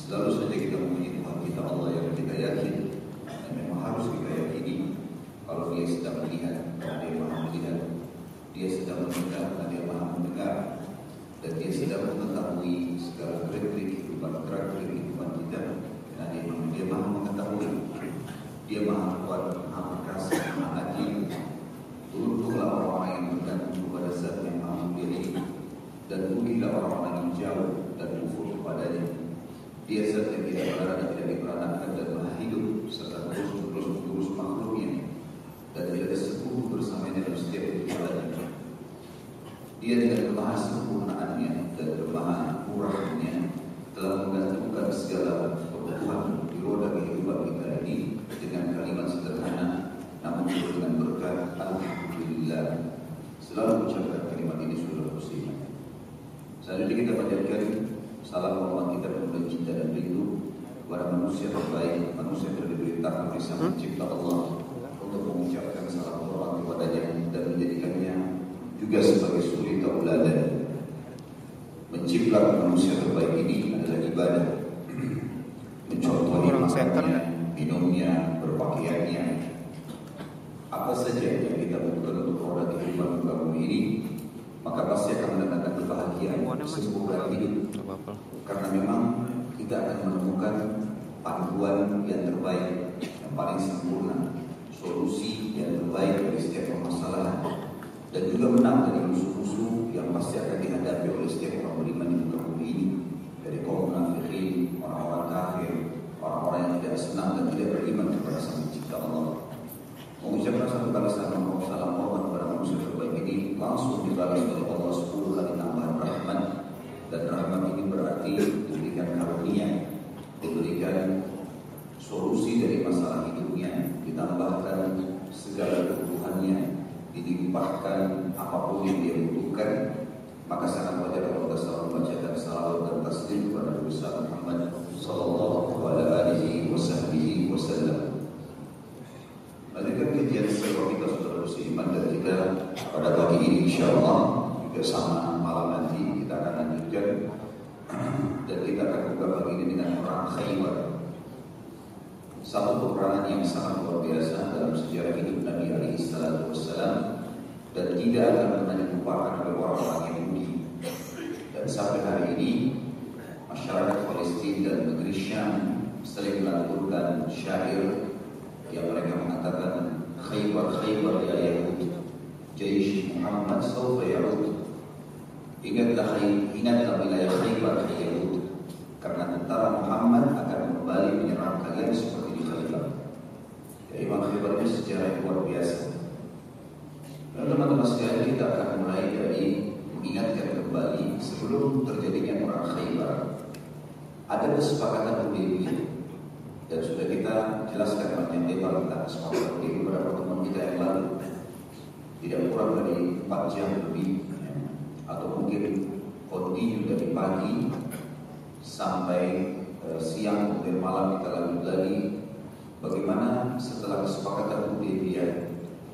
Selalu saja kita memuji Tuhan kita Allah yang kita yakin, dan memang harus kita yakini kalau Dia sedang melihat, karena Dia maha melihat, Dia sedang mendengar, karena Dia maha mendengar, dan Dia sedang mengetahui segala gerak-gerik kehidupan kita, karena Dia maha mengetahui. Dia maha kuat, maha perkasa, maha adil. Turunlah orang-orang yang bergantung kepada Zat yang maha mulia, dan rugilah orang-orang yang jauh dan kufur kepadanya. Dia Zat yang tidak berada dan tidak diperanakan dan maha hidup serta terus mengurus makhluknya, dan tidak ada sekutu bersamanya dalam setiap kehidupannya. Dia dengan kemahasempurnaannya dan kemahamurahnya telah menggantungkan segala kebutuhan di roda kehidupan kita ini dengan kalimat sederhana namun dengan berkat Alhamdulillah. Selalu ucapkan kalimat ini saudara muslim. Selanjutnya kita panjatkan salam hormat kita kepada cinta dan rindu kepada manusia terbaik, manusia yang diberitakan oleh Sang Pencipta Allah untuk mengucapkan salam hormat kepadanya dan menjadikannya juga sebagai suri tauladan. Menciptakan manusia terbaik ini adalah ibadah. Mencontohi makannya, minumnya, berpakaiannya, apa saja yang kita butuhkan untuk roda kehidupan muka bumi ini, maka pasti akan mendatangkan kebahagiaan seumur hidup. Karena memang kita akan menemukan panduan yang terbaik, yang paling sempurna, solusi yang terbaik dari setiap permasalahan, dan juga menang dari musuh-musuh yang pasti akan dihadapi oleh setiap orang beriman di muka bumi ini, dari kaum munafikin, orang-orang kafir, orang-orang yang tidak senang dan tidak beriman kepada Sang Pencipta Allah. Mengucapkan satu kali salam hormat kepada manusia terbaik ini langsung dibalas oleh Allah 10 kali tambahan rahmat, dan rahmat ini berarti diberikan karunia, diberikan solusi dari masalah hidupnya, ditambahkan segala kebutuhannya, dilimpahkan apapun yang dia butuhkan. Maka sangat wajar kalau kita selalu membacakan salawat dan taslim kepada Nabi Muhammad sallallahu alaihi wasallam. Lanjutkan kajian sekolah kita saudara musliman, dan kita pada pagi ini insyaallah juga sama malam nanti kita akan lanjutkan, dan kita akan buka pagi ini dengan perang Khaybar. Satu peperangan yang sangat luar biasa dalam sejarah hidup Nabi alaihi salatu wassalam, dan tidak akan pernah dilupakan oleh orang-orang Yahudi. Dan sampai hari ini masyarakat Palestina dan negeri Syam sering melanturkan syair yang mereka mengatakan Khaybar Khaybar ya Yahud, Jaish Muhammad sawfa ya'ud. Ingatlah wilayah Khaybar ya Yahud, karena tentara Muhammad akan kembali menyerang kalian seperti di Khaybar. Ya, Imam Khaybar ini sejarah yang luar biasa. Dan teman-teman sekalian, kita akan mulai dari mengingatkan kembali sebelum terjadinya perang Khaybar ada kesepakatan Hudaybiyah. Dan sudah kita jelaskan banyak lebar tentang kesepakatan ini pada pertemuan kita yang lalu. Tidak kurang dari 4 jam lebih, atau mungkin kontinu dari pagi sampai siang, kemudian malam kita lanjut lagi. Bagaimana setelah kesepakatan Hudaybiyah,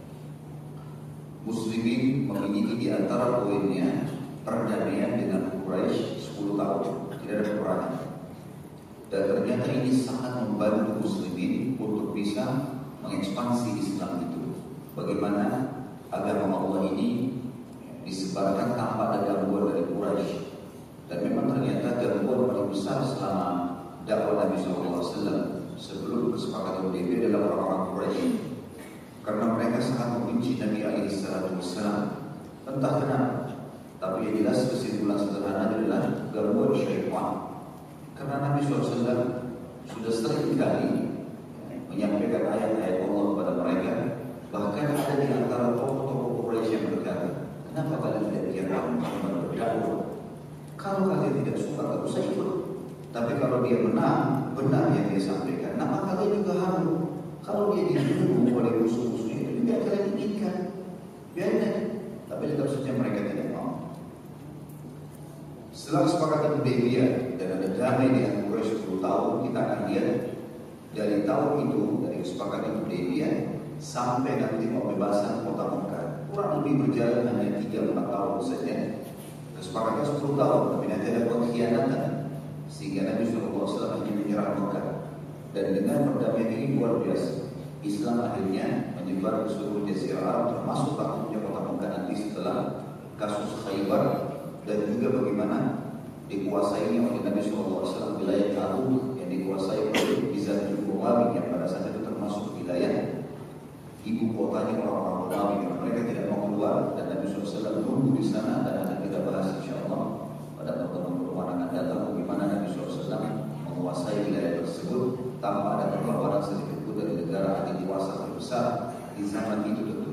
Muslimin memiliki di antara poinnya perdamaian dengan Quraisy 10 tahun, tidak ada peperangan. Dan ternyata ini sangat membantu Muslimin untuk bisa mengekspansi Islam itu. Bagaimana agama Allah ini disebarkan tanpa ada gangguan dari Quraisy. Dan memang ternyata gangguan paling besar selama dakwah Nabi SAW sebelum kesepakatan Hudaybiyah adalah orang-orang Quraisy. Karena mereka sangat membenci Nabi SAW. Entah kenapa, tapi yang jelas kesimpulan sederhana adalah gangguan syaitan. Karena Nabi SAW sudah sering kali menyampaikan ayat-ayat Allah kepada mereka. Bahkan ada di antara tokoh-tokoh Quraisy yang berkata, kenapa kalian tidak biarkan Muhammad berdakwah? Kalau kalian tidak suka, tak usah ikut. Tapi kalau dia menang, benar yang dia sampaikan, nama kalian juga harus. Kalau dia dibunuh oleh musuh-musuhnya itu juga kalian inginkan, biarkan. Tapi tetap saja mereka tidak mau. Setelah kesepakatan Hudaybiyah dan ada damai dengan Quraisy 10 tahun, kita akan lihat dari tahun itu, dari kesepakatan Hudaybiyah sampai nanti pembebasan kota Mekah, kurang lebih berjalan hanya 3-4 tahun saja. Kesepakatan 10 tahun, tapi nanti ada pengkhianatan sehingga Nabi SAW hanya menyerang Mekah. Dan dengan perdamaian ini luar biasa, Islam akhirnya menyebar ke seluruh Jazirah Arab, termasuk takutnya kota Mekah nanti setelah kasus Khaybar, dan juga bagaimana dikuasainya oleh Nabi SAW wilayah Tabuk yang dikuasai oleh Bizatul Romawi, yang pada saat itu termasuk wilayah ibu kotanya orang-orang Romawi, karena mereka tidak mau keluar, dan Nabi SAW menunggu di sana. Dan akan kita bahas insyaallah pada pertemuan akan datang bagaimana Nabi SAW menguasai wilayah tersebut tanpa ada perlawanan sedikit pun dari negara adik kuasa terbesar di zaman itu tentu.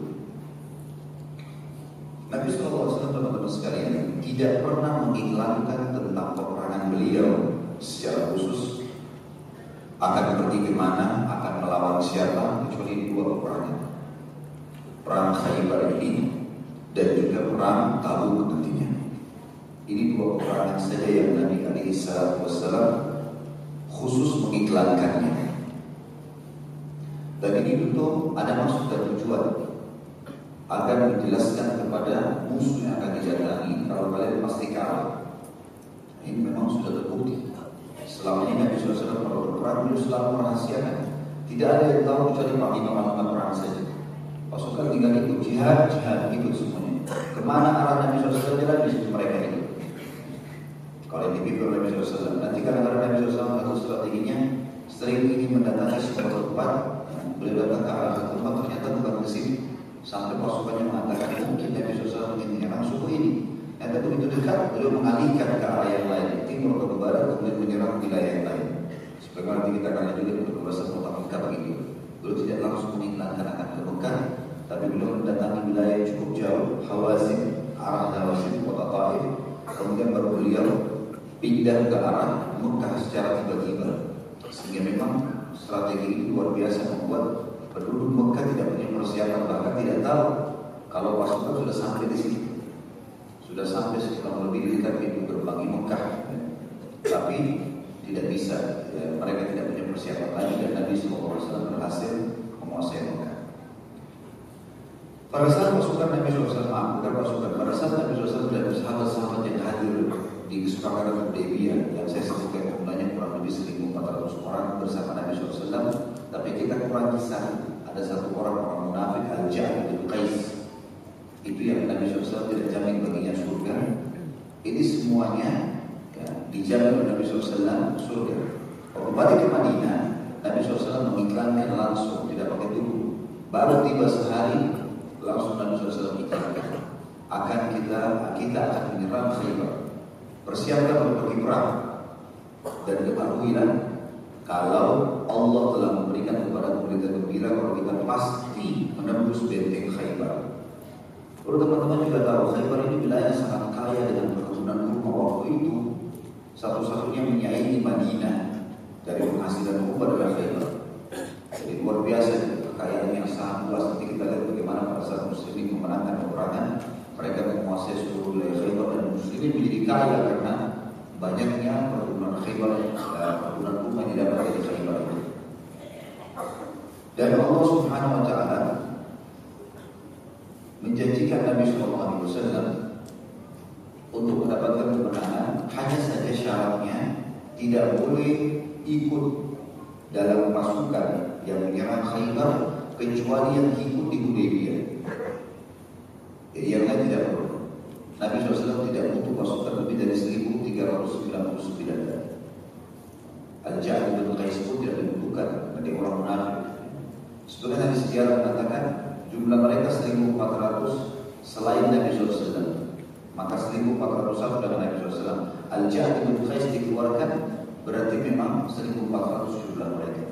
Nabi SAW, teman-teman sekalian, tidak pernah mengiklankan tentang peperangan beliau secara khusus akan pergi kemana, akan melawan siapa, kecuali dua peperangan, perang Khaybar ini dan juga perang Tabuk nantinya. Ini dua peperangan saja yang Nabi SAW khusus mengiklankannya. Dan ini tentu ada maksud dan tujuan agar menjelaskan kepada musuh yang akan didatangi, kalau kalian pasti kalah. Ini memang sudah terbukti. Selama ini Nabi SAW kalau berperang, beliau selalu merahasiakan. Tidak ada yang tahu kecuali panglima perang saja. Pasukan tinggal ikut jihad ikut semuanya. Kemana arah Nabi SAW jalan, di situ mereka ikut. Kalau yang dipimpin oleh Nabi SAW, nanti kadang-kadang Nabi SAW atau strateginya sering ingin mendatangi sebuah tempat. Beliau datang ke arah tempat, ternyata bukan ke sini. Sampai pasukannya mengatakan mungkin Nabi SAW ingin menyerang suku ini. Nanti begitu dekat, beliau mengalihkan ke arah yang lain, timur ke barat, kemudian menyerang wilayah yang lain. Sebagaimana nanti kita akan lanjutkan untuk pembahasan kota Mekah begitu. Beliau tidak langsung mengiklankan akan ke Mekah, tapi beliau mendatangi wilayah yang cukup jauh, Hawazin, arah Hawazin, kota Taif. Kemudian baru beliau pindah ke arah Mekah secara tiba-tiba. Sehingga memang strategi ini luar biasa, membuat penduduk Mekah tidak punya persiapan, bahkan tidak tahu kalau pasukan sudah sampai di sini. Sudah sampai sekitar lebih dekat pintu gerbang Mekah, tapi tidak bisa, ya, mereka tidak punya persiapan lagi, dan Nabi SAW berhasil menguasai Mekah. Pada saat pasukan Nabi SAW, pada saat Nabi SAW dan sahabat-sahabat yang hadir di kesepakatan Hudaybiyah yang saya sebutkan jumlahnya kurang lebih 1.400 orang bersama Nabi SAW, tapi kita kurang kisah, ada satu orang munafik, Al-Ja'd bin Qais. Itu yang Nabi SAW tidak jamin baginya surga. Ini semuanya ya, dijamin oleh Nabi SAW surga. Kalau kembali ke Madinah, Nabi SAW mengiklankan langsung, tidak pakai tunggu. Baru tiba sehari, langsung Nabi SAW mengiklankan kita akan menyerang Khaybar. Persiapkan untuk pergi perang. Dan ketahuilah kalau Allah telah memberikan kepada berita gembira kalau kita pasti menembus benteng Khaybar. Lalu teman-teman juga tahu Khaybar ini wilayah sangat kaya dengan perkebunan kurma waktu itu. Satu-satunya menyaingi Madinah dari penghasilan kurma adalah Khaybar. Jadi luar biasa kekayaan yang sangat luas. Nanti kita lihat bagaimana pada saat muslimin memenangkan peperangan, mereka menguasai seluruh wilayah Khaybar, dan muslimin menjadi kaya karena banyaknya perkebunan Khaybar, perkebunan kurma yang didapat dari Khaybar. Dan Allah Subhanahu Wa Taala menjanjikan Nabi SAW untuk mendapatkan kemenangan, hanya saja syaratnya tidak boleh ikut dalam pasukan yang menyerang Khaybar kecuali yang ikut di Hudaybiyah. Jadi yang lain tidak perlu. Nabi SAW tidak butuh pasukan lebih dari 1.399. Al-Ja'd bin Qais pun tidak dibutuhkan dari orang munafik. Sebetulnya hadis sejarah mengatakan jumlah mereka 1.400 selain Nabi SAW. Maka 1.400 satu dengan Nabi SAW. Al-Ja'd bin Qais dikeluarkan, berarti memang 1.400 jumlah mereka.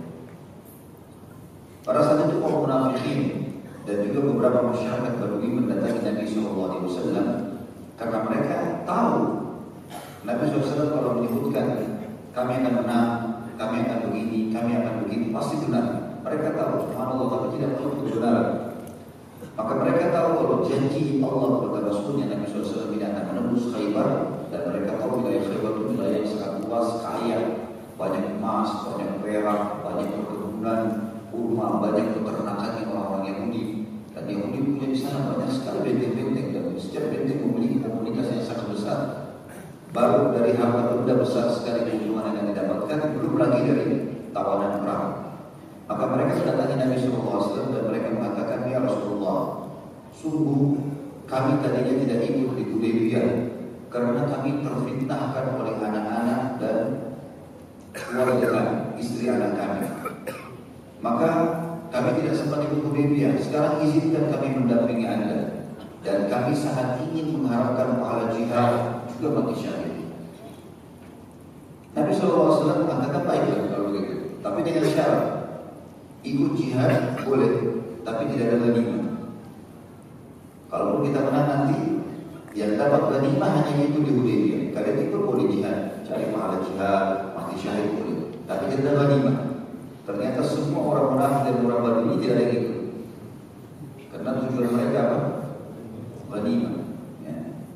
Pada saat itu kaum munafikin dan juga beberapa masyarakat Badui mendatangi Nabi SAW karena mereka tahu Nabi SAW kalau menyebutkan kami akan menang, kami akan begini, kami akan begitu, pasti benar. Mereka tahu, subhanallah, tapi tidak tahu kebenaran. Maka mereka tahu kalau janji Allah kepada Rasulnya Nabi SAW tidak akan menembus Khaybar, dan mereka tahu wilayah Khaybar itu wilayah yang sangat luas, kaya, banyak emas, banyak perak, banyak perkebunan kurma, banyak peternakan yang orang-orang Yahudi. Dan Yahudi punya di sana banyak sekali benteng-benteng, dan setiap benteng memiliki komunitas yang sangat besar. baru dari harta benda besar sekali keuntungan yang didapatkan, belum lagi dari tawanan perang. Maka mereka mendatangi Nabi SAW dan mereka mengatakan, ya Rasulullah, sungguh kami tadinya tidak ikut di Hudaybiyah karena kami terfitnahkan oleh anak-anak dan keluarga kami, istri anak kami. Maka kami tidak sempat ikut Hudaybiyah. Sekarang izinkan kami mendampingi Anda. Dan kami sangat ingin mengharapkan pahala jihad juga bagi syahid. Nabi SAW mengatakan baiklah kalau begitu, tapi dengan syarat ikut jihad boleh, tapi tidak ada ghanimah. Kalau kita menang nanti, yang dapat ghanimah hanya itu di Hudaybiyah. Kalian ikut boleh jihad, cari pahala jihad, mati syahid boleh, tapi tidak ada ghanimah. Ternyata semua orang munafik dan orang Badui tidak ada yang ikut, karena tujuan mereka apa? Ghanimah. Ya.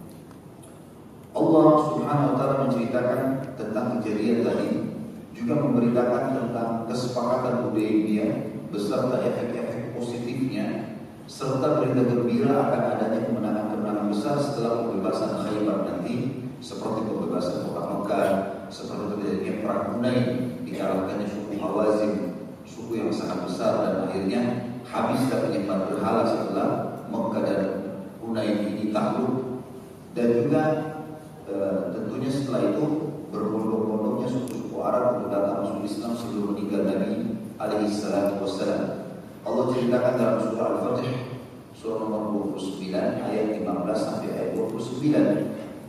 Allah Subhanahu wa taala menceritakan tentang kejadian tadi, juga memberitakan tentang kesepakatan Hudaybiyah beserta efek-efek positifnya, serta berita gembira akan adanya kemenangan-kemenangan besar setelah pembebasan Khaybar nanti, seperti pembebasan kota Mekah, seperti terjadinya perang Hunain, dikalahkannya suku Hawazin, suku yang sangat besar, dan akhirnya habislah penyembah berhala setelah Mekah dan Hunain ini takluk. Dan juga tentunya setelah itu berbondong-bondongnya suku-suku Arab untuk datang masuk Islam sebelum meninggal Nabi alaihi salatu wassalam. Allah ceritakan dalam surah Al-Fatih, surah nomor 29 ayat 15 sampai ayat 29.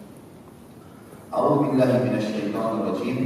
A'udzu billahi minasyaitonir rajim.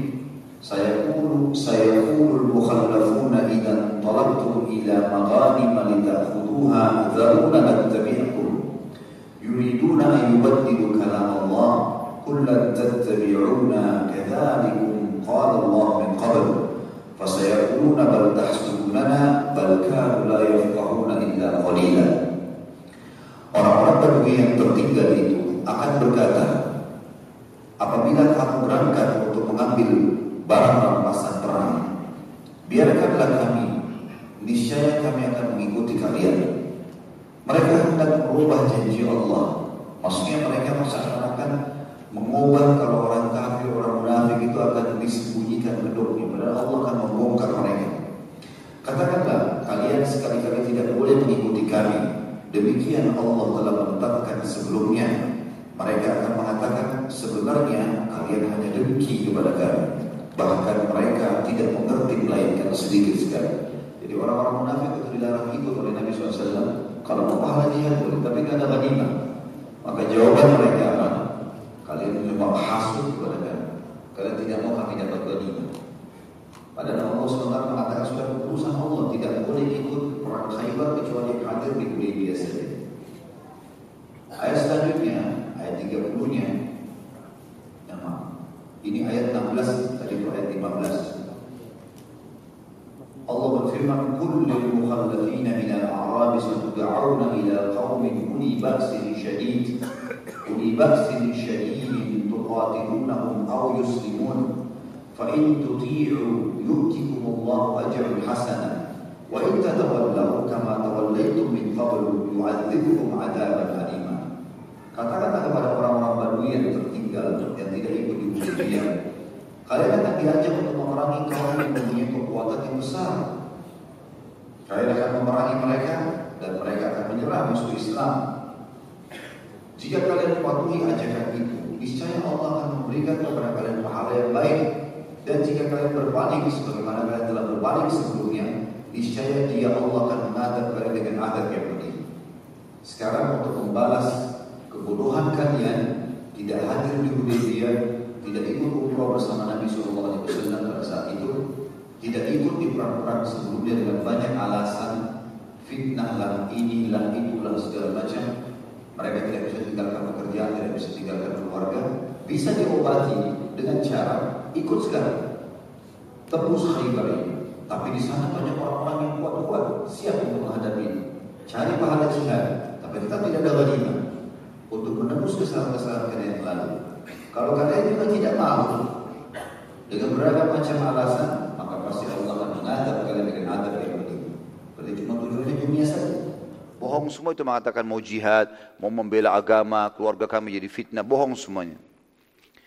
Sayaqulul mukhallafuna idan talaqtum ila maghanim lita'khudhuha dharuna nattabi'ukum yuriduna an yubaddilu kalam Allah qul lan tattabi'una kadzalikum qala Allah min qabl fasayaquluna bal tahsudunana bal kanu la yafqahuna illa qalila. Orang-orang Badui yang tertinggal itu akan berkata, apabila kamu berangkat untuk mengambil barang rampasan perang, biarkanlah kami, niscaya kami akan mengikuti kalian. Mereka hendak merubah janji Allah. Maksudnya mereka seakan-akan mengubah kalau orang kafir, orang munafik itu akan disembunyikan kedoknya, padahal Allah akan membongkar mereka. Katakanlah, kalian sekali-kali tidak boleh mengikuti kami. Demikian Allah telah menetapkan sebelumnya. Mereka akan mengatakan, sebenarnya kalian hanya dengki kepada kami. Bahkan mereka tidak mengerti melainkan sedikit sekali. Jadi orang-orang munafik itu dilarang ikut oleh Nabi SAW. Kalau mau pahala jihad boleh, tapi tidak ada ghanimah. Maka jawaban mereka apa? Kalian mencoba hasud kepada kami. Kalian tidak mau kami dapat ghanimah. Padahal Allah SWT mengatakan sudah keputusan Allah, tidak boleh ikut perang Khaybar kecuali hadir di Hudaybiyah saja. Ayat selanjutnya, ayat 30-nya. Ini ayat 16, tadi itu ayat 15. Allah berfirman, kullil mukhallafina minal a'rab satud'auna ila qaumin uli ba'sin syadid tuqatilunahum aw yuslimun fa in tuti'u yu'tikumullahu ajran hasana wa in tatawallaw kama tawallaytum min qablu yu'adzibukum 'adzaban alima. Katakanlah kepada orang-orang Badui yang tertinggal yang tidak ikut di Hudaybiyah, kalian akan diajak untuk memerangi kaum yang mempunyai kekuatan yang besar. Kalian akan memerangi mereka dan mereka akan menyerah musuh Islam. Jika kalian mematuhi ajakan itu, niscaya Allah akan memberikan kepada kalian pahala yang baik. Dan jika kalian berbalik sebagaimana kalian telah berbalik sebelumnya, niscaya Dia Allah akan mengadab kalian dengan adab yang pedih. Sekarang untuk membalas kebodohan kalian, tidak hadir di Hudaybiyah, tidak ikut umrah bersama Nabi SAW pada saat itu, tidak ikut di perang-perang sebelumnya dengan banyak alasan, fitnah lah, inilah, itulah, segala macam. Mereka tidak bisa tinggalkan pekerjaan, tidak bisa tinggalkan keluarga. Bisa diobati dengan cara ikut sekarang, tebus Khaybar ini. Tapi di sana banyak orang-orang yang kuat-kuat, siap untuk menghadapi ini. Cari pahala jihad, tapi tetap tidak ada ghanimah untuk menembus kesalahan-kesalahan kalian yang lalu. Kalau kalian juga tidak mau dengan beragam macam alasan, maka pasti Allah akan mengadab kalian dengan adab yang pedih. Berarti cuma tujuannya dunia saja. Bohong semua itu mengatakan mau jihad, mau membela agama, keluarga kami jadi fitnah, bohong semuanya.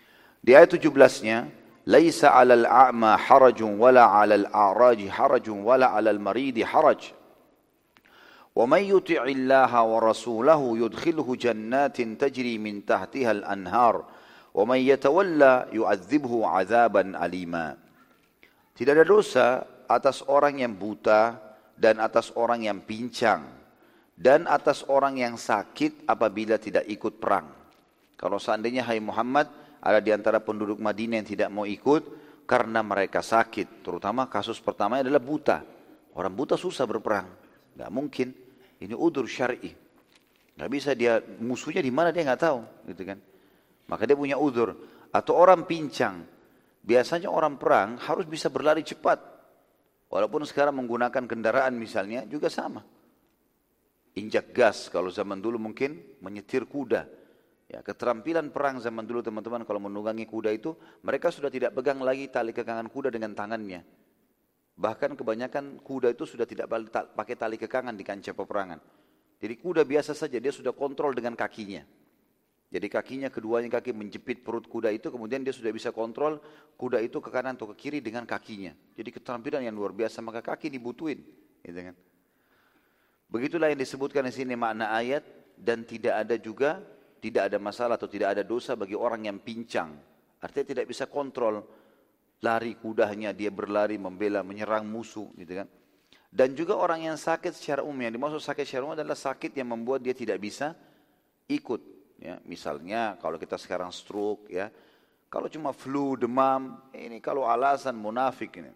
Di ayat 17-nya, "Laisa 'alal a'ma harajun wala 'alal a'raji harajun wala 'alal maridi haraj. Wa may yuti'illaha wa rasulahu yudkhilhu jannatin tajri min tahtiha al-anhar wa may yatawalla yu'adzibhu 'adzaban alima." Tidak ada dosa atas orang yang buta dan atas orang yang pincang dan atas orang yang sakit apabila tidak ikut perang. Kalau seandainya hai Muhammad ada di antara penduduk Madinah yang tidak mau ikut karena mereka sakit, terutama kasus pertama adalah buta. Orang buta susah berperang, nggak mungkin. Ini udzur syar'i, nggak bisa dia musuhnya di mana dia nggak tahu, gitu kan? Maka dia punya udzur. Atau orang pincang, biasanya orang perang harus bisa berlari cepat. Walaupun sekarang menggunakan kendaraan misalnya juga sama. Injak gas, kalau zaman dulu mungkin menyetir kuda. Ya, keterampilan perang zaman dulu teman-teman kalau menunggangi kuda itu, mereka sudah tidak pegang lagi tali kekangan kuda dengan tangannya. Bahkan kebanyakan kuda itu sudah tidak pakai tali kekangan di kancah peperangan. Jadi kuda biasa saja, dia sudah kontrol dengan kakinya. Jadi kakinya, keduanya kaki menjepit perut kuda itu, kemudian dia sudah bisa kontrol kuda itu ke kanan atau ke kiri dengan kakinya. Jadi keterampilan yang luar biasa, maka kaki dibutuhin. Gitu kan? Begitulah yang disebutkan di sini makna ayat, dan tidak ada masalah atau tidak ada dosa bagi orang yang pincang. Artinya tidak bisa kontrol lari kudanya, dia berlari membela, menyerang musuh, gitu kan. Dan juga orang yang sakit secara umum, yang dimaksud sakit secara umum adalah sakit yang membuat dia tidak bisa ikut. Ya, misalnya kalau kita sekarang stroke, ya, kalau cuma flu, demam, ini kalau alasan munafik ini.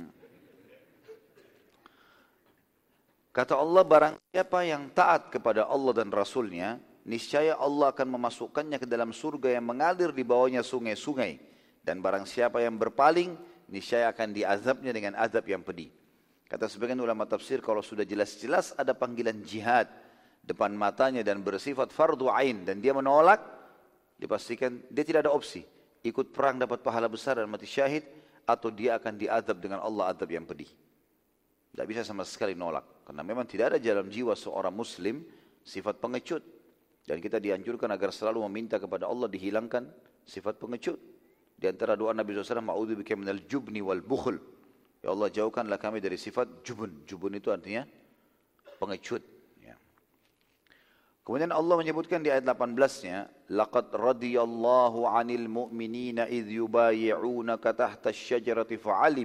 Kata Allah, barang siapa yang taat kepada Allah dan Rasulnya, niscaya Allah akan memasukkannya ke dalam surga yang mengalir di bawahnya sungai-sungai. Dan barang siapa yang berpaling, niscaya akan diazabnya dengan azab yang pedih. Kata sebagian ulama tafsir, kalau sudah jelas-jelas ada panggilan jihad depan matanya dan bersifat fardu ain dan dia menolak, dipastikan dia tidak ada opsi. Ikut perang dapat pahala besar dan mati syahid, atau dia akan diazab dengan Allah azab yang pedih. Tidak bisa sama sekali nolak. Karena memang tidak ada dalam jiwa seorang muslim sifat pengecut. Dan kita dianjurkan agar selalu meminta kepada Allah dihilangkan sifat pengecut. Di antara doa Nabi SAW, "A'udzubika minal jubni wal bukhl." Ya Allah, jauhkanlah kami dari sifat jubun. Jubun itu artinya pengecut. Ya. Kemudian Allah menyebutkan di ayat 18-nya, "Laqad radiyallahu 'anil mu'minina idh yubayi'unaka tahta asy-syajarati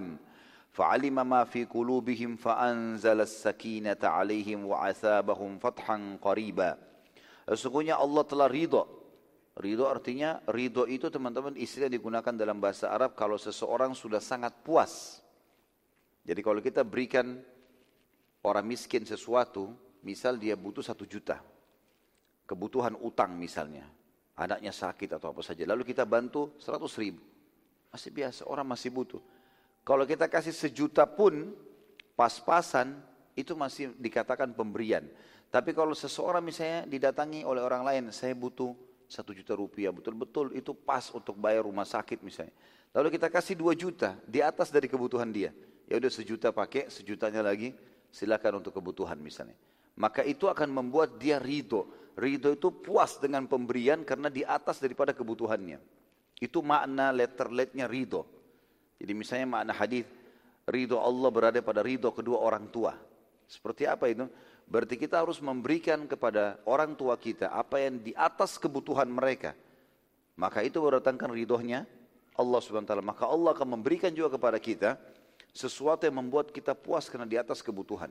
fa'alima ma fi qulubihim fa'anzala as-sakinata 'alaihim wa 'atsabahum fathan qariba." Sesungguhnya Allah telah ridha. Ridho artinya, ridho itu teman-teman istilah digunakan dalam bahasa Arab kalau seseorang sudah sangat puas. Jadi kalau kita berikan orang miskin sesuatu, misal dia butuh 1 juta, kebutuhan utang misalnya, anaknya sakit atau apa saja, lalu kita bantu 100 ribu, masih biasa, orang masih butuh. Kalau kita kasih 1 juta pun, pas-pasan, itu masih dikatakan pemberian. Tapi kalau seseorang misalnya didatangi oleh orang lain, saya butuh 1 juta rupiah, betul-betul itu pas untuk bayar rumah sakit misalnya. Lalu kita kasih 2 juta di atas dari kebutuhan dia. Ya udah 1 juta pakai, 1 jutanya lagi silakan untuk kebutuhan misalnya. Maka itu akan membuat dia ridho. Ridho itu puas dengan pemberian karena di atas daripada kebutuhannya. Itu makna letter-letternya ridho. Jadi misalnya makna hadis, ridho Allah berada pada ridho kedua orang tua. Seperti apa itu? Berarti kita harus memberikan kepada orang tua kita apa yang di atas kebutuhan mereka. Maka itu berdatangkan ridhonya Allah SWT. Maka Allah akan memberikan juga kepada kita sesuatu yang membuat kita puas karena di atas kebutuhan.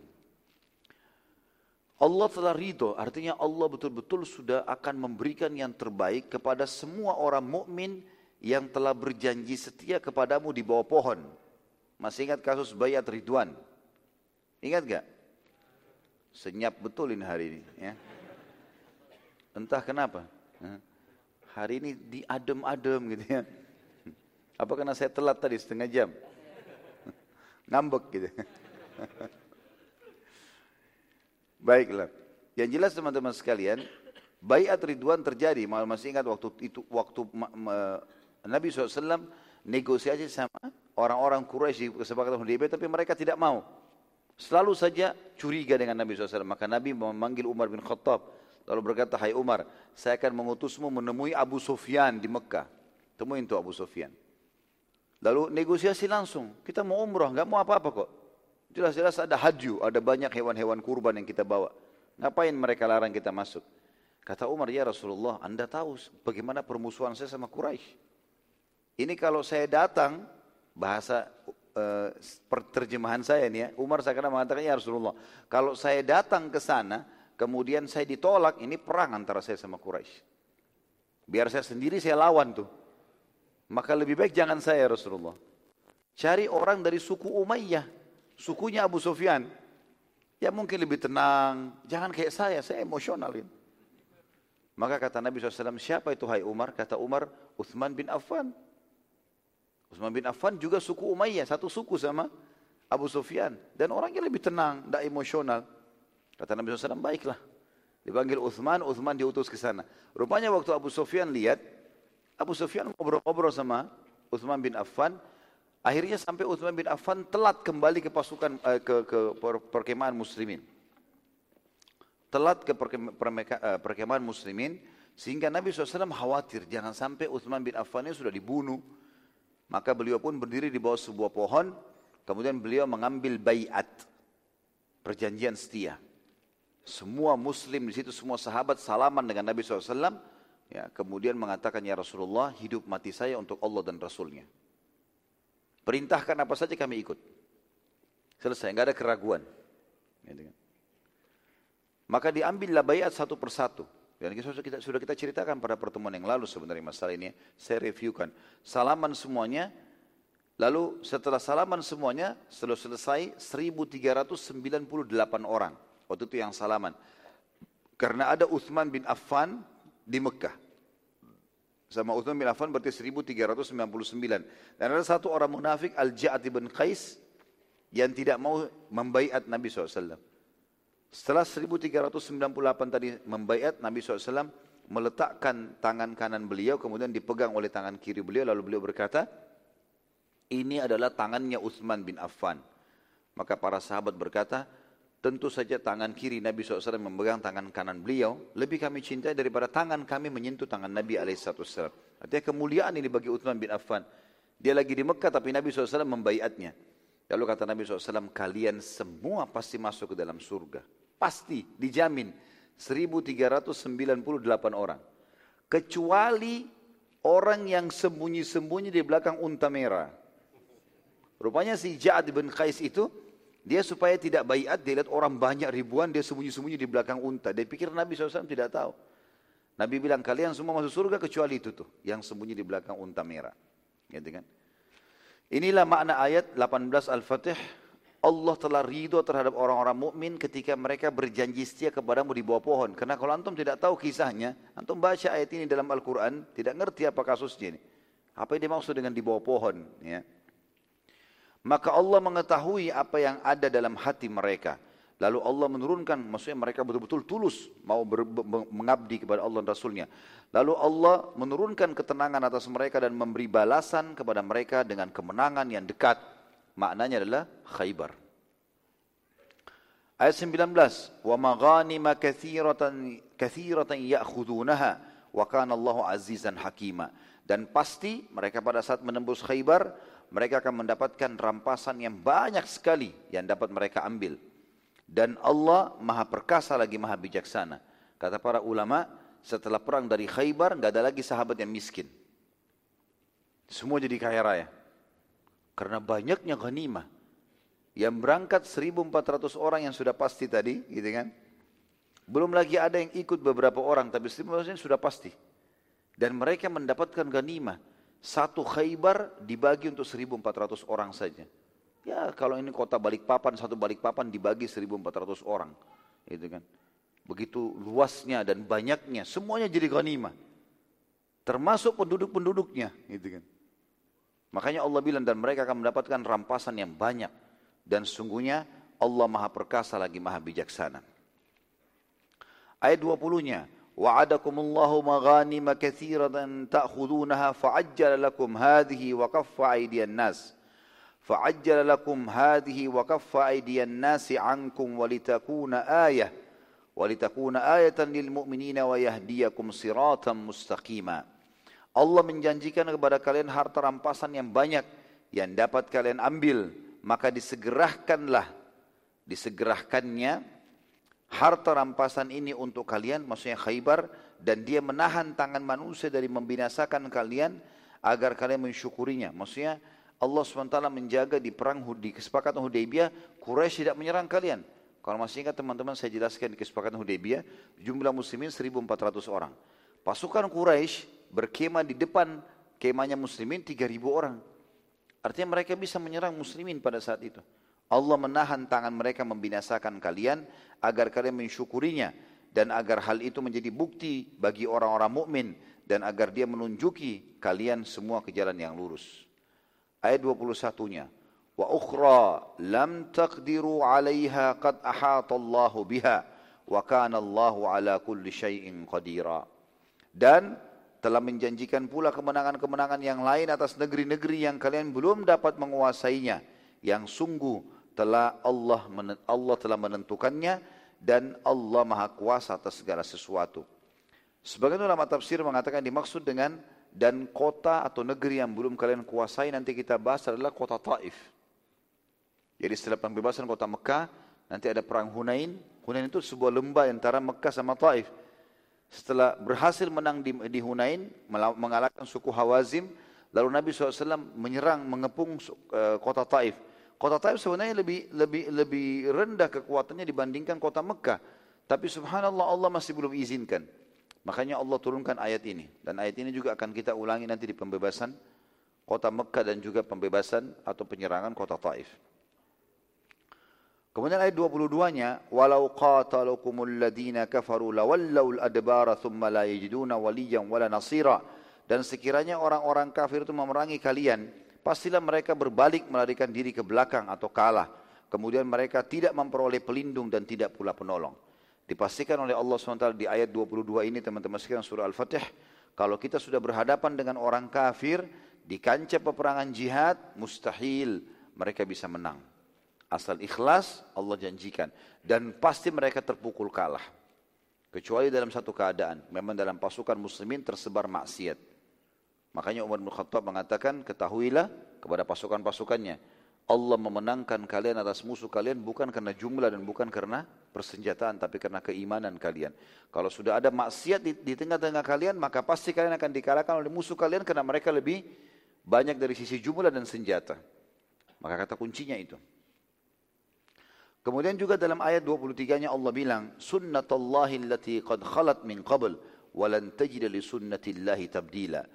Allah telah ridho, artinya Allah betul-betul sudah akan memberikan yang terbaik kepada semua orang mukmin yang telah berjanji setia kepadamu di bawah pohon. Masih ingat kasus Bayat Ridwan? Ingat gak? Senyap betul ini hari ini. Ya. Entah kenapa. Hari ini diadem-adem gitu ya. Apa karena saya telat tadi 1/2 jam? Ngambek gitu. Baiklah. Yang jelas teman-teman sekalian, Baiat Ridwan terjadi. Masih ingat waktu itu, Nabi SAW negosiasi sama orang-orang Quraisy di kesepakatan Hudaybiyah, tapi mereka tidak mau. Selalu saja curiga dengan Nabi SAW. Maka Nabi memanggil Umar bin Khattab. Lalu berkata, "Hai Umar, saya akan mengutusmu menemui Abu Sufyan di Mekah. temuin tuh Abu Sufyan. Lalu negosiasi langsung, kita mau umrah, nggak mau apa-apa kok. Jelas-jelas ada haju, ada banyak hewan-hewan kurban yang kita bawa. Ngapain mereka larang kita masuk? Kata Umar, ya Rasulullah, Anda tahu bagaimana permusuhan saya sama Quraisy. Ini kalau saya datang, bahasa terjemahan saya nih ya, Umar sekarang mengatakan, ya Rasulullah, kalau saya datang ke sana, kemudian saya ditolak, ini perang antara saya sama Quraisy. Biar saya sendiri saya lawan tuh. Maka lebih baik jangan saya Rasulullah. Cari orang dari suku Umayyah, sukunya Abu Sufyan. Ya mungkin lebih tenang, jangan kayak saya emosional ini. Maka kata Nabi SAW, siapa itu hai Umar? Kata Umar, Uthman bin Affan. Uthman bin Affan juga suku Umayyah, satu suku sama Abu Sufyan. Dan orangnya lebih tenang, tidak emosional. Kata Nabi SAW, baiklah. Dipanggil Uthman, Uthman diutus ke sana. Rupanya waktu Abu Sufyan lihat, Abu Sufyan ngobrol-ngobrol sama Uthman bin Affan. Akhirnya sampai Uthman bin Affan telat kembali ke pasukan ke perkemahan muslimin. Telat ke perkemahan muslimin. Sehingga Nabi SAW khawatir, jangan sampai Uthman bin Affan ini sudah dibunuh. Maka beliau pun berdiri di bawah sebuah pohon, kemudian beliau mengambil baiat, perjanjian setia. Semua muslim di situ, semua sahabat salaman dengan Nabi SAW, ya, kemudian mengatakan, ya Rasulullah, hidup mati saya untuk Allah dan Rasulnya. Perintahkan apa saja kami ikut. Selesai, nggak ada keraguan. Gitu kan. Maka diambillah baiat satu persatu. Dan sudah kita ceritakan pada pertemuan yang lalu sebenarnya masalah ini. Saya reviewkan. Salaman semuanya. Lalu setelah salaman semuanya, setelah selesai 1398 orang. Waktu itu yang salaman. Karena ada Uthman bin Affan di Mekah. Sama Uthman bin Affan berarti 1399. Dan ada satu orang munafik, Al-Ja'ad bin Qais, yang tidak mau membaiat Nabi SAW. Setelah 1398 tadi membaiat, Nabi SAW meletakkan tangan kanan beliau, kemudian dipegang oleh tangan kiri beliau, lalu beliau berkata, ini adalah tangannya Uthman bin Affan. Maka para sahabat berkata, tentu saja tangan kiri Nabi SAW memegang tangan kanan beliau, lebih kami cintai daripada tangan kami menyentuh tangan Nabi SAW. Artinya kemuliaan ini bagi Uthman bin Affan. Dia lagi di Mekah tapi Nabi SAW membaiatnya. Lalu kata Nabi SAW, kalian semua pasti masuk ke dalam surga. Pasti, dijamin. 1398 orang. Kecuali orang yang sembunyi-sembunyi di belakang unta merah. Rupanya si Ja'ad bin Qais itu, dia supaya tidak baiat, dia lihat orang banyak ribuan, dia sembunyi-sembunyi di belakang unta. Dia pikir Nabi SAW tidak tahu. Nabi bilang, kalian semua masuk surga kecuali itu tuh, yang sembunyi di belakang unta merah. Gitu kan? Inilah makna ayat 18 Al-Fatih. Allah telah ridho terhadap orang-orang mukmin ketika mereka berjanji setia kepadamu di bawah pohon. Karena kalau antum tidak tahu kisahnya, antum baca ayat ini dalam Al-Quran, tidak ngerti apa kasusnya ini. Apa yang dimaksud dengan di bawah pohon. Ya. Maka Allah mengetahui apa yang ada dalam hati mereka. Lalu Allah menurunkan, maksudnya mereka betul-betul tulus mau mengabdi kepada Allah dan Rasulnya. Lalu Allah menurunkan ketenangan atas mereka dan memberi balasan kepada mereka dengan kemenangan yang dekat. Maknanya adalah Khaybar. Ayat 19. Wa maghanima katsiratan ya'khudunaha wa kana Allahu azizan hakima. Dan pasti mereka pada saat menembus Khaybar, mereka akan mendapatkan rampasan yang banyak sekali yang dapat mereka ambil. Dan Allah maha perkasa lagi maha bijaksana. Kata para ulama, setelah perang dari Khaybar, enggak ada lagi sahabat yang miskin. Semua jadi kaya raya. Karena banyaknya ghanimah. Yang berangkat 1.400 orang yang sudah pasti tadi, gitu kan. Belum lagi ada yang ikut beberapa orang, tapi 1.400 sudah pasti. Dan mereka mendapatkan ghanimah. Satu Khaybar dibagi untuk 1.400 orang saja. Ya kalau ini kota Balikpapan, satu Balikpapan dibagi 1.400 orang. Gitu kan. Begitu luasnya dan banyaknya, semuanya jadi ghanimah. Termasuk penduduk-penduduknya. Gitu kan. Makanya Allah bilang, dan mereka akan mendapatkan rampasan yang banyak. Dan sungguhnya Allah maha perkasa lagi maha bijaksana. Ayat 20-nya. Wa'adakumullahu maghanima katsiratan ta'khudunaha fa'ajjala lakum hadhihi wa kaffa aydiyan nas. فعجل لكم هذه وكف أيدي الناس عنكم ولتكون آية للمؤمنين ويهديكم صراطا مستقيما. Allah menjanjikan kepada kalian harta rampasan yang banyak yang dapat kalian ambil, maka disegerakannya harta rampasan ini untuk kalian, maksudnya Khaybar, dan dia menahan tangan manusia dari membinasakan kalian agar kalian mensyukurinya. Maksudnya Allah SWT menjaga di kesepakatan Hudaybiyah, Quraisy tidak menyerang kalian. Kalau masih ingat teman-teman, saya jelaskan di kesepakatan Hudaybiyah, jumlah muslimin 1.400 orang. Pasukan Quraisy berkemah di depan kemahnya muslimin 3.000 orang. Artinya mereka bisa menyerang muslimin pada saat itu. Allah menahan tangan mereka membinasakan kalian agar kalian mensyukurinya, dan agar hal itu menjadi bukti bagi orang-orang mukmin, dan agar dia menunjuki kalian semua ke jalan yang lurus. Ayat 21-nya, wa ukhra lam taqdiru 'alaiha qad ahatallahu biha wa kana Allahu 'ala kulli syai'in qadira. Dan telah menjanjikan pula kemenangan-kemenangan yang lain atas negeri-negeri yang kalian belum dapat menguasainya, yang sungguh telah Allah telah menentukannya, dan Allah Maha Kuasa atas segala sesuatu. Sebagian ulama tafsir mengatakan dimaksud dengan dan kota atau negeri yang belum kalian kuasai nanti kita bahas adalah kota Taif. Jadi setelah pembebasan kota Mekah, nanti ada perang Hunain. Hunain itu sebuah lembah antara Mekah sama Taif. Setelah berhasil menang di Hunain, mengalahkan suku Hawazim, lalu Nabi SAW menyerang, mengepung kota Taif. Kota Taif sebenarnya lebih rendah kekuatannya dibandingkan kota Mekah. Tapi subhanallah Allah masih belum izinkan. Makanya Allah turunkan ayat ini. Dan ayat ini juga akan kita ulangi nanti di pembebasan kota Mekah dan juga pembebasan atau penyerangan kota Taif. Kemudian ayat 22-nya, walau qatalukumul ladina kafaru lawallaul adbara thumma la yajiduna waliyan wala nasira. Dan sekiranya orang-orang kafir itu memerangi kalian, pastilah mereka berbalik melarikan diri ke belakang atau kalah. Kemudian mereka tidak memperoleh pelindung dan tidak pula penolong. Dipastikan oleh Allah SWT di ayat 22 ini, teman-teman sekalian, surah Al-Fatih, kalau kita sudah berhadapan dengan orang kafir di kancah peperangan jihad, mustahil mereka bisa menang. Asal ikhlas, Allah janjikan. Dan pasti mereka terpukul kalah. Kecuali dalam satu keadaan, memang dalam pasukan muslimin tersebar maksiat. Makanya Umar bin Khattab mengatakan, ketahuilah kepada pasukan-pasukannya, Allah memenangkan kalian atas musuh kalian bukan karena jumlah dan bukan karena persenjataan, tapi karena keimanan kalian. Kalau sudah ada maksiat di tengah-tengah kalian, maka pasti kalian akan dikalahkan oleh musuh kalian karena mereka lebih banyak dari sisi jumlah dan senjata. Maka kata kuncinya itu. Kemudian juga dalam ayat 23-nya Allah bilang, sunnatullahi allati qad khalat min qabl wa lan tajida li sunnatillahi tabdila.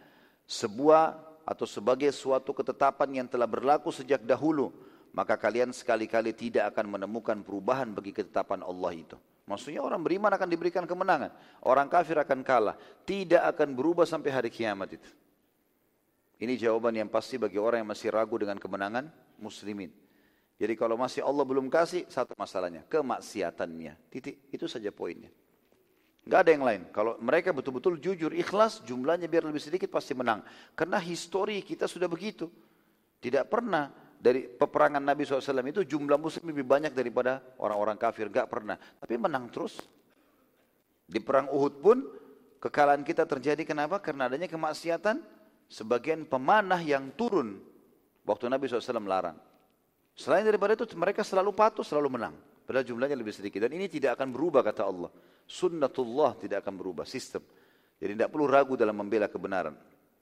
Sebagai suatu ketetapan yang telah berlaku sejak dahulu, maka kalian sekali-kali tidak akan menemukan perubahan bagi ketetapan Allah itu. Maksudnya orang beriman akan diberikan kemenangan, orang kafir akan kalah, tidak akan berubah sampai hari kiamat itu. Ini jawaban yang pasti bagi orang yang masih ragu dengan kemenangan muslimin. Jadi kalau masih Allah belum kasih, satu masalahnya, kemaksiatannya. Titik, itu saja poinnya. Enggak ada yang lain. Kalau mereka betul-betul jujur, ikhlas, jumlahnya biar lebih sedikit pasti menang. Karena histori kita sudah begitu. Tidak pernah dari peperangan Nabi SAW itu jumlah muslim lebih banyak daripada orang-orang kafir. Enggak pernah. Tapi menang terus. Di perang Uhud pun kekalahan kita terjadi. Kenapa? Karena adanya kemaksiatan. Sebagian pemanah yang turun waktu Nabi SAW larang. Selain daripada itu mereka selalu patuh, selalu menang. Padahal jumlahnya lebih sedikit. Dan ini tidak akan berubah kata Allah. Sunnatullah tidak akan berubah, sistem. Jadi tidak perlu ragu dalam membela kebenaran.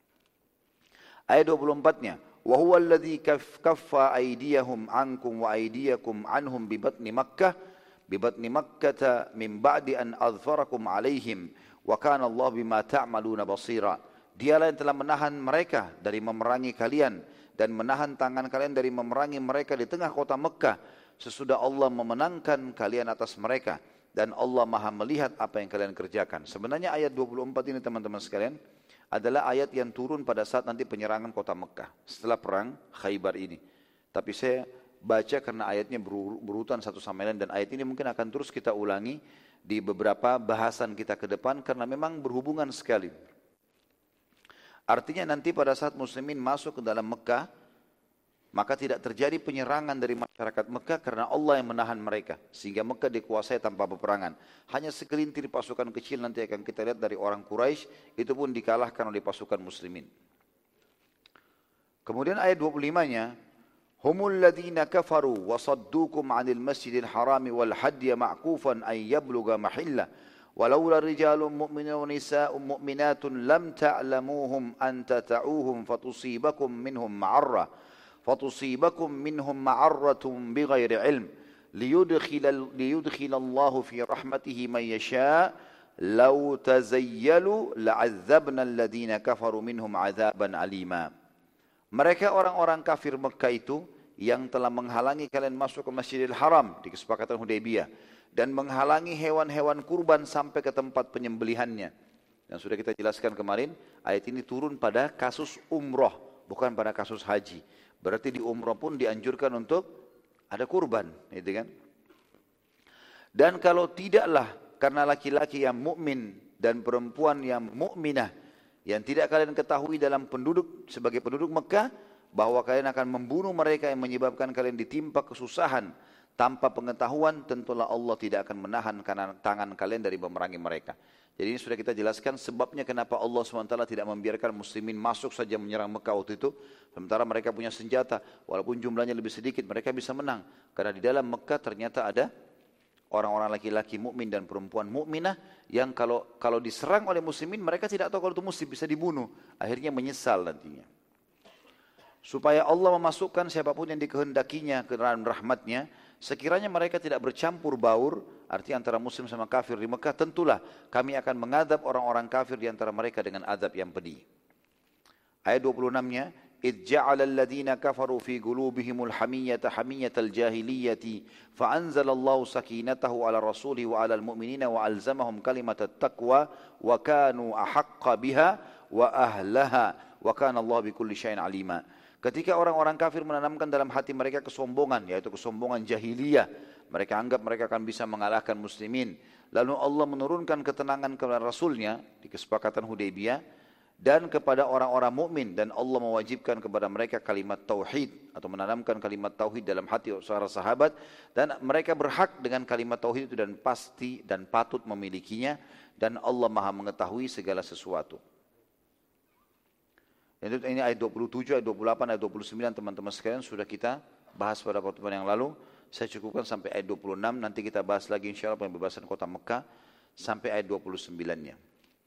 Ayat 24-nya. وَهُوَ الَّذِي كَفَّ أَيْدِيَهُمْ عَنْكُمْ وَأَيْدِيَكُمْ عَنْهُمْ بِبَطْنِ مَكَّةَ مِنْ بَعْدِ أَنْ أَظْفَرَكُمْ عَلَيْهِمْ وَكَانَ اللَّهُ بِمَا تَعْمَلُونَ بَصِيرًا. Dialah yang telah menahan mereka dari memerangi kalian dan menahan tangan kalian dari memerangi mereka di tengah kota Mekah sesudah Allah memenangkan kalian atas mereka, dan Allah Maha melihat apa yang kalian kerjakan. Sebenarnya ayat 24 ini teman-teman sekalian adalah ayat yang turun pada saat nanti penyerangan kota Mekah setelah perang Khaybar ini. Tapi saya baca karena ayatnya berurutan satu sama lain, dan ayat ini mungkin akan terus kita ulangi di beberapa bahasan kita ke depan karena memang berhubungan sekali. Artinya nanti pada saat muslimin masuk ke dalam Mekah, Maka tidak terjadi penyerangan dari masyarakat Mekah karena Allah yang menahan mereka. Sehingga Mekah dikuasai tanpa peperangan. Hanya segelintir pasukan kecil nanti akan kita lihat dari orang Quraisy, itu pun dikalahkan oleh pasukan muslimin. Kemudian ayat 25-nya, humul ladzina kafaru wa saddukum 'anil masjidil harami wal hadya ma'kufan ay yablugha mahillah walaula rijalun mu'minun wa nisaa'un mu'minatun lam ta'lamuhum an tata'uhum fatusibakum minhum ma'arratun bighairi 'ilm liyudkhila Allahu fi rahmatihi man yasha' law tazayyalu la'adzabna alladhina kafaru minhum 'adzaban 'alima. Mereka orang-orang kafir Mekah itu yang telah menghalangi kalian masuk ke Masjidil Haram di kesepakatan Hudaybiyah dan menghalangi hewan-hewan kurban sampai ke tempat penyembelihannya. Dan sudah kita jelaskan kemarin, ayat ini turun pada kasus umroh, bukan pada kasus haji. Berarti di umroh pun dianjurkan untuk ada kurban, gitu kan? Dan kalau tidaklah karena laki-laki yang mukmin dan perempuan yang mukminah yang tidak kalian ketahui dalam sebagai penduduk Mekah, bahwa kalian akan membunuh mereka yang menyebabkan kalian ditimpa kesusahan tanpa pengetahuan, tentulah Allah tidak akan menahan tangan kalian dari memerangi mereka. Jadi ini sudah kita jelaskan sebabnya kenapa Allah SWT tidak membiarkan muslimin masuk saja menyerang Mekah waktu itu, sementara mereka punya senjata, walaupun jumlahnya lebih sedikit mereka bisa menang, karena di dalam Mekah ternyata ada orang-orang laki-laki mukmin dan perempuan mukminah yang kalau diserang oleh muslimin mereka tidak tahu kalau itu muslim, bisa dibunuh, akhirnya menyesal nantinya. Supaya Allah memasukkan siapapun yang dikehendakinya ke dalam rahmatnya, sekiranya mereka tidak bercampur baur, arti antara muslim sama kafir di Mekah, tentulah kami akan mengadab orang-orang kafir di antara mereka dengan azab yang pedih. Ayat 26-nya, إذ جعل الذين كفروا في قلوبهم الحمية حمية الجاهلية فأنزل الله سكينته على رسوله وعلى المؤمنين وألزمهم كلمة التقوى وكانوا أحق بها وأهلها وكان الله بكل شيء عليما. Ketika orang-orang kafir menanamkan dalam hati mereka kesombongan, yaitu kesombongan jahiliyah, mereka anggap mereka akan bisa mengalahkan muslimin. Lalu Allah menurunkan ketenangan kepada Rasulnya di kesepakatan Hudaybiyah dan kepada orang-orang mukmin, dan Allah mewajibkan kepada mereka kalimat tauhid atau menanamkan kalimat tauhid dalam hati para sahabat, dan mereka berhak dengan kalimat tauhid itu dan pasti dan patut memilikinya, dan Allah Maha mengetahui segala sesuatu. Ini ayat 27, ayat 28, ayat 29 teman-teman sekalian sudah kita bahas pada pertemuan yang lalu. Saya cukupkan sampai ayat 26, nanti kita bahas lagi insyaallah pembebasan kota Mekah sampai ayat 29-nya.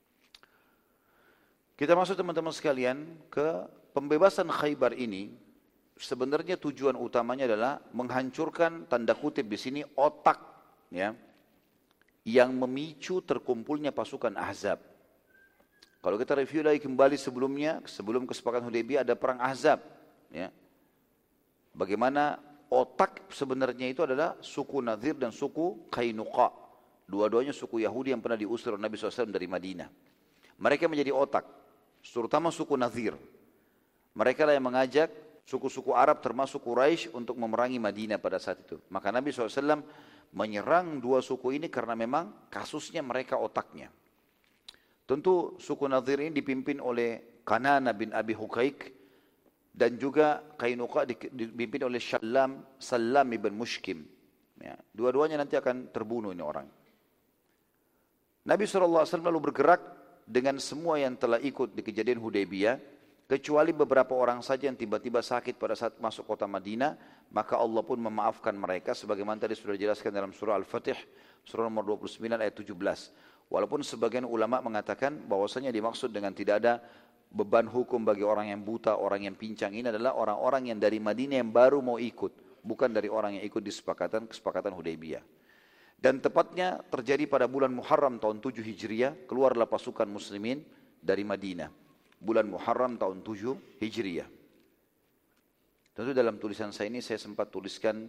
Kita masuk teman-teman sekalian ke pembebasan Khaybar ini. Sebenarnya tujuan utamanya adalah menghancurkan, tanda kutip di sini, otak ya, yang memicu terkumpulnya pasukan Ahzab. Kalau kita review lagi kembali sebelumnya, sebelum kesepakatan Hudaybiyah ada perang Ahzab ya. Bagaimana otak sebenarnya itu adalah suku Nadir dan suku Qainuqa. Dua-duanya suku Yahudi yang pernah diusir oleh Nabi SAW dari Madinah. Mereka menjadi otak, terutama suku Nadir. Mereka lah yang mengajak suku-suku Arab termasuk Quraisy untuk memerangi Madinah pada saat itu. Maka Nabi SAW menyerang dua suku ini karena memang kasusnya mereka otaknya. Tentu suku Nadir ini dipimpin oleh Kanana bin Abi Huqaiq, dan juga Qainuqa dipimpin oleh Salam ibn Mushkim. Ya, dua-duanya nanti akan terbunuh ini orang. Nabi SAW lalu bergerak dengan semua yang telah ikut di kejadian Hudaybiyah, kecuali beberapa orang saja yang tiba-tiba sakit pada saat masuk kota Madinah, maka Allah pun memaafkan mereka sebagaimana tadi sudah dijelaskan dalam surah Al-Fatih, surah nomor 29 ayat 17. Walaupun sebagian ulama mengatakan bahwasanya dimaksud dengan tidak ada beban hukum bagi orang yang buta, orang yang pincang, ini adalah orang-orang yang dari Madinah yang baru mau ikut, bukan dari orang yang ikut di kesepakatan Hudaybiyah. Dan tepatnya terjadi pada bulan Muharram tahun 7 Hijriah, keluarlah pasukan muslimin dari Madinah. Bulan Muharram tahun 7 Hijriah. Tentu dalam tulisan saya ini saya sempat tuliskan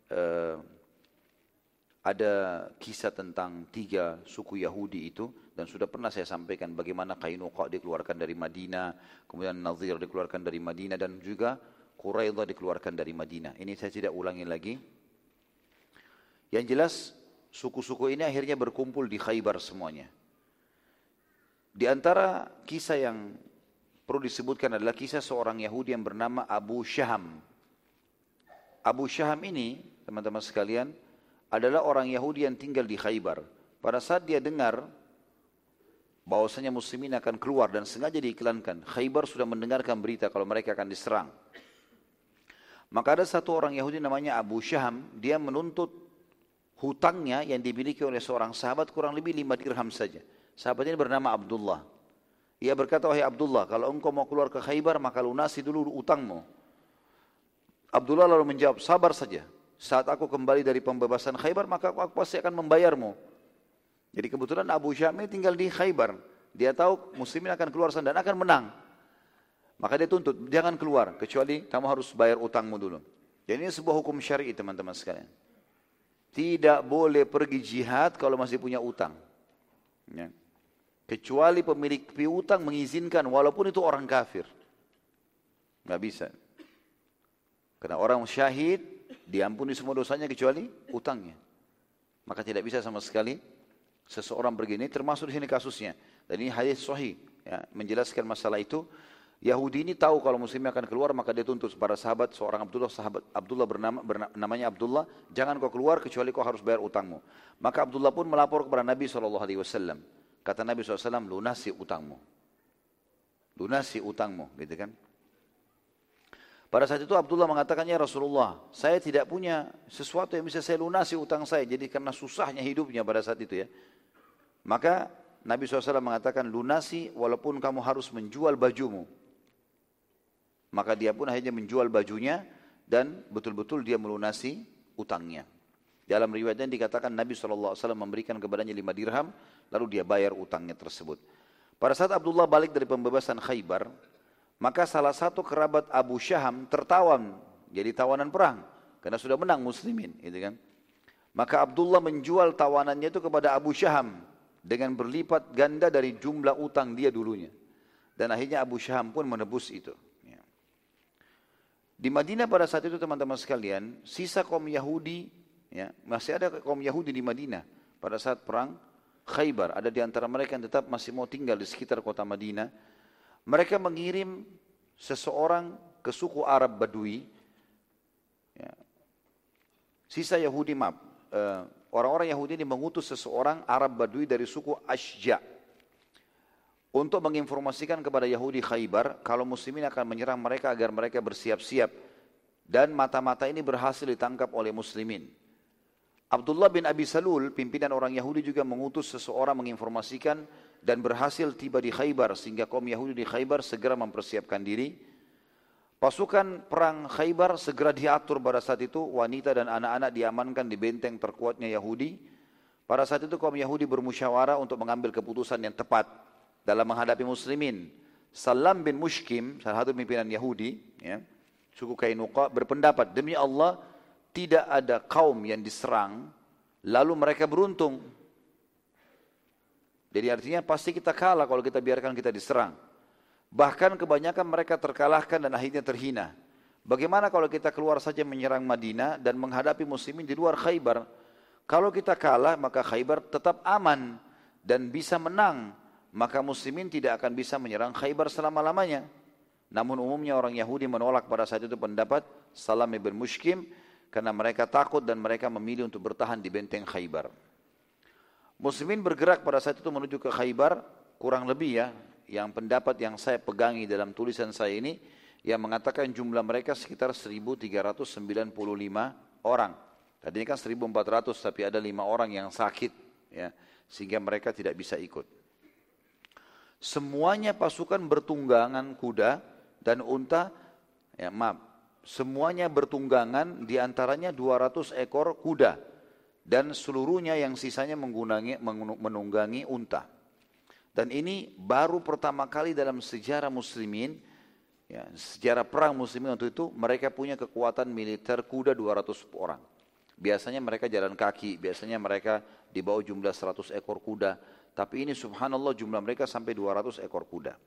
ada kisah tentang 3 suku Yahudi itu, dan sudah pernah saya sampaikan bagaimana Qainuqa dikeluarkan dari Madinah, kemudian Nadir dikeluarkan dari Madinah, dan juga Quraidah dikeluarkan dari Madinah. Ini saya tidak ulangi lagi. Yang jelas suku-suku ini akhirnya berkumpul di Khaybar semuanya. Di antara kisah yang perlu disebutkan adalah kisah seorang Yahudi yang bernama Abu Syaham. Abu Syaham ini, teman-teman sekalian, adalah orang Yahudi yang tinggal di Khaybar. Pada saat dia dengar bahwasanya muslimin akan keluar dan sengaja diiklankan, Khaybar sudah mendengarkan berita kalau mereka akan diserang. Maka ada satu orang Yahudi namanya Abu Syaham, dia menuntut hutangnya yang dimiliki oleh seorang sahabat kurang lebih 5 dirham saja. Sahabat ini bernama Abdullah. Ia berkata, wahai Abdullah, kalau engkau mau keluar ke Khaybar maka lunasi dulu utangmu. Abdullah lalu menjawab, sabar saja. Saat aku kembali dari pembebasan Khaybar, maka aku pasti akan membayarmu. Jadi kebetulan Abu Syam ini tinggal di Khaybar. Dia tahu muslimin akan keluar sana dan akan menang. Maka dia tuntut, jangan keluar, kecuali kamu harus bayar utangmu dulu. Jadi ini sebuah hukum syar'i teman-teman sekalian. Tidak boleh pergi jihad kalau masih punya utang. Ya. Kecuali pemilik piutang mengizinkan, walaupun itu orang kafir. Nggak bisa. Karena orang syahid diampuni semua dosanya kecuali utangnya. Maka tidak bisa sama sekali seseorang begini, termasuk di sini kasusnya. Dan ini hadis sahih, ya, menjelaskan masalah itu. Yahudi ini tahu kalau muslimnya akan keluar, maka dia tuntut para sahabat, seorang sahabat Abdullah namanya Abdullah, jangan kau keluar kecuali kau harus bayar utangmu. Maka Abdullah pun melapor kepada Nabi SAW. Kata Nabi SAW, lunasi utangmu. Lunasi utangmu, gitu kan. Pada saat itu Abdullah mengatakan, ya Rasulullah, saya tidak punya sesuatu yang bisa saya lunasi utang saya. Jadi karena susahnya hidupnya pada saat itu ya. Maka Nabi SAW mengatakan, lunasi walaupun kamu harus menjual bajumu. Maka dia pun akhirnya menjual bajunya dan betul-betul dia melunasi utangnya. Dalam riwayatnya dikatakan Nabi SAW memberikan kepadanya 5 dirham, lalu dia bayar utangnya tersebut. Pada saat Abdullah balik dari pembebasan Khaybar, maka salah satu kerabat Abu Syaham tertawan, jadi tawanan perang, karena sudah menang muslimin, gitu kan. Maka Abdullah menjual tawanannya itu kepada Abu Syaham dengan berlipat ganda dari jumlah utang dia dulunya. Dan akhirnya Abu Syaham pun menebus itu. Ya. Di Madinah pada saat itu teman-teman sekalian, sisa kaum Yahudi, ya, masih ada kaum Yahudi di Madinah pada saat perang Khaybar. Ada di antara mereka yang tetap masih mau tinggal di sekitar kota Madinah. Mereka mengirim seseorang ke suku Arab Badui, ya. Sisa Yahudi, orang-orang Yahudi ini mengutus seseorang Arab Badui dari suku Ashja untuk menginformasikan kepada Yahudi Khaybar kalau muslimin akan menyerang mereka agar mereka bersiap-siap, dan mata-mata ini berhasil ditangkap oleh muslimin. Abdullah bin Abi Salul, pimpinan orang Yahudi, juga mengutus seseorang menginformasikan dan berhasil tiba di Khaybar sehingga kaum Yahudi di Khaybar segera mempersiapkan diri. Pasukan perang Khaybar segera diatur pada saat itu, wanita dan anak-anak diamankan di benteng terkuatnya Yahudi. Pada saat itu kaum Yahudi bermusyawarah untuk mengambil keputusan yang tepat dalam menghadapi muslimin. Salam bin Mushkim, salah satu pimpinan Yahudi, ya, suku Kainuqa, berpendapat, demi Allah tidak ada kaum yang diserang lalu mereka beruntung. Jadi artinya pasti kita kalah kalau kita biarkan kita diserang. Bahkan kebanyakan mereka terkalahkan dan akhirnya terhina. Bagaimana kalau kita keluar saja menyerang Madinah dan menghadapi muslimin di luar Khaybar? Kalau kita kalah maka Khaybar tetap aman dan bisa menang. Maka muslimin tidak akan bisa menyerang Khaybar selama-lamanya. Namun umumnya orang Yahudi menolak pada saat itu pendapat Salam bin Mushkim, karena mereka takut dan mereka memilih untuk bertahan di benteng Khaybar. Muslimin bergerak pada saat itu menuju ke Khaybar, kurang lebih ya, yang pendapat yang saya pegangi dalam tulisan saya ini, yang mengatakan jumlah mereka sekitar 1.395 orang. Tadinya kan 1.400, tapi ada 5 orang yang sakit, ya, sehingga mereka tidak bisa ikut. Semuanya pasukan bertunggangan kuda dan unta, ya maaf, semuanya bertunggangan, diantaranya 200 ekor kuda dan seluruhnya yang sisanya menunggangi unta. Dan ini baru pertama kali dalam sejarah muslimin, ya, sejarah perang muslimin waktu itu, mereka punya kekuatan militer kuda 200 orang. Biasanya mereka jalan kaki, biasanya mereka dibawa jumlah 100 ekor kuda, tapi ini subhanallah jumlah mereka sampai 200 ekor kuda.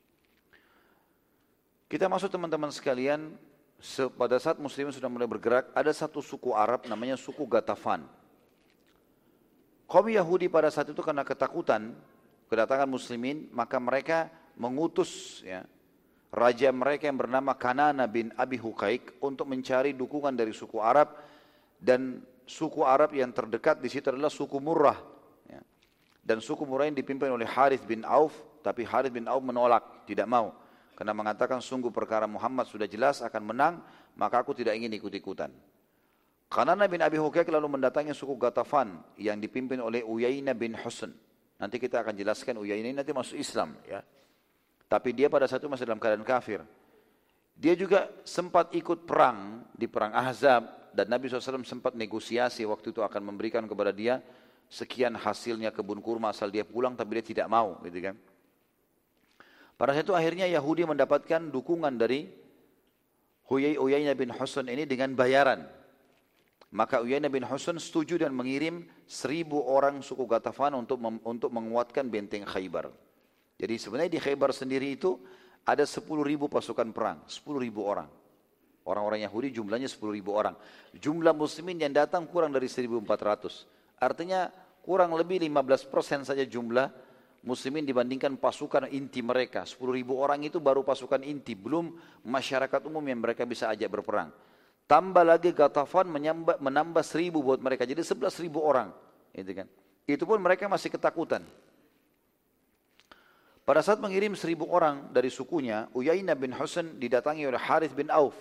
Kita masuk teman-teman sekalian, pada saat muslimin sudah mulai bergerak, ada satu suku Arab namanya suku Ghatafan. Kaum Yahudi pada saat itu karena ketakutan kedatangan muslimin, maka mereka mengutus, ya, raja mereka yang bernama Kanana bin Abi Huqaiq untuk mencari dukungan dari suku Arab, dan suku Arab yang terdekat di situ adalah suku Murrah. Ya. Dan suku Murrah yang dipimpin oleh Harith bin Auf, tapi Harith bin Auf menolak, tidak mau. Karena mengatakan sungguh perkara Muhammad sudah jelas akan menang, maka aku tidak ingin ikut-ikutan. Kanana bin Abi Huqaiq lalu mendatangi suku Ghatafan yang dipimpin oleh Uyainah bin Husn. Nanti kita akan jelaskan Uyainah ini nanti masuk Islam, ya. Tapi dia pada saat itu masih dalam keadaan kafir. Dia juga sempat ikut perang di perang Ahzab, dan Nabi SAW sempat negosiasi waktu itu akan memberikan kepada dia sekian hasilnya kebun kurma asal dia pulang, tapi dia tidak mau, gitu kan. Pada saat itu akhirnya Yahudi mendapatkan dukungan dari Uyainah bin Husn ini dengan bayaran. Maka Uyainah bin Husn setuju dan mengirim 1.000 orang suku Ghatafan untuk menguatkan benteng Khaybar. Jadi sebenarnya di Khaybar sendiri itu ada 10.000 pasukan perang, 10.000 orang. Orang-orang Yahudi jumlahnya 10.000 orang. Jumlah muslimin yang datang kurang dari 1.400. Artinya kurang lebih 15% saja jumlah muslimin dibandingkan pasukan inti mereka. 10.000 orang itu baru pasukan inti, belum masyarakat umum yang mereka bisa ajak berperang. Tambah lagi Ghatafan menambah 1.000 buat mereka, jadi 11.000 orang. Gitu kan. Itu pun mereka masih ketakutan. Pada saat mengirim 1.000 orang dari sukunya, Uyainah bin Husn didatangi oleh Harith bin Auf.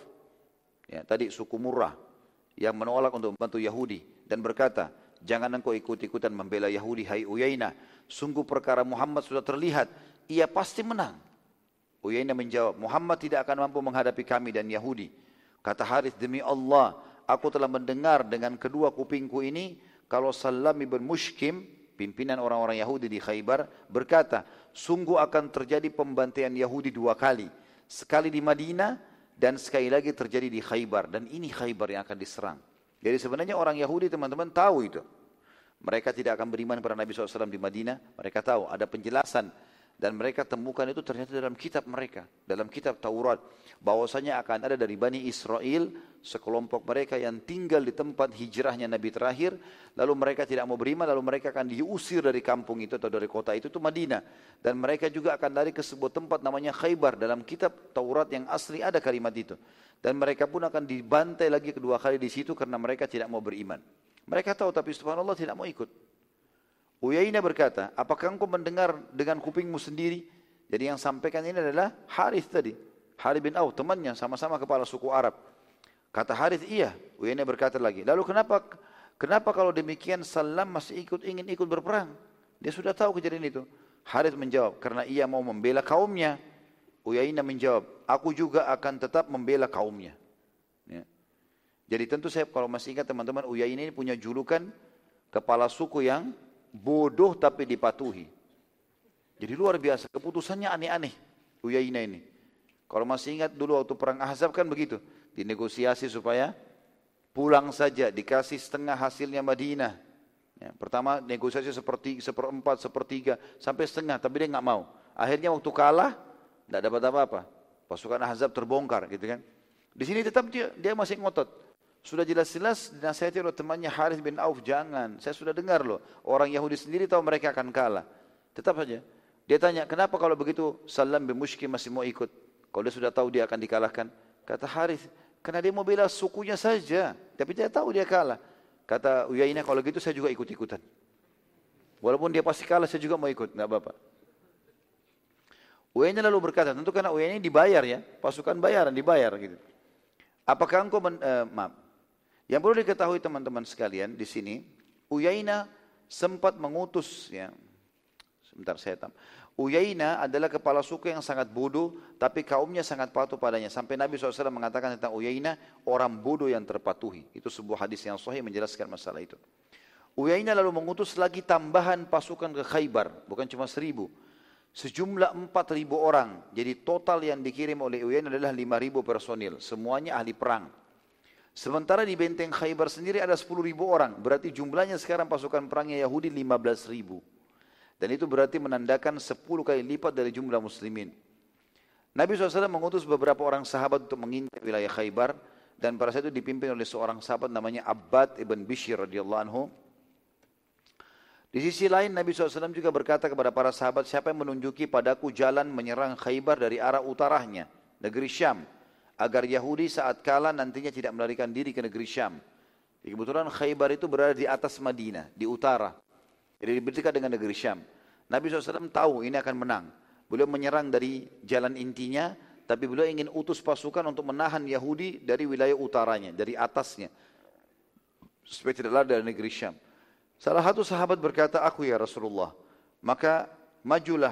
Ya, tadi suku Murrah yang menolak untuk membantu Yahudi dan berkata, jangan engkau ikut-ikutan membela Yahudi, hai Uyainah. Sungguh perkara Muhammad sudah terlihat, ia pasti menang. Uyainah menjawab, Muhammad tidak akan mampu menghadapi kami dan Yahudi. Kata Harith, demi Allah, aku telah mendengar dengan kedua kupingku ini, kalau Salam ibn Mushkim, pimpinan orang-orang Yahudi di Khaybar, berkata, sungguh akan terjadi pembantaian Yahudi 2 kali. Sekali di Madinah, dan sekali lagi terjadi di Khaybar. Dan ini Khaybar yang akan diserang. Jadi sebenarnya orang Yahudi teman-teman tahu itu. Mereka tidak akan beriman pada Nabi SAW di Madinah. Mereka tahu ada penjelasan. Dan mereka temukan itu ternyata dalam kitab mereka. Dalam kitab Taurat. Bahwasanya akan ada dari Bani Israel. Sekelompok mereka yang tinggal di tempat hijrahnya Nabi terakhir. Lalu mereka tidak mau beriman. Lalu mereka akan diusir dari kampung itu atau dari kota itu Madinah. Dan mereka juga akan lari ke sebuah tempat namanya Khaybar. Dalam kitab Taurat yang asli ada kalimat itu. Dan mereka pun akan dibantai lagi kedua kali di situ karena mereka tidak mau beriman. Mereka tahu tapi subhanallah tidak mau ikut. Uyainah berkata, apakah engkau mendengar dengan kupingmu sendiri? Jadi yang sampaikan ini adalah Harith tadi. Harith bin Auf, temannya, sama-sama kepala suku Arab. Kata Harith, iya. Uyainah berkata lagi, lalu kenapa kalau demikian Salam masih ingin ikut berperang? Dia sudah tahu kejadian itu. Harith menjawab, karena ia mau membela kaumnya. Uyainah menjawab, aku juga akan tetap membela kaumnya. Ya. Jadi tentu saya kalau masih ingat teman-teman, Uyainah ini punya julukan kepala suku yang bodoh tapi dipatuhi. Jadi luar biasa, keputusannya aneh-aneh Uyainah ini. Kalau masih ingat dulu waktu perang Ahzab kan begitu, dinegosiasi supaya pulang saja, dikasih setengah hasilnya Madinah. Ya, pertama negosiasi seperempat, sepertiga, sampai setengah, tapi dia nggak mau. Akhirnya waktu kalah, nggak dapat apa-apa. Pasukan Ahzab terbongkar, gitu kan. Di sini tetap dia masih ngotot. Sudah jelas-jelas dinasihati oleh temannya Harith bin Auf, jangan. Saya sudah dengar loh, orang Yahudi sendiri tahu mereka akan kalah. Tetap saja. Dia tanya, kenapa kalau begitu Salam bin Mushkim masih mau ikut? Kalau dia sudah tahu dia akan dikalahkan. Kata Harith, karena dia mau bela sukunya saja. Tapi dia tahu dia kalah. Kata Uyainah, kalau gitu saya juga ikut-ikutan. Walaupun dia pasti kalah, saya juga mau ikut. Nggak apa-apa. Uyainah lalu berkata, tentu karena Uyainah dibayar ya. Pasukan bayaran, dibayar gitu. Apakah engkau, yang perlu diketahui teman-teman sekalian di sini, Uyainah sempat mengutus, ya, sebentar saya tam. Uyainah adalah kepala suku yang sangat bodoh, tapi kaumnya sangat patuh padanya. Sampai Nabi SAW mengatakan tentang Uyainah, orang bodoh yang terpatuhi. Itu sebuah hadis yang sahih menjelaskan masalah itu. Uyainah lalu mengutus lagi tambahan pasukan ke Khaybar, bukan cuma 1.000. Sejumlah 4.000 orang. Jadi total yang dikirim oleh Uyainah adalah 5.000 personil. Semuanya ahli perang. Sementara di benteng Khaybar sendiri ada 10.000 orang. Berarti jumlahnya sekarang pasukan perangnya Yahudi 15.000. Dan itu berarti menandakan 10 kali lipat dari jumlah muslimin. Nabi SAW mengutus beberapa orang sahabat untuk mengintai wilayah Khaybar. Dan pada saat itu dipimpin oleh seorang sahabat namanya Abbad ibn Bishr radhiyallahu anhu. Di sisi lain Nabi SAW juga berkata kepada para sahabat, siapa yang menunjuki padaku jalan menyerang Khaybar dari arah utaranya, negeri Syam, agar Yahudi saat kalah nantinya tidak melarikan diri ke negeri Syam. Kebetulan Khaybar itu berada di atas Madinah, di utara. Jadi dekat dengan negeri Syam. Nabi SAW tahu ini akan menang. Beliau menyerang dari jalan intinya, tapi beliau ingin utus pasukan untuk menahan Yahudi dari wilayah utaranya, dari atasnya, supaya tidak lari dari negeri Syam. Salah satu sahabat berkata, aku ya Rasulullah. Maka majulah,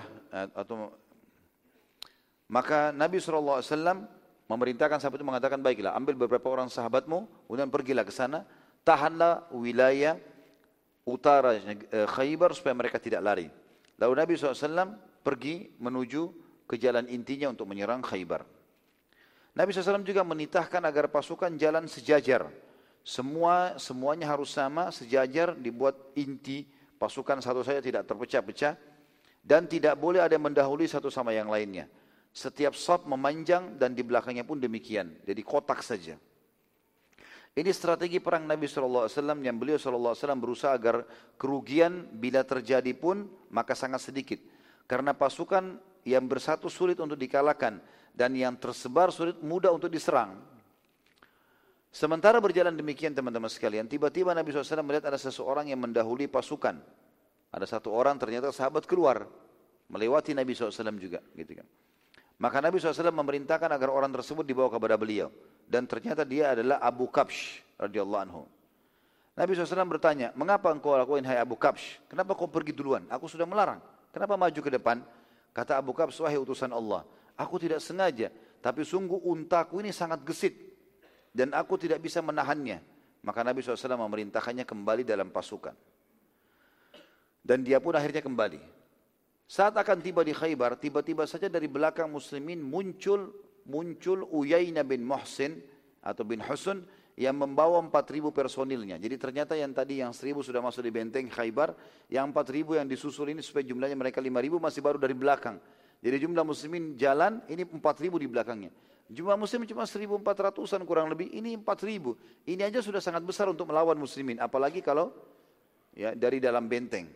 maka Nabi SAW memerintahkan sahabat itu mengatakan, baiklah, ambil beberapa orang sahabatmu, kemudian pergilah ke sana, tahanlah wilayah utara Khaybar supaya mereka tidak lari. Lalu Nabi SAW pergi menuju ke jalan intinya untuk menyerang Khaybar. Nabi SAW juga menitahkan agar pasukan jalan sejajar. Semuanya harus sama, sejajar, dibuat inti, pasukan satu saja tidak terpecah-pecah, dan tidak boleh ada yang mendahului satu sama yang lainnya. Setiap shaf memanjang dan di belakangnya pun demikian, jadi kotak saja. Ini strategi perang Nabi SAW yang beliau SAW berusaha agar kerugian bila terjadi pun maka sangat sedikit. Karena pasukan yang bersatu sulit untuk dikalahkan dan yang tersebar mudah untuk diserang. Sementara berjalan demikian teman-teman sekalian, tiba-tiba Nabi SAW melihat ada seseorang yang mendahului pasukan. Ada satu orang ternyata sahabat keluar, melewati Nabi SAW juga. Gitu kan. Maka Nabi SAW memerintahkan agar orang tersebut dibawa kepada beliau. Dan ternyata dia adalah Abu Kabsh radhiyallahu anhu. Nabi SAW bertanya, mengapa engkau lakuin hai Abu Kabsh? Kenapa kau pergi duluan? Aku sudah melarang. Kenapa maju ke depan? Kata Abu Kabsh, wahai utusan Allah, aku tidak sengaja, tapi sungguh untaku ini sangat gesit dan aku tidak bisa menahannya. Maka Nabi SAW memerintahkannya kembali dalam pasukan. Dan dia pun akhirnya kembali. Saat akan tiba di Khaybar, tiba-tiba saja dari belakang muslimin muncul Uyainah bin Muhsin atau bin Husun yang membawa 4.000 personilnya. Jadi ternyata yang tadi yang 1.000 sudah masuk di benteng Khaybar, yang 4.000 yang disusul ini supaya jumlahnya mereka 5.000 masih baru dari belakang. Jadi jumlah muslimin jalan, ini 4.000 di belakangnya. Jumlah muslim cuma 1.400-an kurang lebih, ini 4.000. Ini aja sudah sangat besar untuk melawan muslimin, apalagi kalau ya dari dalam benteng.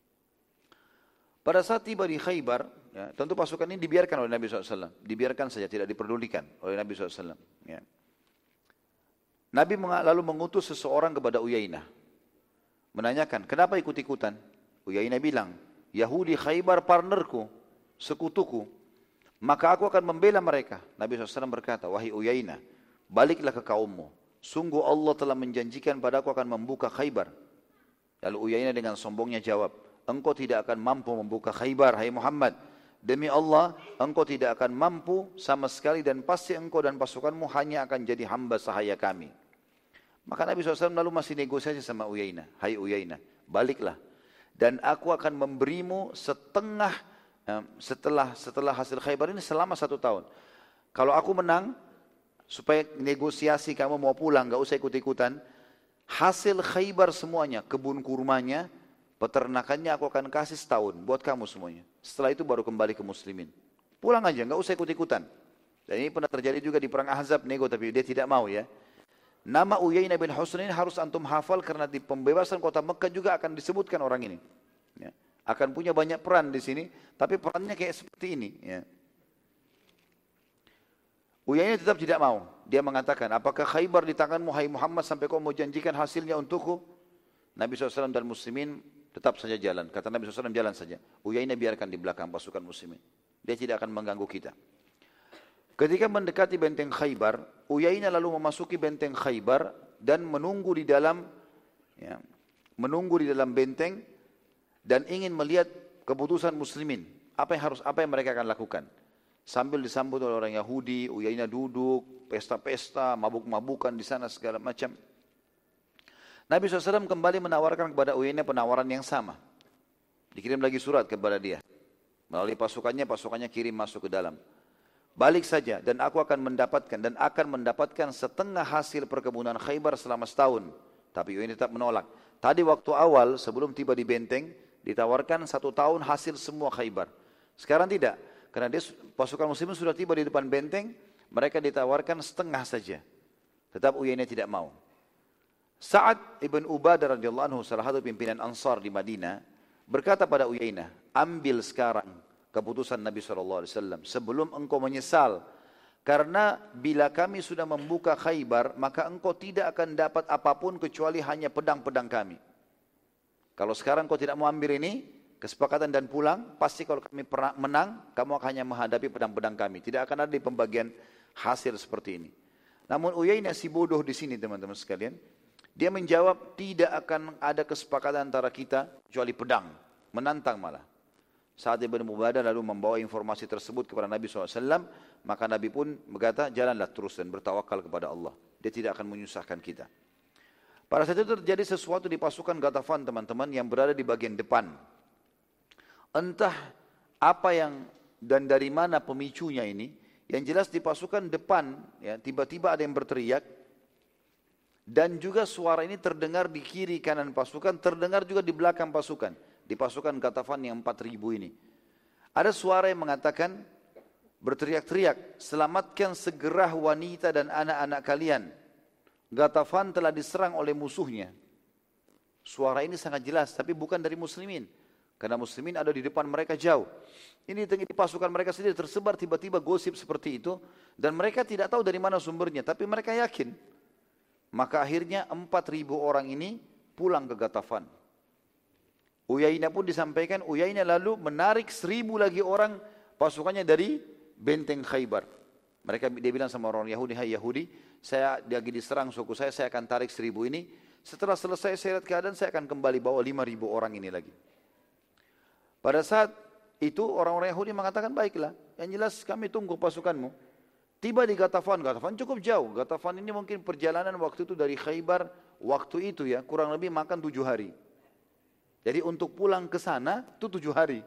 Pada saat tiba di Khaybar, ya, tentu pasukan ini dibiarkan oleh Nabi SAW. Dibiarkan saja, tidak diperdulikan oleh Nabi SAW. Ya. Nabi lalu mengutus seseorang kepada Uyainah. Menanyakan, kenapa ikut-ikutan? Uyainah bilang, Yahudi Khaybar partnerku, sekutuku. Maka aku akan membela mereka. Nabi SAW berkata, wahai Uyainah, baliklah ke kaummu. Sungguh Allah telah menjanjikan padaku akan membuka Khaybar. Lalu Uyainah dengan sombongnya jawab, engkau tidak akan mampu membuka Khaybar, hai Muhammad. Demi Allah, engkau tidak akan mampu sama sekali dan pasti engkau dan pasukanmu hanya akan jadi hamba sahaya kami. Maka Nabi SAW lalu masih negosiasi sama Uyainah. Hai Uyainah, baliklah. Dan aku akan memberimu setengah setelah hasil Khaybar ini selama 1 tahun. Kalau aku menang, supaya negosiasi kamu mau pulang, gak usah ikut-ikutan. Hasil Khaybar semuanya, kebun kurmanya, peternakannya aku akan kasih setahun buat kamu semuanya. Setelah itu baru kembali ke muslimin. Pulang aja, nggak usah ikut-ikutan. Dan ini pernah terjadi juga di perang Ahzab, nego tapi dia tidak mau ya. Nama Uyainah bin Husn ini harus antum hafal karena di pembebasan kota Mekah juga akan disebutkan orang ini. Ya. Akan punya banyak peran di sini, tapi perannya kayak seperti ini. Ya. Uyainah tetap tidak mau. Dia mengatakan, apakah Khaybar di tanganmu hai Muhammad sampai kau mau janjikan hasilnya untukku? Nabi SAW dan muslimin tetap saja jalan. Kata Nabi SAW, jalan saja. Uyainah biarkan di belakang pasukan muslimin. Dia tidak akan mengganggu kita. Ketika mendekati benteng Khaybar, Uyainah lalu memasuki benteng Khaybar dan menunggu di dalam benteng dan ingin melihat keputusan muslimin. Apa yang mereka akan lakukan. Sambil disambut oleh orang Yahudi, Uyainah duduk, pesta-pesta, mabuk-mabukan di sana segala macam. Nabi SAW kembali menawarkan kepada Uyainah penawaran yang sama. Dikirim lagi surat kepada dia. Melalui pasukannya kirim masuk ke dalam. Balik saja dan aku akan mendapatkan setengah hasil perkebunan Khaybar selama setahun. Tapi Uyainah tetap menolak. Tadi waktu awal sebelum tiba di benteng, ditawarkan 1 tahun hasil semua Khaybar. Sekarang tidak. Karena pasukan muslimin sudah tiba di depan benteng, mereka ditawarkan setengah saja. Tetap Uyainah tidak mau. Sa'ad ibn Ubadah radhiyallahu anhu, salah satu pimpinan Ansar di Madinah, berkata pada Uyainah, ambil sekarang keputusan Nabi SAW sebelum engkau menyesal. Karena bila kami sudah membuka Khaybar, maka engkau tidak akan dapat apapun kecuali hanya pedang-pedang kami. Kalau sekarang kau tidak mau ambil ini, kesepakatan dan pulang, pasti kalau kami menang, kamu akan hanya menghadapi pedang-pedang kami. Tidak akan ada di pembagian hasil seperti ini. Namun Uyainah si bodoh di sini teman-teman sekalian, dia menjawab tidak akan ada kesepakatan antara kita kecuali pedang, menantang malah. Saat Ibn Mubadah lalu membawa informasi tersebut kepada Nabi SAW, maka Nabi pun berkata, jalanlah terus dan bertawakal kepada Allah. Dia tidak akan menyusahkan kita. Pada saat itu terjadi sesuatu di pasukan Ghatafan teman-teman yang berada di bagian depan. Entah apa yang dan dari mana pemicunya ini, yang jelas di pasukan depan, ya, tiba-tiba ada yang berteriak, dan juga suara ini terdengar di kiri kanan pasukan, terdengar juga di belakang pasukan. Di pasukan Ghatafan yang 4.000 ini. Ada suara yang mengatakan, berteriak-teriak, selamatkan segera wanita dan anak-anak kalian. Ghatafan telah diserang oleh musuhnya. Suara ini sangat jelas, tapi bukan dari muslimin. Karena muslimin ada di depan mereka jauh. Ini di pasukan mereka sendiri tersebar tiba-tiba gosip seperti itu. Dan mereka tidak tahu dari mana sumbernya, tapi mereka yakin. Maka akhirnya 4.000 orang ini pulang ke Ghatafan. Uyainah pun disampaikan, Uyainah lalu menarik 1.000 lagi orang pasukannya dari benteng Khaybar. Dia bilang sama orang Yahudi, hai Yahudi, saya lagi diserang suku saya akan tarik 1.000 ini. Setelah selesai saya lihat keadaan, saya akan kembali bawa 5.000 orang ini lagi. Pada saat itu orang-orang Yahudi mengatakan, baiklah, yang jelas kami tunggu pasukanmu. Tiba di Ghatafan, Ghatafan cukup jauh. Ghatafan ini mungkin perjalanan waktu itu dari Khaybar, waktu itu ya, kurang lebih makan 7 hari. Jadi untuk pulang ke sana itu 7 hari.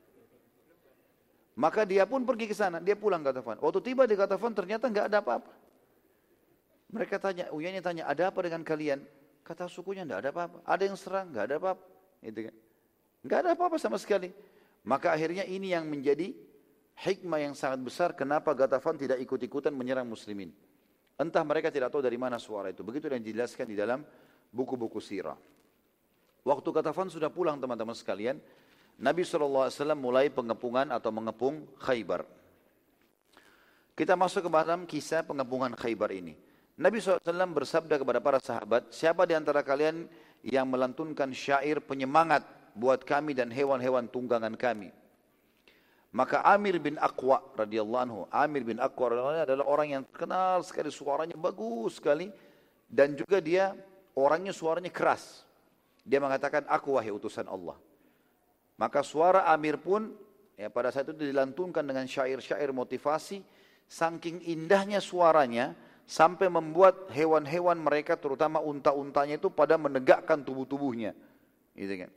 Maka dia pun pergi ke sana, dia pulang ke Ghatafan. Waktu tiba di Ghatafan ternyata enggak ada apa-apa. Mereka tanya, Uyainah tanya, ada apa dengan kalian? Kata sukunya enggak ada apa-apa. Ada yang serang, enggak ada apa-apa. Gitu kan. Enggak ada apa-apa sama sekali. Maka akhirnya ini yang menjadi hikmah yang sangat besar kenapa Ghatafan tidak ikut-ikutan menyerang muslimin. Entah mereka tidak tahu dari mana suara itu. Begitu yang dijelaskan di dalam buku-buku sirah. Waktu Ghatafan sudah pulang teman-teman sekalian, Nabi SAW mulai pengepungan atau mengepung Khaybar. Kita masuk ke dalam kisah pengepungan Khaybar ini. Nabi SAW bersabda kepada para sahabat, siapa di antara kalian yang melantunkan syair penyemangat buat kami dan hewan-hewan tunggangan kami? Maka Amir bin Aqwa radhiyallahu anhu, Amir bin Aqwa radhiyallahu anhu adalah orang yang terkenal sekali, suaranya bagus sekali, dan juga dia orangnya suaranya keras. Dia mengatakan, aku wahai utusan Allah. Maka suara Amir pun ya, pada saat itu dilantunkan dengan syair-syair motivasi, saking indahnya suaranya, sampai membuat hewan-hewan mereka, terutama unta-untanya itu pada menegakkan tubuh-tubuhnya. Gitu kan.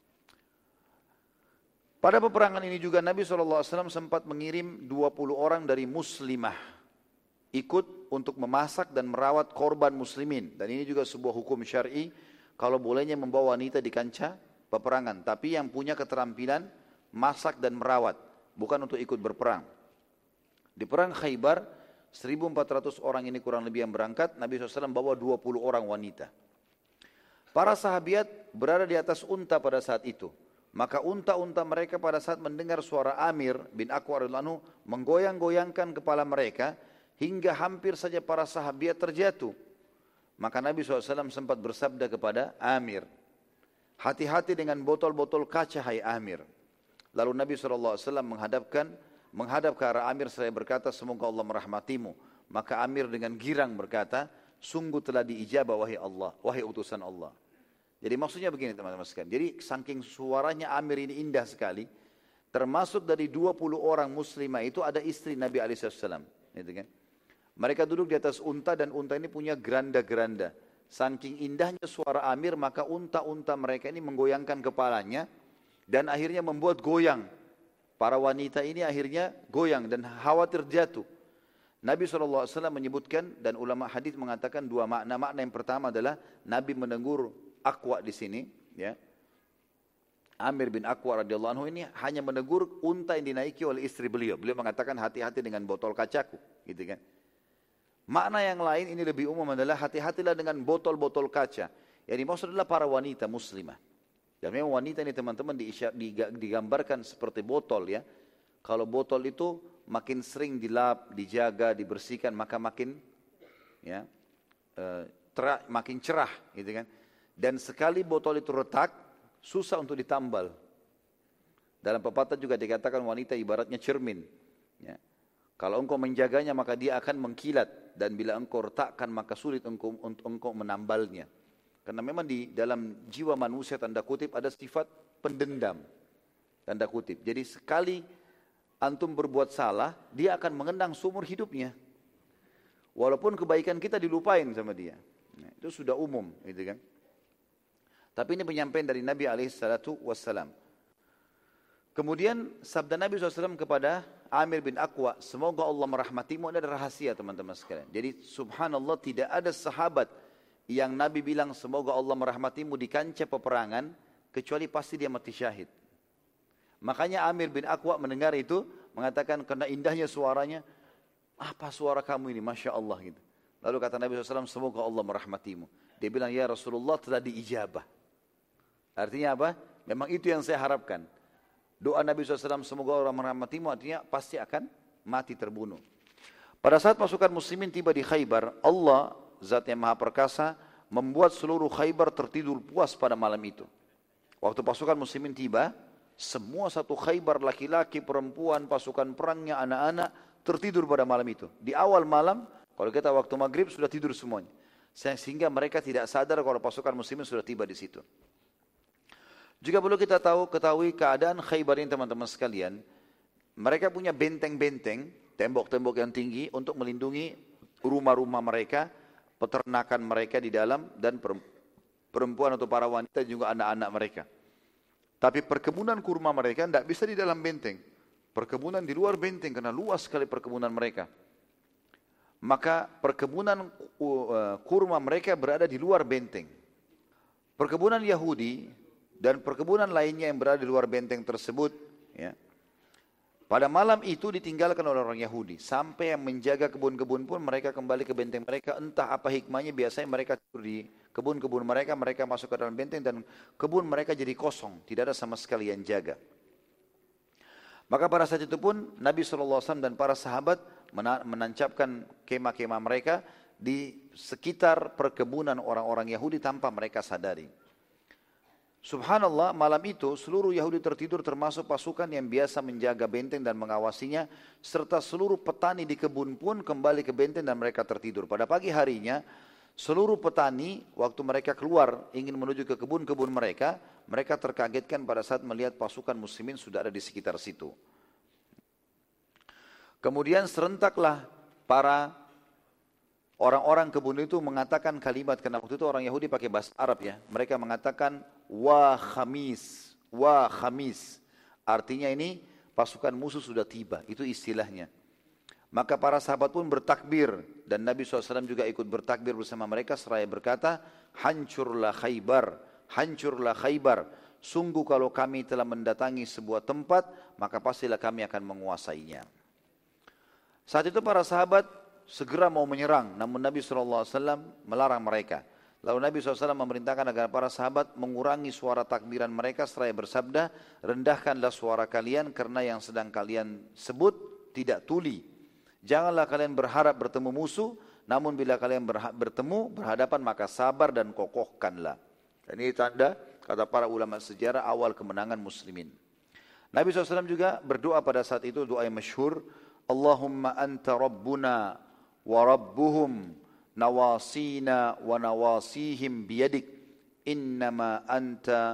Pada peperangan ini juga Nabi SAW sempat mengirim 20 orang dari muslimah ikut untuk memasak dan merawat korban muslimin. Dan ini juga sebuah hukum syar'i, kalau bolehnya membawa wanita di kancah peperangan, tapi yang punya keterampilan masak dan merawat, bukan untuk ikut berperang. Di perang Khaybar, 1.400 orang ini kurang lebih yang berangkat, Nabi SAW bawa 20 orang wanita. Para sahabat berada di atas unta pada saat itu. Maka unta-unta mereka pada saat mendengar suara Amir bin Aqwa radhiyallahu anhu menggoyang-goyangkan kepala mereka, hingga hampir saja para sahabat terjatuh. Maka Nabi SAW sempat bersabda kepada Amir, hati-hati dengan botol-botol kaca hai Amir. Lalu Nabi SAW menghadap ke arah Amir seraya berkata, semoga Allah merahmatimu. Maka Amir dengan girang berkata, sungguh telah diijabah wahai Allah, wahai utusan Allah. Jadi maksudnya begini teman-teman sekalian. Jadi saking suaranya Amir ini indah sekali, termasuk dari 20 orang muslimah itu ada istri Nabi SAW. Gitu kan? Mereka duduk di atas unta dan unta ini punya geranda-geranda. Saking indahnya suara Amir, maka unta-unta mereka ini menggoyangkan kepalanya dan akhirnya membuat goyang. Para wanita ini akhirnya goyang dan khawatir jatuh. Nabi SAW menyebutkan dan ulama hadis mengatakan dua makna. Makna yang pertama adalah Nabi menegur Aqwa di sini, ya. Amir bin Aqwa radhiyallahu anhu ini hanya menegur unta yang dinaiki oleh istri beliau. Beliau mengatakan hati-hati dengan botol kacaku, gitu kan. Makna yang lain ini lebih umum adalah hati-hatilah dengan botol-botol kaca. Yang dimaksud adalah para wanita muslimah. Dan memang wanita ini teman-teman digambarkan seperti botol ya. Kalau botol itu makin sering dilap, dijaga, dibersihkan, maka makin ya makin cerah, gitu kan. Dan sekali botol itu retak, susah untuk ditambal. Dalam pepatah juga dikatakan wanita ibaratnya cermin. Ya. Kalau engkau menjaganya maka dia akan mengkilat, dan bila engkau retakkan maka sulit untuk engkau menambalnya. Karena memang di dalam jiwa manusia tanda kutip ada sifat pendendam, tanda kutip. Jadi sekali antum berbuat salah, dia akan mengenang seumur hidupnya. Walaupun kebaikan kita dilupain sama dia. Nah, itu sudah umum, gitu kan. Tapi ini penyampaian dari Nabi SAW. Kemudian sabda Nabi SAW kepada Amir bin Aqwa, semoga Allah merahmatimu, ada rahasia teman-teman sekalian. Jadi subhanallah, tidak ada sahabat yang Nabi bilang semoga Allah merahmatimu di kancah peperangan, kecuali pasti dia mati syahid. Makanya Amir bin Aqwa mendengar itu, mengatakan karena indahnya suaranya, apa suara kamu ini, Masya Allah gitu. Lalu kata Nabi SAW, semoga Allah merahmatimu. Dia bilang, ya Rasulullah telah diijabah. Artinya apa? Memang itu yang saya harapkan. Doa Nabi SAW, semoga Allah merahmatimu, artinya pasti akan mati terbunuh. Pada saat pasukan muslimin tiba di Khaybar, Allah, Zat yang Maha Perkasa, membuat seluruh Khaybar tertidur puas pada malam itu. Waktu pasukan muslimin tiba, semua satu Khaybar, laki-laki, perempuan, pasukan perangnya, anak-anak, tertidur pada malam itu. Di awal malam, kalau kita waktu maghrib sudah tidur semuanya. Sehingga mereka tidak sadar kalau pasukan muslimin sudah tiba di situ. Juga perlu kita ketahui keadaan Khaybar ini teman-teman sekalian. Mereka punya benteng-benteng, tembok-tembok yang tinggi untuk melindungi rumah-rumah mereka, peternakan mereka di dalam, dan perempuan atau para wanita juga anak-anak mereka. Tapi perkebunan kurma mereka tidak bisa di dalam benteng. Perkebunan di luar benteng karena luas sekali perkebunan mereka. Maka perkebunan kurma mereka berada di luar benteng. Perkebunan Yahudi dan perkebunan lainnya yang berada di luar benteng tersebut, ya, pada malam itu ditinggalkan oleh orang Yahudi. Sampai yang menjaga kebun-kebun pun mereka kembali ke benteng mereka. Entah apa hikmahnya, biasanya mereka tidur di kebun-kebun mereka, mereka masuk ke dalam benteng dan kebun mereka jadi kosong. Tidak ada sama sekali yang jaga. Maka pada saat itu pun Nabi SAW dan para sahabat menancapkan kemah-kemah mereka di sekitar perkebunan orang-orang Yahudi tanpa mereka sadari. Subhanallah, malam itu seluruh Yahudi tertidur termasuk pasukan yang biasa menjaga benteng dan mengawasinya, serta seluruh petani di kebun pun kembali ke benteng dan mereka tertidur. Pada pagi harinya, seluruh petani waktu mereka keluar ingin menuju ke kebun-kebun mereka, mereka terkagetkan pada saat melihat pasukan muslimin sudah ada di sekitar situ. Kemudian serentaklah para orang-orang kebun itu mengatakan kalimat, karena waktu itu orang Yahudi pakai bahasa Arab ya. Mereka mengatakan wa khamis, wa khamis. Artinya ini pasukan musuh sudah tiba, itu istilahnya. Maka para sahabat pun bertakbir dan Nabi SAW juga ikut bertakbir bersama mereka seraya berkata, hancurlah Khaybar, hancurlah Khaybar. Sungguh kalau kami telah mendatangi sebuah tempat, maka pastilah kami akan menguasainya. Saat itu para sahabat segera mau menyerang, namun Nabi SAW melarang mereka. Lalu Nabi SAW memerintahkan agar para sahabat mengurangi suara takbiran mereka seraya bersabda, rendahkanlah suara kalian karena yang sedang kalian sebut tidak tuli. Janganlah kalian berharap bertemu musuh, namun bila kalian bertemu berhadapan maka sabar dan kokohkanlah. Dan ini tanda, kata para ulama sejarah, awal kemenangan muslimin. Nabi SAW juga berdoa pada saat itu, doa yang masyhur, Allahumma anta rabbuna wa rabbuhum nawasina wa nawasihim biyadik innama anta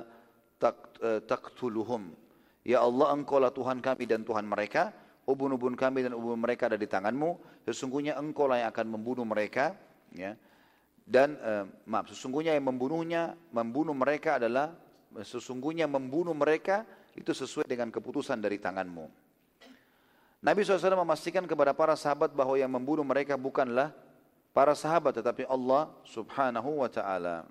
taqtuluhum. Ya Allah, engkaulah Tuhan kami dan Tuhan mereka, ubun-ubun kami dan ubun mereka ada di tanganmu, sesungguhnya engkaulah yang akan membunuh mereka, ya. Dan sesungguhnya yang membunuh mereka adalah, sesungguhnya membunuh mereka itu sesuai dengan keputusan dari tanganmu. Nabi SAW memastikan kepada para sahabat bahwa yang membunuh mereka bukanlah para sahabat tetapi Allah Subhanahu wa ta'ala.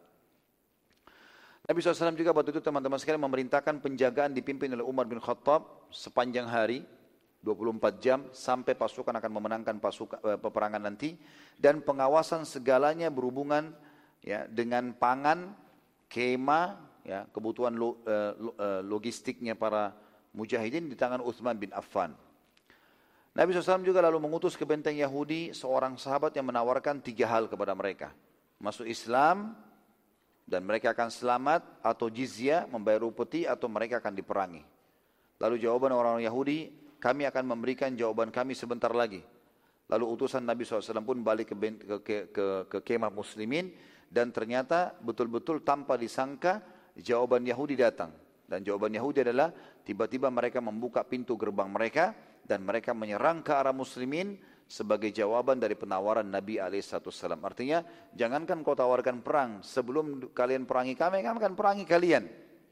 Nabi SAW juga waktu itu teman-teman sekalian memerintahkan penjagaan dipimpin oleh Umar bin Khattab sepanjang hari 24 jam sampai pasukan akan memenangkan peperangan nanti, dan pengawasan segalanya berhubungan ya dengan pangan, kemah, ya, kebutuhan logistiknya para mujahidin di tangan Utsman bin Affan. Nabi SAW juga lalu mengutus ke benteng Yahudi seorang sahabat yang menawarkan 3 hal kepada mereka. Masuk Islam dan mereka akan selamat, atau jizyah, membayar upeti, atau mereka akan diperangi. Lalu jawaban orang-orang Yahudi, kami akan memberikan jawaban kami sebentar lagi. Lalu utusan Nabi SAW pun balik ke kemah muslimin, dan ternyata betul-betul tanpa disangka jawaban Yahudi datang. Dan jawaban Yahudi adalah tiba-tiba mereka membuka pintu gerbang mereka dan mereka menyerang ke arah muslimin sebagai jawaban dari penawaran Nabi SAW. Artinya, jangankan kau tawarkan perang, sebelum kalian perangi kami akan perangi kalian.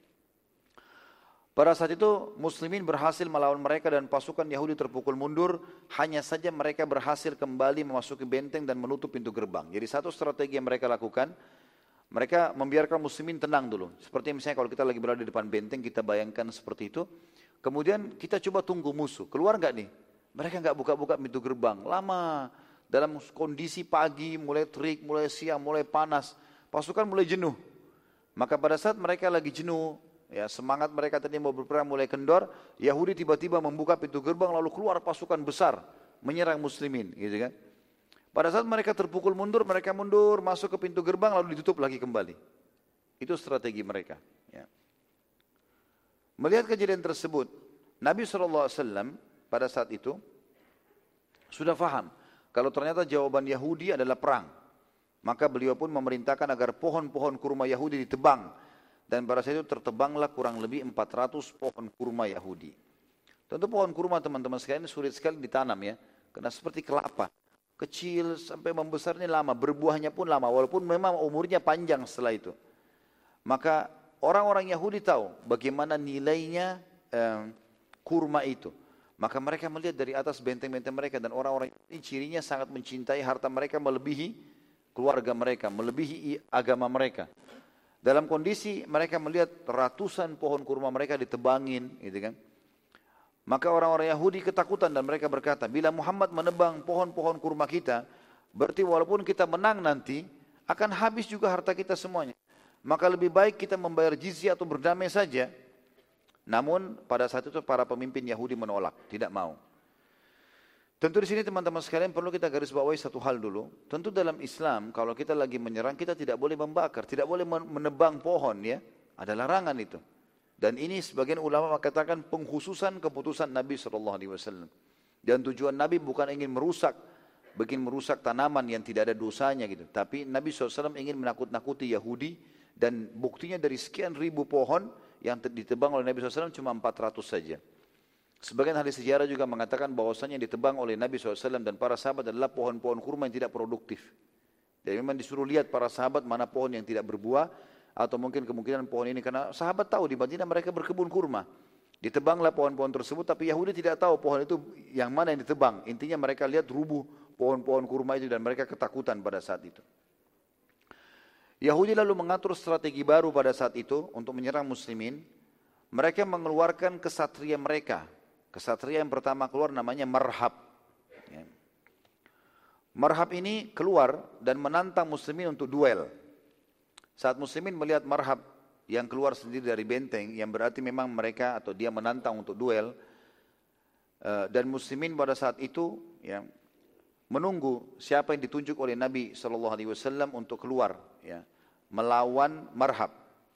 Pada saat itu muslimin berhasil melawan mereka dan pasukan Yahudi terpukul mundur. Hanya saja mereka berhasil kembali memasuki benteng dan menutup pintu gerbang. Jadi satu strategi yang mereka lakukan, mereka membiarkan muslimin tenang dulu. Seperti misalnya kalau kita lagi berada di depan benteng, kita bayangkan seperti itu. Kemudian kita coba tunggu musuh, keluar nggak nih? Mereka nggak buka-buka pintu gerbang, lama. Dalam kondisi pagi, mulai terik, mulai siang, mulai panas. Pasukan mulai jenuh. Maka pada saat mereka lagi jenuh, ya semangat mereka tadi mau berperang mulai kendor, Yahudi tiba-tiba membuka pintu gerbang lalu keluar pasukan besar menyerang muslimin, gitu kan? Pada saat mereka terpukul mundur, mereka mundur masuk ke pintu gerbang lalu ditutup lagi kembali. Itu strategi mereka. Ya. Melihat kejadian tersebut, Nabi SAW pada saat itu sudah faham kalau ternyata jawaban Yahudi adalah perang. Maka beliau pun memerintahkan agar pohon-pohon kurma Yahudi ditebang. Dan pada saat itu tertebanglah kurang lebih 400 pohon kurma Yahudi. Tentu pohon kurma teman-teman sekalian sulit sekali ditanam ya. Karena seperti kelapa. Kecil sampai membesarnya lama. Berbuahnya pun lama. Walaupun memang umurnya panjang setelah itu. Maka orang-orang Yahudi tahu bagaimana nilainya kurma itu. Maka mereka melihat dari atas benteng-benteng mereka. Dan orang-orang ini cirinya sangat mencintai harta mereka melebihi keluarga mereka. Melebihi agama mereka. Dalam kondisi mereka melihat ratusan pohon kurma mereka ditebangin, gitu kan. Maka orang-orang Yahudi ketakutan dan mereka berkata, bila Muhammad menebang pohon-pohon kurma kita, berarti walaupun kita menang nanti, akan habis juga harta kita semuanya. Maka lebih baik kita membayar jizyah atau berdamai saja. Namun pada saat itu para pemimpin Yahudi menolak, tidak mau. Tentu di sini teman-teman sekalian perlu kita garis bawahi satu hal dulu. Tentu dalam Islam kalau kita lagi menyerang kita tidak boleh membakar, tidak boleh menebang pohon ya. Ada larangan itu. Dan ini sebagian ulama mengatakan pengkhususan keputusan Nabi SAW. Dan tujuan Nabi bukan ingin bikin merusak tanaman yang tidak ada dosanya gitu. Tapi Nabi SAW ingin menakut-nakuti Yahudi dan buktinya dari sekian ribu pohon yang ditebang oleh Nabi SAW cuma 400 saja. Sebagian ahli sejarah juga mengatakan bahwasanya yang ditebang oleh Nabi SAW dan para sahabat adalah pohon-pohon kurma yang tidak produktif. Dan memang disuruh lihat para sahabat mana pohon yang tidak berbuah atau mungkin kemungkinan pohon ini karena sahabat tahu di Madinah mereka berkebun kurma. Ditebanglah pohon-pohon tersebut tapi Yahudi tidak tahu pohon itu yang mana yang ditebang. Intinya mereka lihat rubuh pohon-pohon kurma itu dan mereka ketakutan pada saat itu. Yahudi lalu mengatur strategi baru pada saat itu untuk menyerang muslimin. Mereka mengeluarkan kesatria mereka. Kesatria yang pertama keluar namanya Marhab. Marhab ini keluar dan menantang muslimin untuk duel. Saat muslimin melihat Marhab yang keluar sendiri dari benteng, yang berarti memang mereka atau dia menantang untuk duel. Dan muslimin pada saat itu ya, menunggu siapa yang ditunjuk oleh Nabi SAW untuk keluar ya, melawan Marhab.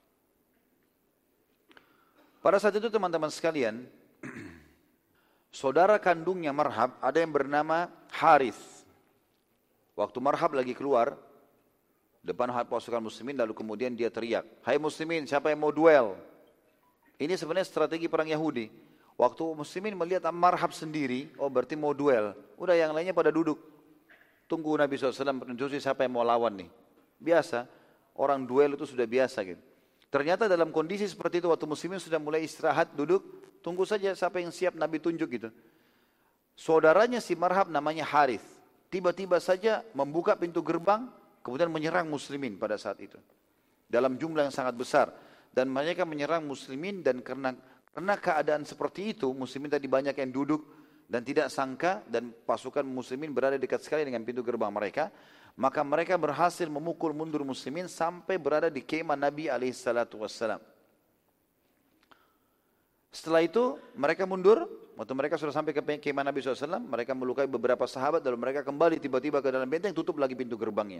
Pada saat itu teman-teman sekalian, saudara kandungnya Marhab ada yang bernama Harith. Waktu Marhab lagi keluar depan pasukan muslimin lalu kemudian dia teriak, "Hai muslimin, siapa yang mau duel?" Ini sebenarnya strategi perang Yahudi. Waktu muslimin melihat Marhab sendiri, oh berarti mau duel. Udah yang lainnya pada duduk. Tunggu Nabi SAW menunjuki siapa yang mau lawan nih. Biasa, orang duel itu sudah biasa gitu. Ternyata dalam kondisi seperti itu waktu muslimin sudah mulai istirahat duduk, tunggu saja siapa yang siap Nabi tunjuk gitu. Saudaranya si Marhab namanya Harith. Tiba-tiba saja membuka pintu gerbang, kemudian menyerang muslimin pada saat itu. Dalam jumlah yang sangat besar. Dan mereka menyerang muslimin dan karena keadaan seperti itu, muslimin tadi banyak yang duduk dan tidak sangka dan pasukan muslimin berada dekat sekali dengan pintu gerbang mereka. Maka mereka berhasil memukul mundur muslimin sampai berada di kemah Nabi SAW. Setelah itu mereka mundur, waktu mereka sudah sampai ke kemah Nabi SAW, mereka melukai beberapa sahabat, lalu mereka kembali tiba-tiba ke dalam benteng, tutup lagi pintu gerbangnya.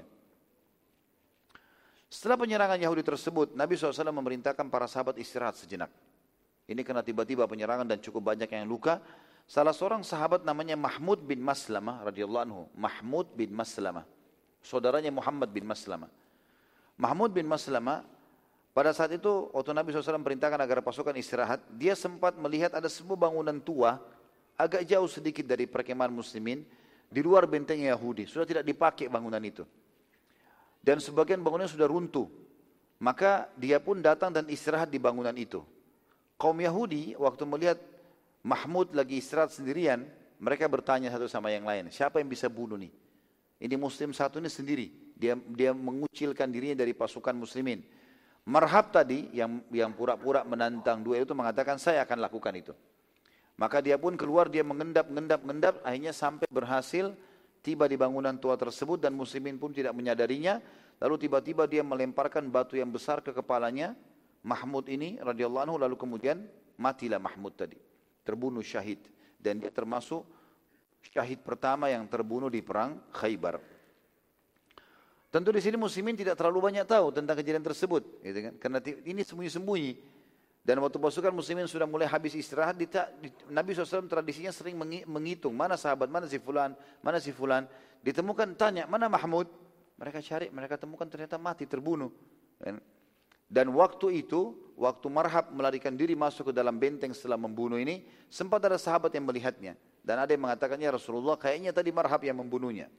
Setelah penyerangan Yahudi tersebut, Nabi SAW memerintahkan para sahabat istirahat sejenak. Ini karena tiba-tiba penyerangan dan cukup banyak yang luka. Salah seorang sahabat namanya Mahmud bin Maslamah radhiyallahu anhu. Mahmud bin Maslamah, saudaranya Muhammad bin Maslamah. Mahmud bin Maslamah, pada saat itu waktu Nabi SAW perintahkan agar pasukan istirahat, dia sempat melihat ada sebuah bangunan tua agak jauh sedikit dari perkemahan muslimin di luar benteng Yahudi. Sudah tidak dipakai bangunan itu. Dan sebagian bangunan sudah runtuh. Maka dia pun datang dan istirahat di bangunan itu. Kaum Yahudi waktu melihat Mahmud lagi istirahat sendirian, mereka bertanya satu sama yang lain, siapa yang bisa bunuh nih? Ini muslim satu ini sendiri, dia mengucilkan dirinya dari pasukan muslimin. Marhab tadi yang pura-pura menantang duel itu mengatakan saya akan lakukan itu. Maka dia pun keluar, dia mengendap, akhirnya sampai berhasil tiba di bangunan tua tersebut dan muslimin pun tidak menyadarinya. Lalu tiba-tiba dia melemparkan batu yang besar ke kepalanya Mahmud ini radhiyallahu anhu, lalu kemudian matilah Mahmud tadi, terbunuh syahid, dan dia termasuk syahid pertama yang terbunuh di perang Khaybar. Tentu di sini muslimin tidak terlalu banyak tahu tentang kejadian tersebut, gitu kan? Karena ini sembunyi-sembunyi. Dan waktu pasukan muslimin sudah mulai habis istirahat, Nabi SAW tradisinya sering menghitung mana sahabat, mana si fulan. Ditemukan, tanya mana Mahmud? Mereka cari, mereka temukan ternyata mati, terbunuh. Dan waktu itu, waktu Marhab melarikan diri masuk ke dalam benteng setelah membunuh ini, sempat ada sahabat yang melihatnya. Dan ada yang mengatakannya, Rasulullah kayaknya tadi Marhab yang membunuhnya.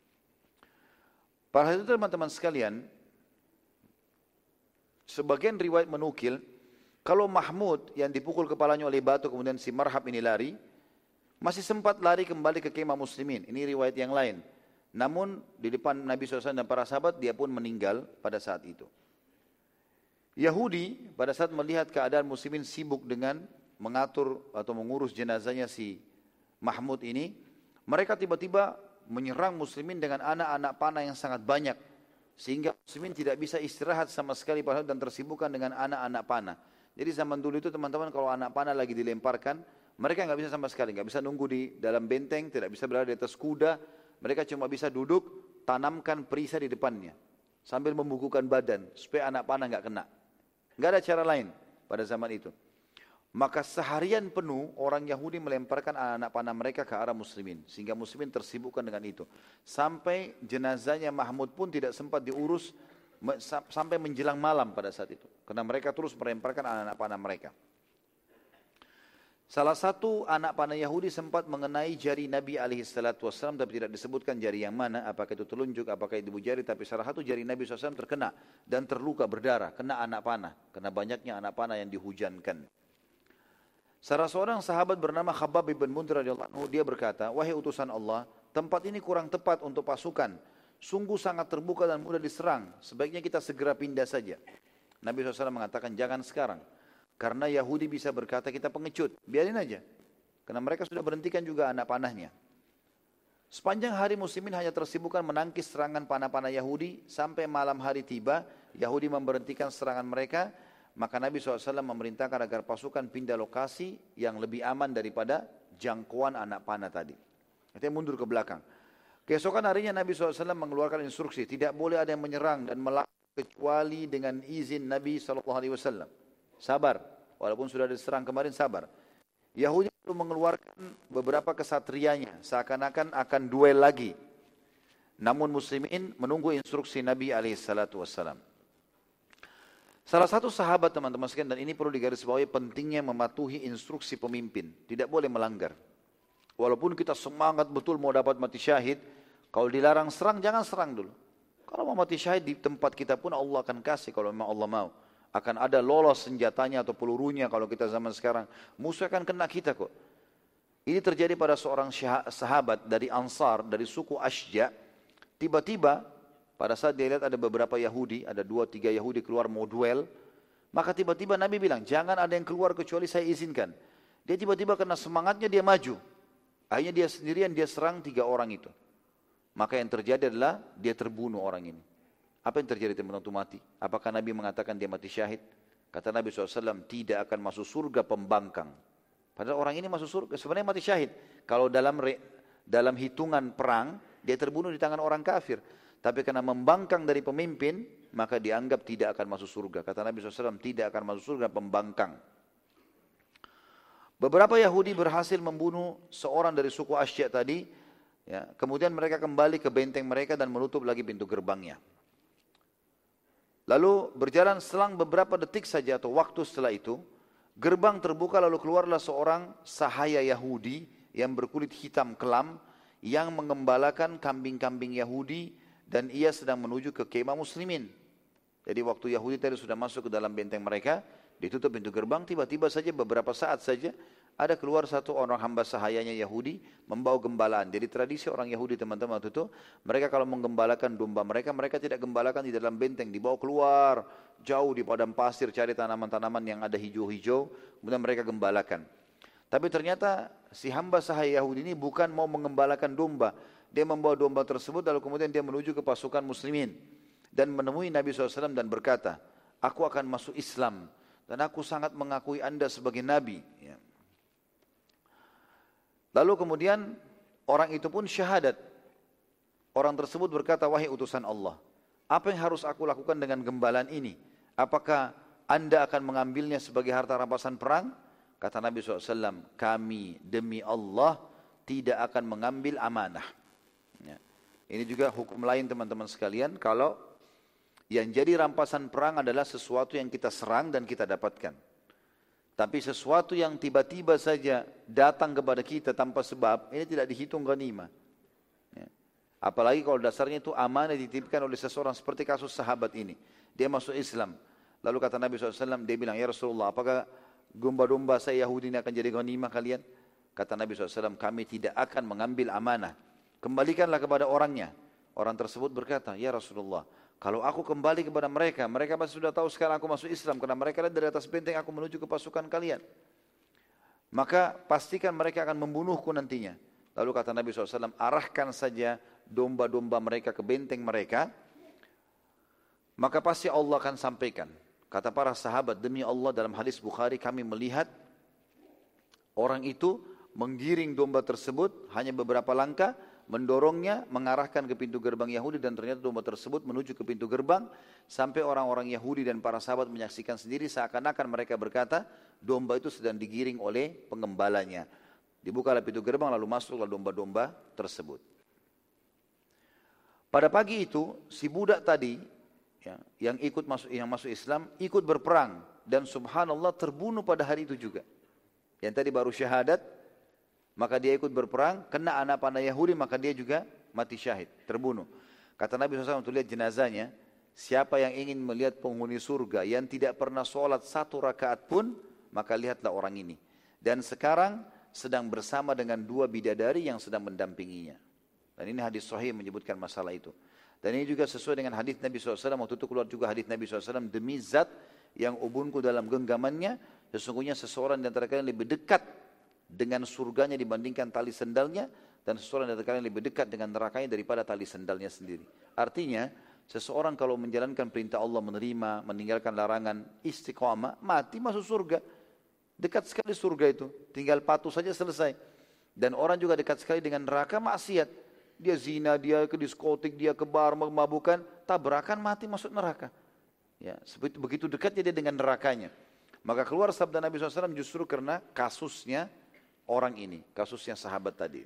Para hadirin teman-teman sekalian, sebagian riwayat menukil, kalau Mahmud yang dipukul kepalanya oleh batu kemudian si Marhab ini lari, masih sempat lari kembali ke kemah muslimin. Ini riwayat yang lain. Namun di depan Nabi SAW dan para sahabat, dia pun meninggal pada saat itu. Yahudi pada saat melihat keadaan muslimin sibuk dengan mengatur atau mengurus jenazahnya si Mahmud ini, mereka tiba-tiba menyerang muslimin dengan anak-anak panah yang sangat banyak, sehingga muslimin tidak bisa istirahat sama sekali dan tersibukkan dengan anak-anak panah. Jadi zaman dulu itu teman-teman, kalau anak panah lagi dilemparkan, mereka nggak bisa sama sekali, nggak bisa nunggu di dalam benteng, tidak bisa berada di atas kuda, mereka cuma bisa duduk, tanamkan perisai di depannya, sambil membukukan badan, supaya anak panah nggak kena. Nggak ada cara lain pada zaman itu. Maka seharian penuh orang Yahudi melemparkan anak-anak panah mereka ke arah muslimin, sehingga muslimin tersibukkan dengan itu. Sampai jenazahnya Mahmud pun tidak sempat diurus sampai menjelang malam pada saat itu, karena mereka terus melemparkan anak-anak panah mereka. Salah satu anak panah Yahudi sempat mengenai jari Nabi SAW, tapi tidak disebutkan jari yang mana, apakah itu telunjuk, apakah itu ibu jari, tapi salah satu jari Nabi SAW terkena dan terluka berdarah, kena anak panah, karena banyaknya anak panah yang dihujankan. Salah seorang sahabat bernama Khabbab bin Munzir radhiyallahu anhu, dia berkata, wahai utusan Allah, tempat ini kurang tepat untuk pasukan, sungguh sangat terbuka dan mudah diserang, sebaiknya kita segera pindah saja. Nabi SAW mengatakan, jangan sekarang. Karena Yahudi bisa berkata kita pengecut, biarin aja. Karena mereka sudah berhentikan juga anak panahnya. Sepanjang hari muslimin hanya tersibukkan menangkis serangan panah-panah Yahudi, sampai malam hari tiba, Yahudi memberhentikan serangan mereka, maka Nabi SAW memerintahkan agar pasukan pindah lokasi yang lebih aman daripada jangkauan anak panah tadi. Artinya mundur ke belakang. Keesokan harinya Nabi SAW mengeluarkan instruksi, tidak boleh ada yang menyerang dan melawan kecuali dengan izin Nabi SAW. Sabar, walaupun sudah diserang kemarin, sabar. Yahudi itu mengeluarkan beberapa kesatrianya, seakan-akan akan duel lagi. Namun muslimin menunggu instruksi Nabi SAW. Salah satu sahabat teman-teman sekalian, dan ini perlu digarisbawahi pentingnya mematuhi instruksi pemimpin, tidak boleh melanggar. Walaupun kita semangat betul mau dapat mati syahid, kalau dilarang serang, jangan serang dulu. Kalau mau mati syahid di tempat kita pun Allah akan kasih kalau memang Allah mau. Akan ada lolos senjatanya atau pelurunya kalau kita zaman sekarang. Musuh akan kena kita kok. Ini terjadi pada seorang sahabat dari Ansar, dari suku Ashja. Tiba-tiba pada saat dia lihat ada beberapa Yahudi, ada 2-3 Yahudi keluar mau duel. Maka tiba-tiba Nabi bilang, jangan ada yang keluar kecuali saya izinkan. Dia tiba-tiba karena semangatnya dia maju. Akhirnya dia sendirian, dia serang 3 orang itu. Maka yang terjadi adalah dia terbunuh orang ini. Apa yang terjadi teman-teman itu mati? Apakah Nabi mengatakan dia mati syahid? Kata Nabi SAW, tidak akan masuk surga pembangkang. Padahal orang ini masuk surga, sebenarnya mati syahid. Kalau dalam hitungan perang, dia terbunuh di tangan orang kafir. Tapi karena membangkang dari pemimpin, maka dianggap tidak akan masuk surga. Kata Nabi SAW, tidak akan masuk surga pembangkang. Beberapa Yahudi berhasil membunuh seorang dari suku Asya tadi. Ya, kemudian mereka kembali ke benteng mereka dan menutup lagi pintu gerbangnya. Lalu berjalan selang beberapa detik saja atau waktu setelah itu, gerbang terbuka lalu keluarlah seorang sahaya Yahudi yang berkulit hitam kelam yang mengembalakan kambing-kambing Yahudi dan ia sedang menuju ke kemah muslimin. Jadi waktu Yahudi tadi sudah masuk ke dalam benteng mereka, ditutup pintu gerbang, tiba-tiba saja beberapa saat saja ada keluar satu orang hamba sahayanya Yahudi membawa gembalaan. Jadi tradisi orang Yahudi teman-teman waktu itu, mereka kalau menggembalakan domba mereka, mereka tidak gembalakan di dalam benteng, dibawa keluar jauh di padang pasir, cari tanaman-tanaman yang ada hijau-hijau, kemudian mereka gembalakan. Tapi ternyata si hamba sahaya Yahudi ini bukan mau mengembalakan domba, dia membawa domba tersebut lalu kemudian dia menuju ke pasukan muslimin dan menemui Nabi SAW dan berkata, aku akan masuk Islam dan aku sangat mengakui anda sebagai Nabi. Ya. Lalu kemudian orang itu pun syahadat. Orang tersebut berkata, wahai utusan Allah, apa yang harus aku lakukan dengan gembalaan ini? Apakah anda akan mengambilnya sebagai harta rampasan perang? Kata Nabi SAW, kami demi Allah tidak akan mengambil amanah. Ya. Ini juga hukum lain teman-teman sekalian, kalau yang jadi rampasan perang adalah sesuatu yang kita serang dan kita dapatkan. Tapi sesuatu yang tiba-tiba saja datang kepada kita tanpa sebab, ini tidak dihitung ghanimah. Ya. Apalagi kalau dasarnya itu amanah dititipkan oleh seseorang seperti kasus sahabat ini. Dia masuk Islam. Lalu kata Nabi SAW, dia bilang, ya Rasulullah, apakah domba-domba saya Yahudi ini akan jadi ghanimah kalian? Kata Nabi SAW, kami tidak akan mengambil amanah. Kembalikanlah kepada orangnya. Orang tersebut berkata, ya Rasulullah, kalau aku kembali kepada mereka, mereka pasti sudah tahu sekarang aku masuk Islam. Karena mereka lihat dari atas benteng aku menuju ke pasukan kalian. Maka pastikan mereka akan membunuhku nantinya. Lalu kata Nabi SAW, arahkan saja domba-domba mereka ke benteng mereka. Maka pasti Allah akan sampaikan. Kata para sahabat, demi Allah dalam hadis Bukhari kami melihat orang itu menggiring domba tersebut hanya beberapa langkah, mendorongnya, mengarahkan ke pintu gerbang Yahudi dan ternyata domba tersebut menuju ke pintu gerbang sampai orang-orang Yahudi dan para sahabat menyaksikan sendiri seakan-akan mereka berkata domba itu sedang digiring oleh pengembalanya. Dibukalah pintu gerbang lalu masuklah domba-domba tersebut. Pada pagi itu si budak tadi ya, yang masuk Islam ikut berperang dan subhanallah terbunuh pada hari itu juga. Yang tadi baru syahadat, maka dia ikut berperang, kena anak panah Yahudi, maka dia juga mati syahid, terbunuh. Kata Nabi SAW untuk lihat jenazahnya, siapa yang ingin melihat penghuni surga yang tidak pernah sholat satu rakaat pun, maka lihatlah orang ini. Dan sekarang sedang bersama dengan dua bidadari yang sedang mendampinginya. Dan ini hadis sahih menyebutkan masalah itu. Dan ini juga sesuai dengan hadis Nabi SAW, waktu itu keluar juga hadis Nabi SAW, demi zat yang ubunku dalam genggamannya, sesungguhnya seseorang di antara kalian lebih dekat dengan surganya dibandingkan tali sendalnya, dan seseorang di antara kalian lebih dekat dengan nerakanya daripada tali sendalnya sendiri. Artinya, seseorang kalau menjalankan perintah Allah, menerima, meninggalkan larangan, istiqamah, mati masuk surga. Dekat sekali surga itu, tinggal patuh saja selesai. Dan orang juga dekat sekali dengan neraka, maksiat. Dia zina, dia ke diskotik, dia ke bar, memabukan, tabrakan, mati masuk neraka. Ya, begitu dekatnya dia dengan nerakanya. Maka keluar sabda Nabi SAW justru karena kasusnya orang ini, kasusnya sahabat tadi.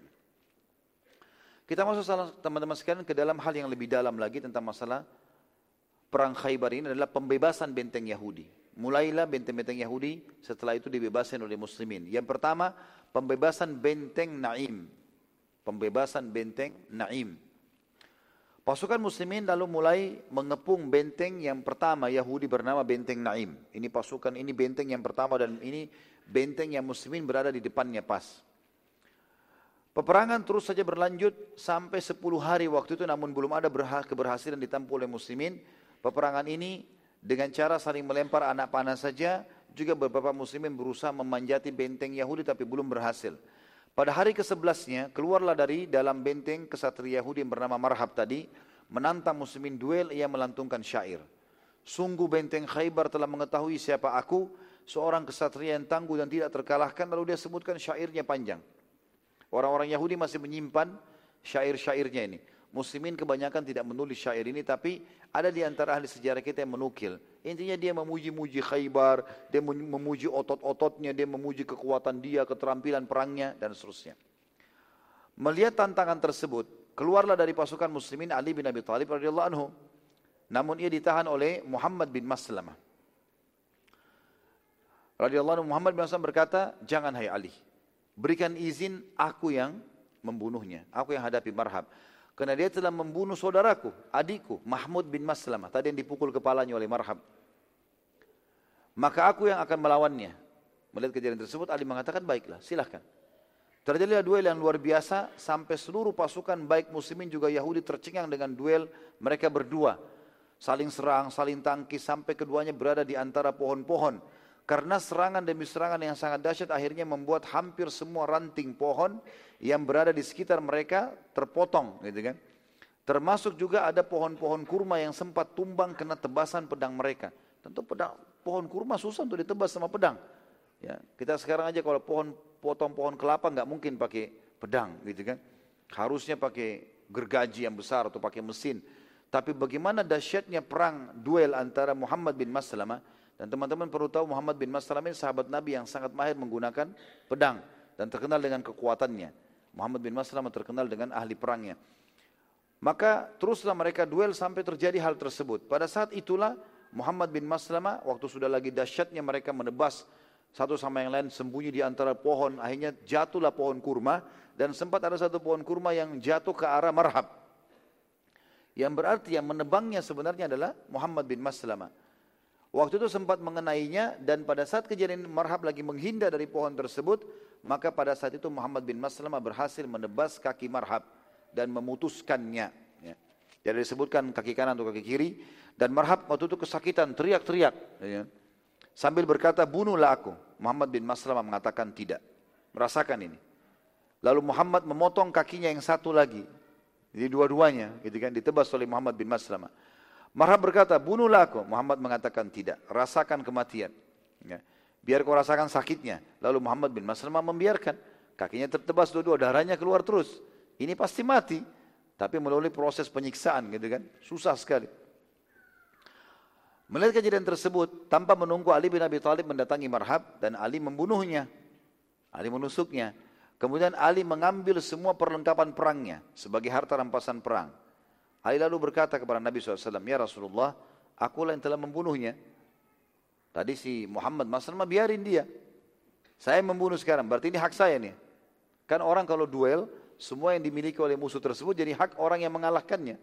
Kita masuk teman-teman sekalian ke dalam hal yang lebih dalam lagi tentang masalah perang Khaybar ini adalah pembebasan benteng Yahudi. Mulailah benteng-benteng Yahudi setelah itu dibebaskan oleh muslimin. Yang pertama, pembebasan benteng Naim. Pembebasan benteng Naim. Pasukan muslimin lalu mulai mengepung benteng yang pertama Yahudi bernama benteng Naim. Ini pasukan, ini benteng yang pertama dan ini benteng yang muslimin berada di depannya pas. Peperangan terus saja berlanjut sampai 10 hari waktu itu, namun belum ada keberhasilan ditempuh oleh muslimin. Peperangan ini dengan cara saling melempar anak panah saja, juga beberapa muslimin berusaha memanjati benteng Yahudi tapi belum berhasil. Pada hari ke-11-nya, keluarlah dari dalam benteng kesatria Yahudi yang bernama Marhab tadi, menantang muslimin duel, ia melantungkan syair. Sungguh benteng Khaybar telah mengetahui siapa aku, seorang kesatria yang tangguh dan tidak terkalahkan, lalu dia sebutkan syairnya panjang. Orang-orang Yahudi masih menyimpan syair-syairnya ini. Muslimin kebanyakan tidak menulis syair ini, tapi ada di antara ahli sejarah kita yang menukil. Intinya dia memuji-muji Khaybar, dia memuji otot-ototnya, dia memuji kekuatan dia, keterampilan perangnya, dan seterusnya. Melihat tantangan tersebut, keluarlah dari pasukan muslimin Ali bin Abi Thalib radhiyallahu anhu. Namun ia ditahan oleh Muhammad bin Maslamah. Radhiyallahu anhu, Muhammad bin Maslamah berkata, jangan hai Ali, berikan izin aku yang membunuhnya, aku yang hadapi Marhab. Karena dia telah membunuh saudaraku, adikku, Mahmud bin Maslamah, tadi yang dipukul kepalanya oleh Marhab. Maka aku yang akan melawannya. Melihat kejadian tersebut, Ali mengatakan, baiklah, silahkan. Terjadilah duel yang luar biasa, sampai seluruh pasukan baik muslimin juga Yahudi tercengang dengan duel mereka berdua. Saling serang, saling tangkis, sampai keduanya berada di antara pohon-pohon. Karena serangan demi serangan yang sangat dahsyat akhirnya membuat hampir semua ranting pohon yang berada di sekitar mereka terpotong, gitu kan. Termasuk juga ada pohon-pohon kurma yang sempat tumbang kena tebasan pedang mereka. Tentu pohon kurma susah untuk ditebas sama pedang. Ya, kita sekarang aja kalau potong pohon kelapa nggak mungkin pakai pedang, gitu kan. Harusnya pakai gergaji yang besar atau pakai mesin. Tapi bagaimana dahsyatnya perang duel antara Muhammad bin Maslamah. Dan teman-teman perlu tahu Muhammad bin Maslamah ini sahabat Nabi yang sangat mahir menggunakan pedang dan terkenal dengan kekuatannya. Muhammad bin Maslamah terkenal dengan ahli perangnya. Maka teruslah mereka duel sampai terjadi hal tersebut. Pada saat itulah Muhammad bin Maslamah, waktu sudah lagi dahsyatnya mereka menebas satu sama yang lain, sembunyi di antara pohon, akhirnya jatuhlah pohon kurma, dan sempat ada satu pohon kurma yang jatuh ke arah Marhab. Yang berarti yang menebangnya sebenarnya adalah Muhammad bin Maslamah. Waktu itu sempat mengenainya, dan pada saat kejadian Marhab lagi menghindar dari pohon tersebut, maka pada saat itu Muhammad bin Maslamah berhasil menebas kaki Marhab dan memutuskannya. Ya. Jadi disebutkan kaki kanan atau kaki kiri, dan Marhab waktu itu kesakitan, teriak-teriak. Ya. Sambil berkata, bunuhlah aku. Muhammad bin Maslamah mengatakan tidak. Merasakan ini. Lalu Muhammad memotong kakinya yang satu lagi. Jadi dua-duanya gitu kan, ditebas oleh Muhammad bin Maslamah. Marhab berkata, bunuhlah aku. Muhammad mengatakan tidak, rasakan kematian. Ya. Biar kau rasakan sakitnya. Lalu Muhammad bin Maslamah membiarkan. Kakinya tertebas dua-dua, darahnya keluar terus. Ini pasti mati. Tapi melalui proses penyiksaan gitu kan. Susah sekali. Melihat kejadian tersebut, tanpa menunggu Ali bin Abi Thalib mendatangi Marhab, dan Ali membunuhnya. Ali menusuknya. Kemudian Ali mengambil semua perlengkapan perangnya sebagai harta rampasan perang. Ali lalu berkata kepada Nabi SAW, ya Rasulullah, akulah yang telah membunuhnya. Tadi si Muhammad Maslamah biarin dia. Saya membunuh sekarang, berarti ini hak saya nih. Kan orang kalau duel, semua yang dimiliki oleh musuh tersebut jadi hak orang yang mengalahkannya.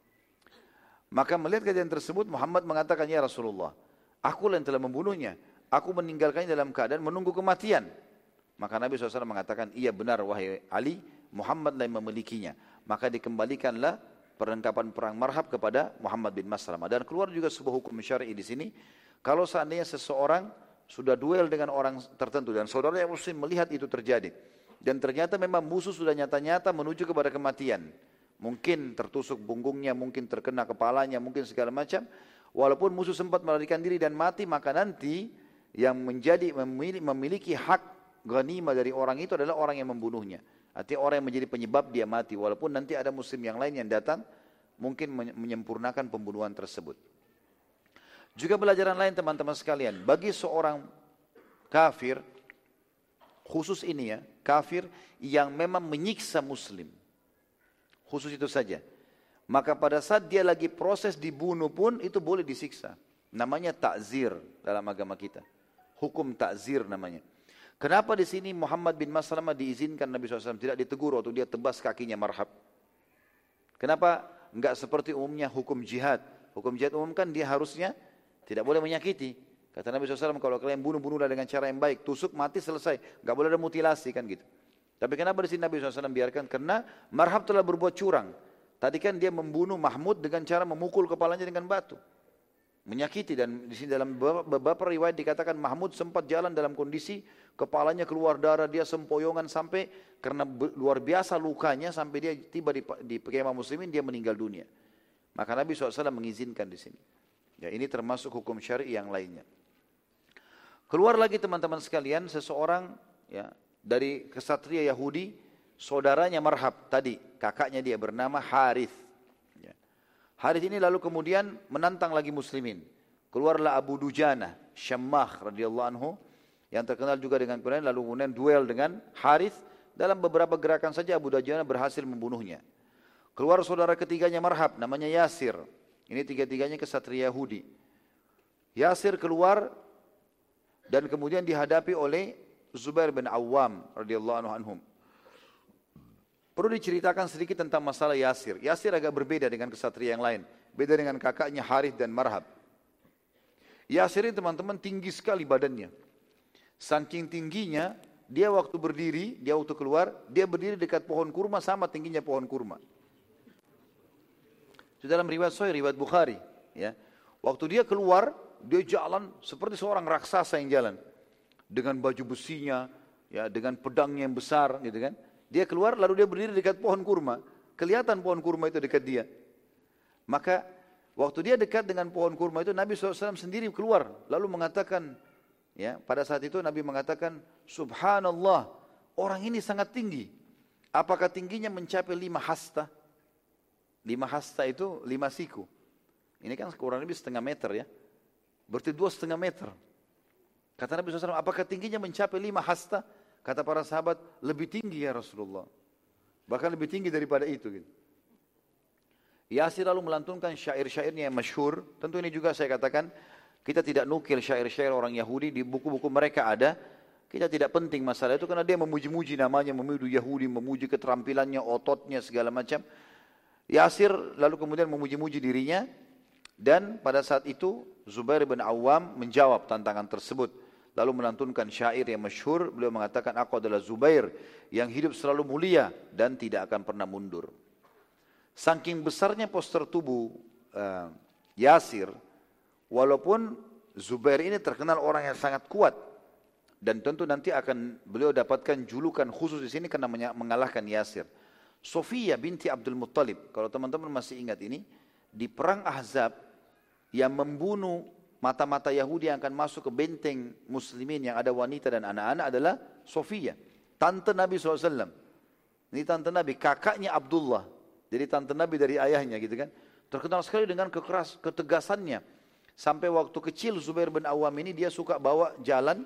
Maka melihat kejadian tersebut, Muhammad mengatakan, ya Rasulullah, akulah yang telah membunuhnya. Aku meninggalkannya dalam keadaan menunggu kematian. Maka Nabi SAW mengatakan, iya benar wahai Ali, Muhammad yang memilikinya. Maka dikembalikanlah perlengkapan perang Marhab kepada Muhammad bin Maslamah. Dan keluar juga sebuah hukum syar'i di sini. Kalau seandainya seseorang sudah duel dengan orang tertentu dan saudara yang muslim melihat itu terjadi, dan ternyata memang musuh sudah nyata-nyata menuju kepada kematian, mungkin tertusuk punggungnya, mungkin terkena kepalanya, mungkin segala macam, walaupun musuh sempat melarikan diri dan mati, maka nanti yang memiliki hak ghanimah dari orang itu adalah orang yang membunuhnya. Artinya orang yang menjadi penyebab dia mati, walaupun nanti ada muslim yang lain yang datang mungkin menyempurnakan pembunuhan tersebut. Juga pelajaran lain teman-teman sekalian, bagi seorang kafir, khusus ini ya, kafir yang memang menyiksa muslim, khusus itu saja, maka pada saat dia lagi proses dibunuh pun itu boleh disiksa. Namanya ta'zir dalam agama kita, hukum ta'zir namanya. Kenapa di sini Muhammad bin Maslamah diizinkan Nabi SAW tidak ditegur waktu dia tebas kakinya Marhab? Kenapa enggak seperti umumnya hukum jihad? Hukum jihad umum kan dia harusnya tidak boleh menyakiti. Kata Nabi SAW, kalau kalian bunuh-bunuhlah dengan cara yang baik, tusuk mati selesai, enggak boleh ada mutilasi kan gitu. Tapi kenapa di sini Nabi SAW biarkan? Karena Marhab telah berbuat curang. Tadi kan dia membunuh Mahmud dengan cara memukul kepalanya dengan batu, menyakiti. Dan di sini dalam beberapa riwayat dikatakan Mahmud sempat jalan dalam kondisi kepalanya keluar darah, dia sempoyongan sampai karena luar biasa lukanya sampai dia tiba di kemah muslimin, dia meninggal dunia. Maka Nabi SAW mengizinkan di sini. Ya, ini termasuk hukum syar'i yang lainnya. Keluar lagi teman-teman sekalian seseorang ya dari kesatria Yahudi, saudaranya Marhab tadi, kakaknya dia bernama Harith. Ya. Harith ini lalu kemudian menantang lagi muslimin. Keluarlah Abu Dujana, Syammah radhiyallahu anhu yang terkenal juga dengan kemudian lalu kemudian duel dengan Harith. Dalam beberapa gerakan saja Abu Dujana berhasil membunuhnya. Keluar saudara ketiganya Marhab, namanya Yasir. Ini tiga-tiganya kesatria Yahudi. Yasir keluar dan kemudian dihadapi oleh Zubair bin Awam radhiyallahu anhum. Perlu diceritakan sedikit tentang masalah Yasir. Yasir agak berbeda dengan kesatria yang lain. Beda dengan kakaknya Harith dan Marhab. Yasir ini teman-teman tinggi sekali badannya. Saking tingginya, dia waktu berdiri, dia waktu keluar, dia berdiri dekat pohon kurma sama tingginya pohon kurma. Itu dalam riwayat Sahih, riwayat Bukhari. Ya. Waktu dia keluar, dia jalan seperti seorang raksasa yang jalan. Dengan baju besinya, ya, dengan pedangnya yang besar. Gitu kan. Dia keluar lalu dia berdiri dekat pohon kurma. Kelihatan pohon kurma itu dekat dia. Maka waktu dia dekat dengan pohon kurma itu Nabi SAW sendiri keluar. Lalu mengatakan, ya, pada saat itu Nabi mengatakan, Subhanallah, orang ini sangat tinggi. Apakah tingginya mencapai 5 hasta? 5 hasta itu 5 siku. Ini kan kurang lebih setengah meter ya. Berarti 2,5 meter. Kata Nabi SAW, apakah tingginya mencapai 5 hasta? Kata para sahabat, lebih tinggi ya Rasulullah. Bahkan lebih tinggi daripada itu. Gitu. Yasir lalu melantunkan syair-syairnya yang masyhur. Tentu ini juga saya katakan, kita tidak nukil syair-syair orang Yahudi, di buku-buku mereka ada. Kita tidak penting masalah itu karena dia memuji-muji namanya, memuji Yahudi, memuji keterampilannya, ototnya, segala macam. Yasir lalu kemudian memuji-muji dirinya. Dan pada saat itu Zubair bin Awam menjawab tantangan tersebut. Lalu melantunkan syair yang masyhur. Beliau mengatakan, aku adalah Zubair yang hidup selalu mulia dan tidak akan pernah mundur. Saking besarnya poster tubuh Yasir, walaupun Zubair ini terkenal orang yang sangat kuat. Dan tentu nanti akan beliau dapatkan julukan khusus di sini karena mengalahkan Yasir. Sofia binti Abdul Muttalib, kalau teman-teman masih ingat ini, di perang Ahzab yang membunuh mata-mata Yahudi yang akan masuk ke benteng muslimin yang ada wanita dan anak-anak adalah Sofia, tante Nabi SAW. Ini tante Nabi, kakaknya Abdullah. Jadi tante Nabi dari ayahnya gitu kan. Terkenal sekali dengan ketegasannya. Sampai waktu kecil Zubair bin Awam ini dia suka bawa jalan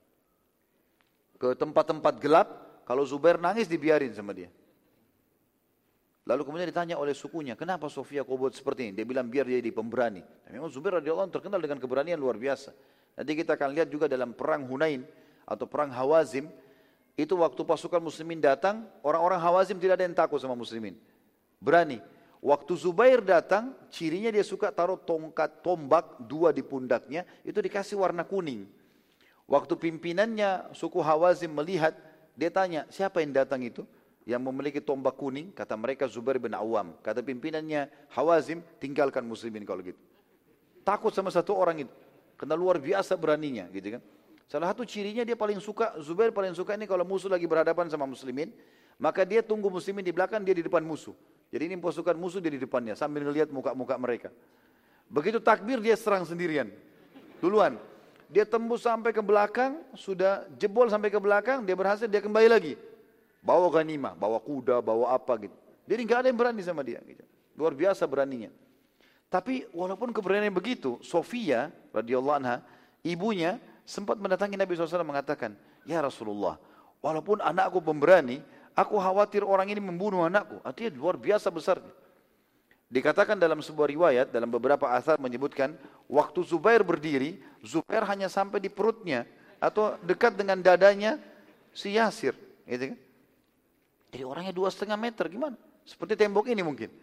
ke tempat-tempat gelap. Kalau Zubair nangis dibiarin sama dia. Lalu kemudian ditanya oleh sukunya, kenapa Sofia kau buat seperti ini? Dia bilang biar dia jadi pemberani. Dan memang Zubair radhiyallahu anhu terkenal dengan keberanian luar biasa. Nanti kita akan lihat juga dalam perang Hunain atau perang Hawazim. Itu waktu pasukan muslimin datang, orang-orang Hawazim tidak ada yang takut sama muslimin. Berani. Waktu Zubair datang, cirinya dia suka taruh tombak 2 di pundaknya, itu dikasih warna kuning. Waktu pimpinannya suku Hawazim melihat, dia tanya, siapa yang datang itu? Yang memiliki tombak kuning, kata mereka Zubair bin Awam. Kata pimpinannya Hawazim, tinggalkan muslimin kalau gitu. Takut sama satu orang itu. Karena luar biasa beraninya gitu kan. Salah satu cirinya dia paling suka, Zubair paling suka ini kalau musuh lagi berhadapan sama muslimin, maka dia tunggu muslimin di belakang, dia di depan musuh. Jadi ini pasukan musuh dia di depannya sambil melihat muka-muka mereka. Begitu takbir dia serang sendirian. Duluan. Dia tembus sampai ke belakang, sudah jebol sampai ke belakang, dia berhasil, dia kembali lagi. Bawa ghanimah, bawa kuda, bawa apa gitu. Jadi nggak ada yang berani sama dia. Gitu. Luar biasa beraninya. Tapi walaupun keberanian begitu, Sofia radhiyallahu anha, ibunya sempat mendatangi Nabi SAW mengatakan, ya Rasulullah, walaupun anakku pemberani, aku khawatir orang ini membunuh anakku. Artinya luar biasa besar. Dikatakan dalam sebuah riwayat, dalam beberapa asar menyebutkan, waktu Zubair berdiri, Zubair hanya sampai di perutnya atau dekat dengan dadanya si Yasir. Gitu kan? Jadi orangnya 2,5 meter, gimana? Seperti tembok ini mungkin.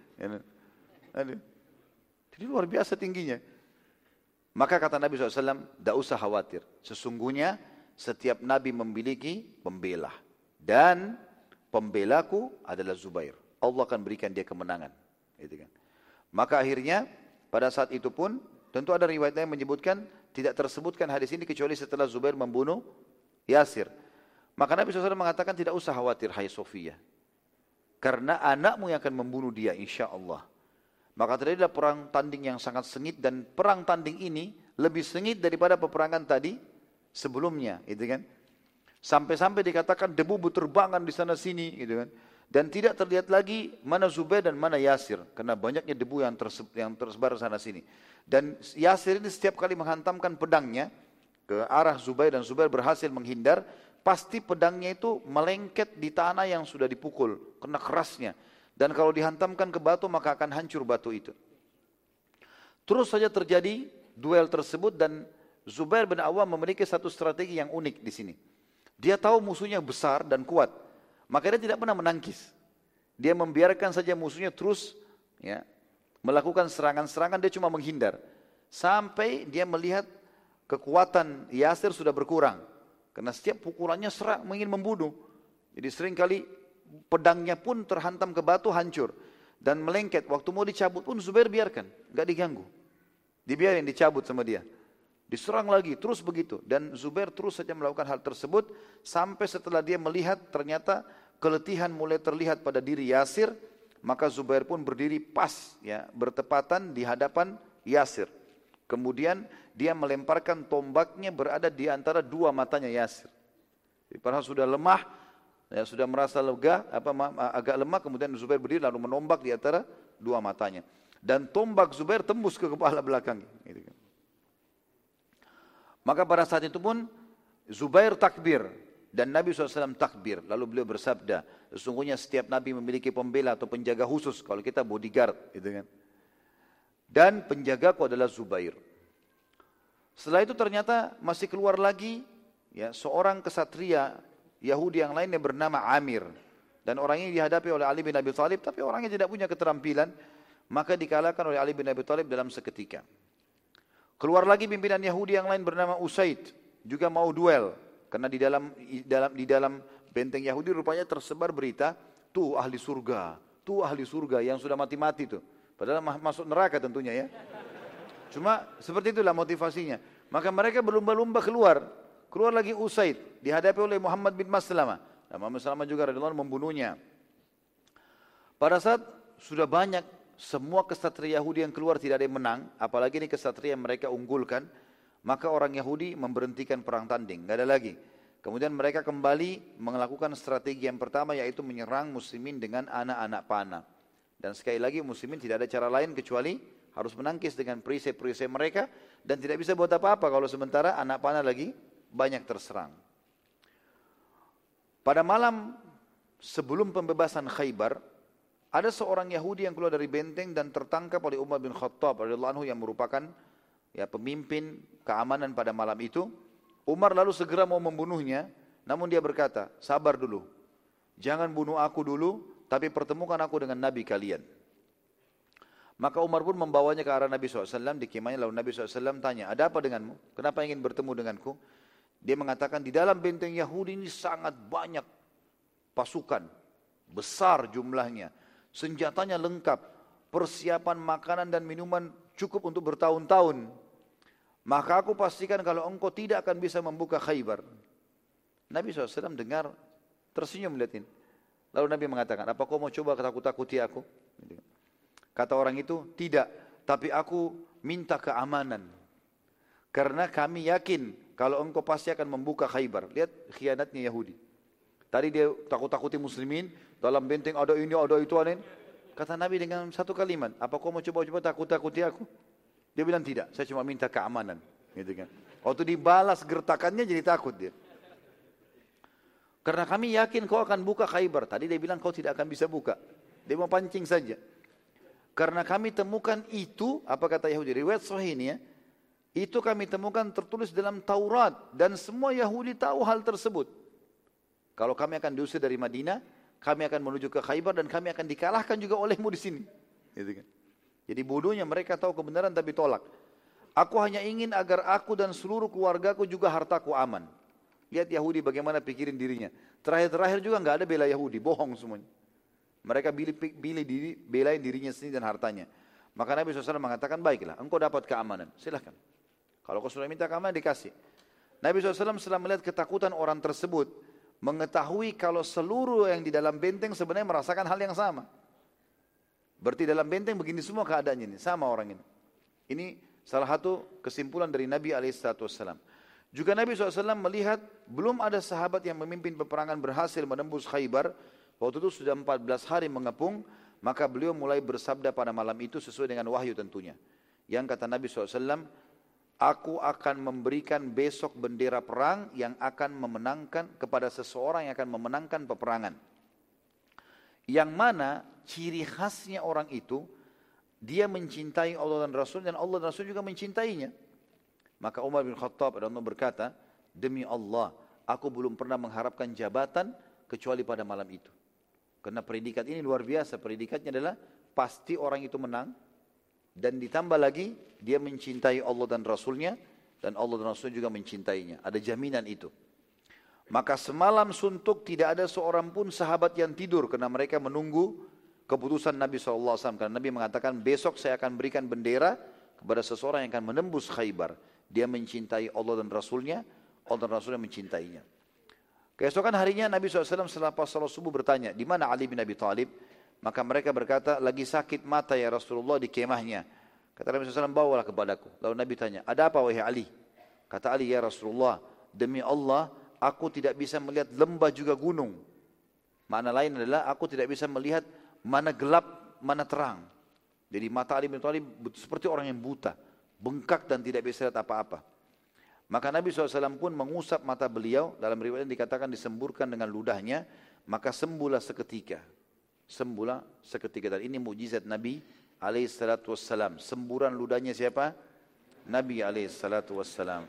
Jadi luar biasa tingginya. Maka kata Nabi SAW, tidak usah khawatir. Sesungguhnya setiap Nabi memiliki pembela. Dan pembelaku adalah Zubair. Allah akan berikan dia kemenangan. Gitu kan. Maka akhirnya pada saat itu pun, tentu ada riwayat yang menyebutkan, tidak tersebutkan hadis ini kecuali setelah Zubair membunuh Yasir. Maka Nabi SAW mengatakan tidak usah khawatir hai Sofia. Karena anakmu yang akan membunuh dia insya Allah. Maka terjadilah perang tanding yang sangat sengit. Dan perang tanding ini lebih sengit daripada peperangan tadi sebelumnya, gitu kan. Sampai-sampai dikatakan debu berterbangan di sana sini, gitu kan. Dan tidak terlihat lagi mana Zubair dan mana Yasir, karena banyaknya debu yang tersebar sana sini. Dan Yasir ini setiap kali menghantamkan pedangnya ke arah Zubair dan Zubair berhasil menghindar, pasti pedangnya itu melengket di tanah yang sudah dipukul, kena kerasnya. Dan kalau dihantamkan ke batu maka akan hancur batu itu. Terus saja terjadi duel tersebut dan Zubair bin Awam memiliki satu strategi yang unik di sini. Dia tahu musuhnya besar dan kuat, maka dia tidak pernah menangkis. Dia membiarkan saja musuhnya terus melakukan serangan-serangan, dia cuma menghindar. Sampai dia melihat kekuatan Yasir sudah berkurang. Karena setiap pukulannya ingin membunuh. Jadi seringkali pedangnya pun terhantam ke batu hancur. Dan melengket, waktu mau dicabut pun Zubair biarkan, gak diganggu. Dibiarin dicabut sama dia. Diserang lagi, terus begitu. Dan Zubair terus saja melakukan hal tersebut. Sampai setelah dia melihat ternyata keletihan mulai terlihat pada diri Yasir. Maka Zubair pun berdiri pas, bertepatan di hadapan Yasir. Kemudian dia melemparkan tombaknya berada di antara dua matanya Yasir. Padahal sudah lemah, sudah merasa lega, agak lemah, kemudian Zubair berdiri lalu menombak di antara dua matanya. Dan tombak Zubair tembus ke kepala belakangnya. Maka pada saat itu pun Zubair takbir dan Nabi SAW takbir. Lalu beliau bersabda, sesungguhnya setiap Nabi memiliki pembela atau penjaga khusus. Kalau kita bodyguard, gitu kan. Dan penjagaku adalah Zubair. Setelah itu ternyata masih keluar lagi seorang kesatria Yahudi yang lain yang bernama Amir. Dan orang ini dihadapi oleh Ali bin Abi Thalib, tapi orangnya tidak punya keterampilan, maka dikalahkan oleh Ali bin Abi Thalib dalam seketika. Keluar lagi pimpinan Yahudi yang lain bernama Usaid, juga mau duel. Karena di dalam benteng Yahudi rupanya tersebar berita, tuh ahli surga yang sudah mati-mati tuh. Padahal masuk neraka tentunya ya. Cuma seperti itulah motivasinya. Maka mereka berlumba-lumba keluar. Keluar lagi Usaid, dihadapi oleh Muhammad bin Maslamah. Dan Muhammad bin Maslamah juga radhiyallahu anhu membunuhnya. Pada saat sudah banyak, semua kesatria Yahudi yang keluar tidak ada yang menang. Apalagi ini kesatria yang mereka unggulkan. Maka orang Yahudi memberhentikan perang tanding. Tidak ada lagi. Kemudian mereka kembali melakukan strategi yang pertama, yaitu menyerang muslimin dengan anak-anak panah. Dan sekali lagi muslimin tidak ada cara lain kecuali harus menangkis dengan perisai-perisai mereka. Dan tidak bisa buat apa-apa kalau sementara anak panah lagi banyak terserang. Pada malam sebelum pembebasan Khaybar, ada seorang Yahudi yang keluar dari benteng dan tertangkap oleh Umar bin Khattab radhiyallahu anhu yang merupakan pemimpin keamanan pada malam itu. Umar lalu segera mau membunuhnya, namun dia berkata, sabar dulu, jangan bunuh aku dulu, tapi pertemukan aku dengan Nabi kalian. Maka Umar pun membawanya ke arah Nabi SAW di kemahnya. Lalu Nabi SAW tanya, ada apa denganmu? Kenapa ingin bertemu denganku? Dia mengatakan, di dalam benteng Yahudi ini sangat banyak pasukan, besar jumlahnya, senjatanya lengkap, persiapan makanan dan minuman cukup untuk bertahun-tahun. Maka aku pastikan kalau engkau tidak akan bisa membuka Khaybar. Nabi SAW dengar, tersenyum melihat ini. Lalu Nabi mengatakan, apa kau mau coba takut-takuti aku? Kata orang itu, tidak, tapi aku minta keamanan. Karena kami yakin kalau engkau pasti akan membuka Khaybar. Lihat khianatnya Yahudi. Tadi dia takut-takuti muslimin, dalam benteng ada ini, ada itu, ada ini. Kata Nabi dengan satu kalimat, apa kau mau coba-coba takut-takuti aku? Dia bilang tidak, saya cuma minta keamanan. Gitu kan. Waktu dibalas gertakannya jadi takut dia. Karena kami yakin kau akan buka Khaybar. Tadi dia bilang kau tidak akan bisa buka. Dia mau pancing saja. Karena kami temukan itu, apa kata Yahudi? Riwayat sahih ini ya. Itu kami temukan tertulis dalam Taurat. Dan semua Yahudi tahu hal tersebut. Kalau kami akan diusir dari Madinah, kami akan menuju ke Khaybar dan kami akan dikalahkan juga olehmu di sini. Gitu kan. Jadi bodohnya mereka tahu kebenaran tapi tolak. Aku hanya ingin agar aku dan seluruh keluargaku juga hartaku aman. Lihat Yahudi bagaimana pikirin dirinya. Terakhir-terakhir juga nggak ada bela Yahudi, bohong semuanya. Mereka belain dirinya sendiri dan hartanya. Maka Nabi SAW mengatakan, baiklah, engkau dapat keamanan, silahkan. Kalau kau sudah minta keamanan, dikasih. Nabi SAW setelah melihat ketakutan orang tersebut, mengetahui kalau seluruh yang di dalam benteng sebenarnya merasakan hal yang sama. Berarti dalam benteng begini semua keadaannya ini, sama orang ini. Ini salah satu kesimpulan dari Nabi SAW. Juga Nabi SAW melihat belum ada sahabat yang memimpin peperangan berhasil menembus Khaybar. Waktu itu sudah 14 hari mengepung, maka beliau mulai bersabda pada malam itu sesuai dengan wahyu tentunya. Yang kata Nabi SAW, aku akan memberikan besok bendera perang yang akan memenangkan kepada seseorang yang akan memenangkan peperangan. Yang mana ciri khasnya orang itu, dia mencintai Allah dan Rasul dan Allah dan Rasul juga mencintainya. Maka Umar bin Khattab berkata, demi Allah, aku belum pernah mengharapkan jabatan kecuali pada malam itu. Karena predikat ini luar biasa. Predikatnya adalah pasti orang itu menang. Dan ditambah lagi, dia mencintai Allah dan Rasulnya. Dan Allah dan Rasul juga mencintainya. Ada jaminan itu. Maka semalam suntuk tidak ada seorang pun sahabat yang tidur. Karena mereka menunggu keputusan Nabi SAW. Karena Nabi mengatakan, besok saya akan berikan bendera kepada seseorang yang akan menembus Khaybar. Dia mencintai Allah dan Rasulnya, Allah dan Rasulnya mencintainya. Keesokan harinya Nabi SAW setelah pas salat subuh bertanya, di mana Ali bin Abi Thalib? Maka mereka berkata, lagi sakit mata ya Rasulullah di kemahnya. Kata Nabi SAW, bawalah kepadaku. Lalu Nabi tanya, ada apa wahai Ali? Kata Ali, ya Rasulullah, demi Allah, aku tidak bisa melihat lembah juga gunung. Makna lain adalah, aku tidak bisa melihat mana gelap, mana terang. Jadi mata Ali bin Abi Thalib seperti orang yang buta. Bengkak dan tidak bisa lihat apa-apa. Maka Nabi SAW pun mengusap mata beliau, dalam riwayat dikatakan disemburkan dengan ludahnya, maka sembuhlah seketika. Sembuhlah seketika. Dan ini mukjizat Nabi SAW. Semburan ludahnya siapa? Nabi SAW.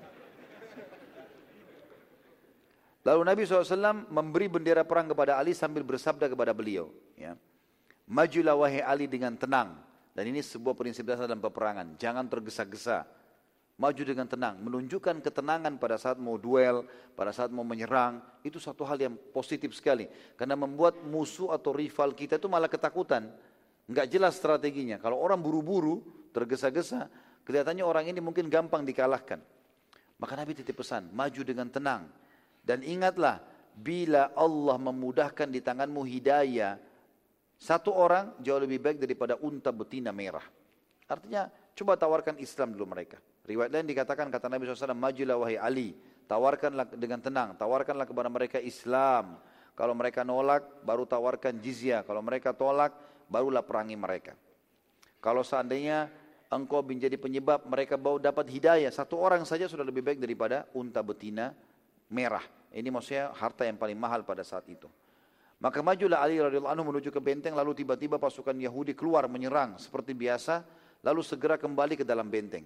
Lalu Nabi SAW memberi bendera perang kepada Ali sambil bersabda kepada beliau, ya, majulah wahai Ali dengan tenang. Dan ini sebuah prinsip dasar dalam peperangan. Jangan tergesa-gesa. Maju dengan tenang. Menunjukkan ketenangan pada saat mau duel, pada saat mau menyerang. Itu satu hal yang positif sekali. Karena membuat musuh atau rival kita itu malah ketakutan. Enggak jelas strateginya. Kalau orang buru-buru, tergesa-gesa, kelihatannya orang ini mungkin gampang dikalahkan. Maka Nabi titip pesan, maju dengan tenang. Dan ingatlah, bila Allah memudahkan di tanganmu hidayah, satu orang jauh lebih baik daripada unta betina merah. Artinya, coba tawarkan Islam dulu mereka. Riwayat lain dikatakan, kata Nabi SAW, majulah wahai Ali, tawarkanlah dengan tenang, tawarkanlah kepada mereka Islam. Kalau mereka nolak, baru tawarkan jizyah. Kalau mereka tolak, barulah perangi mereka. Kalau seandainya engkau menjadi penyebab mereka baru dapat hidayah, satu orang saja sudah lebih baik daripada unta betina merah. Ini maksudnya harta yang paling mahal pada saat itu. Maka majulah Ali radhiyallahu anhu menuju ke benteng, lalu tiba-tiba pasukan Yahudi keluar menyerang seperti biasa, lalu segera kembali ke dalam benteng.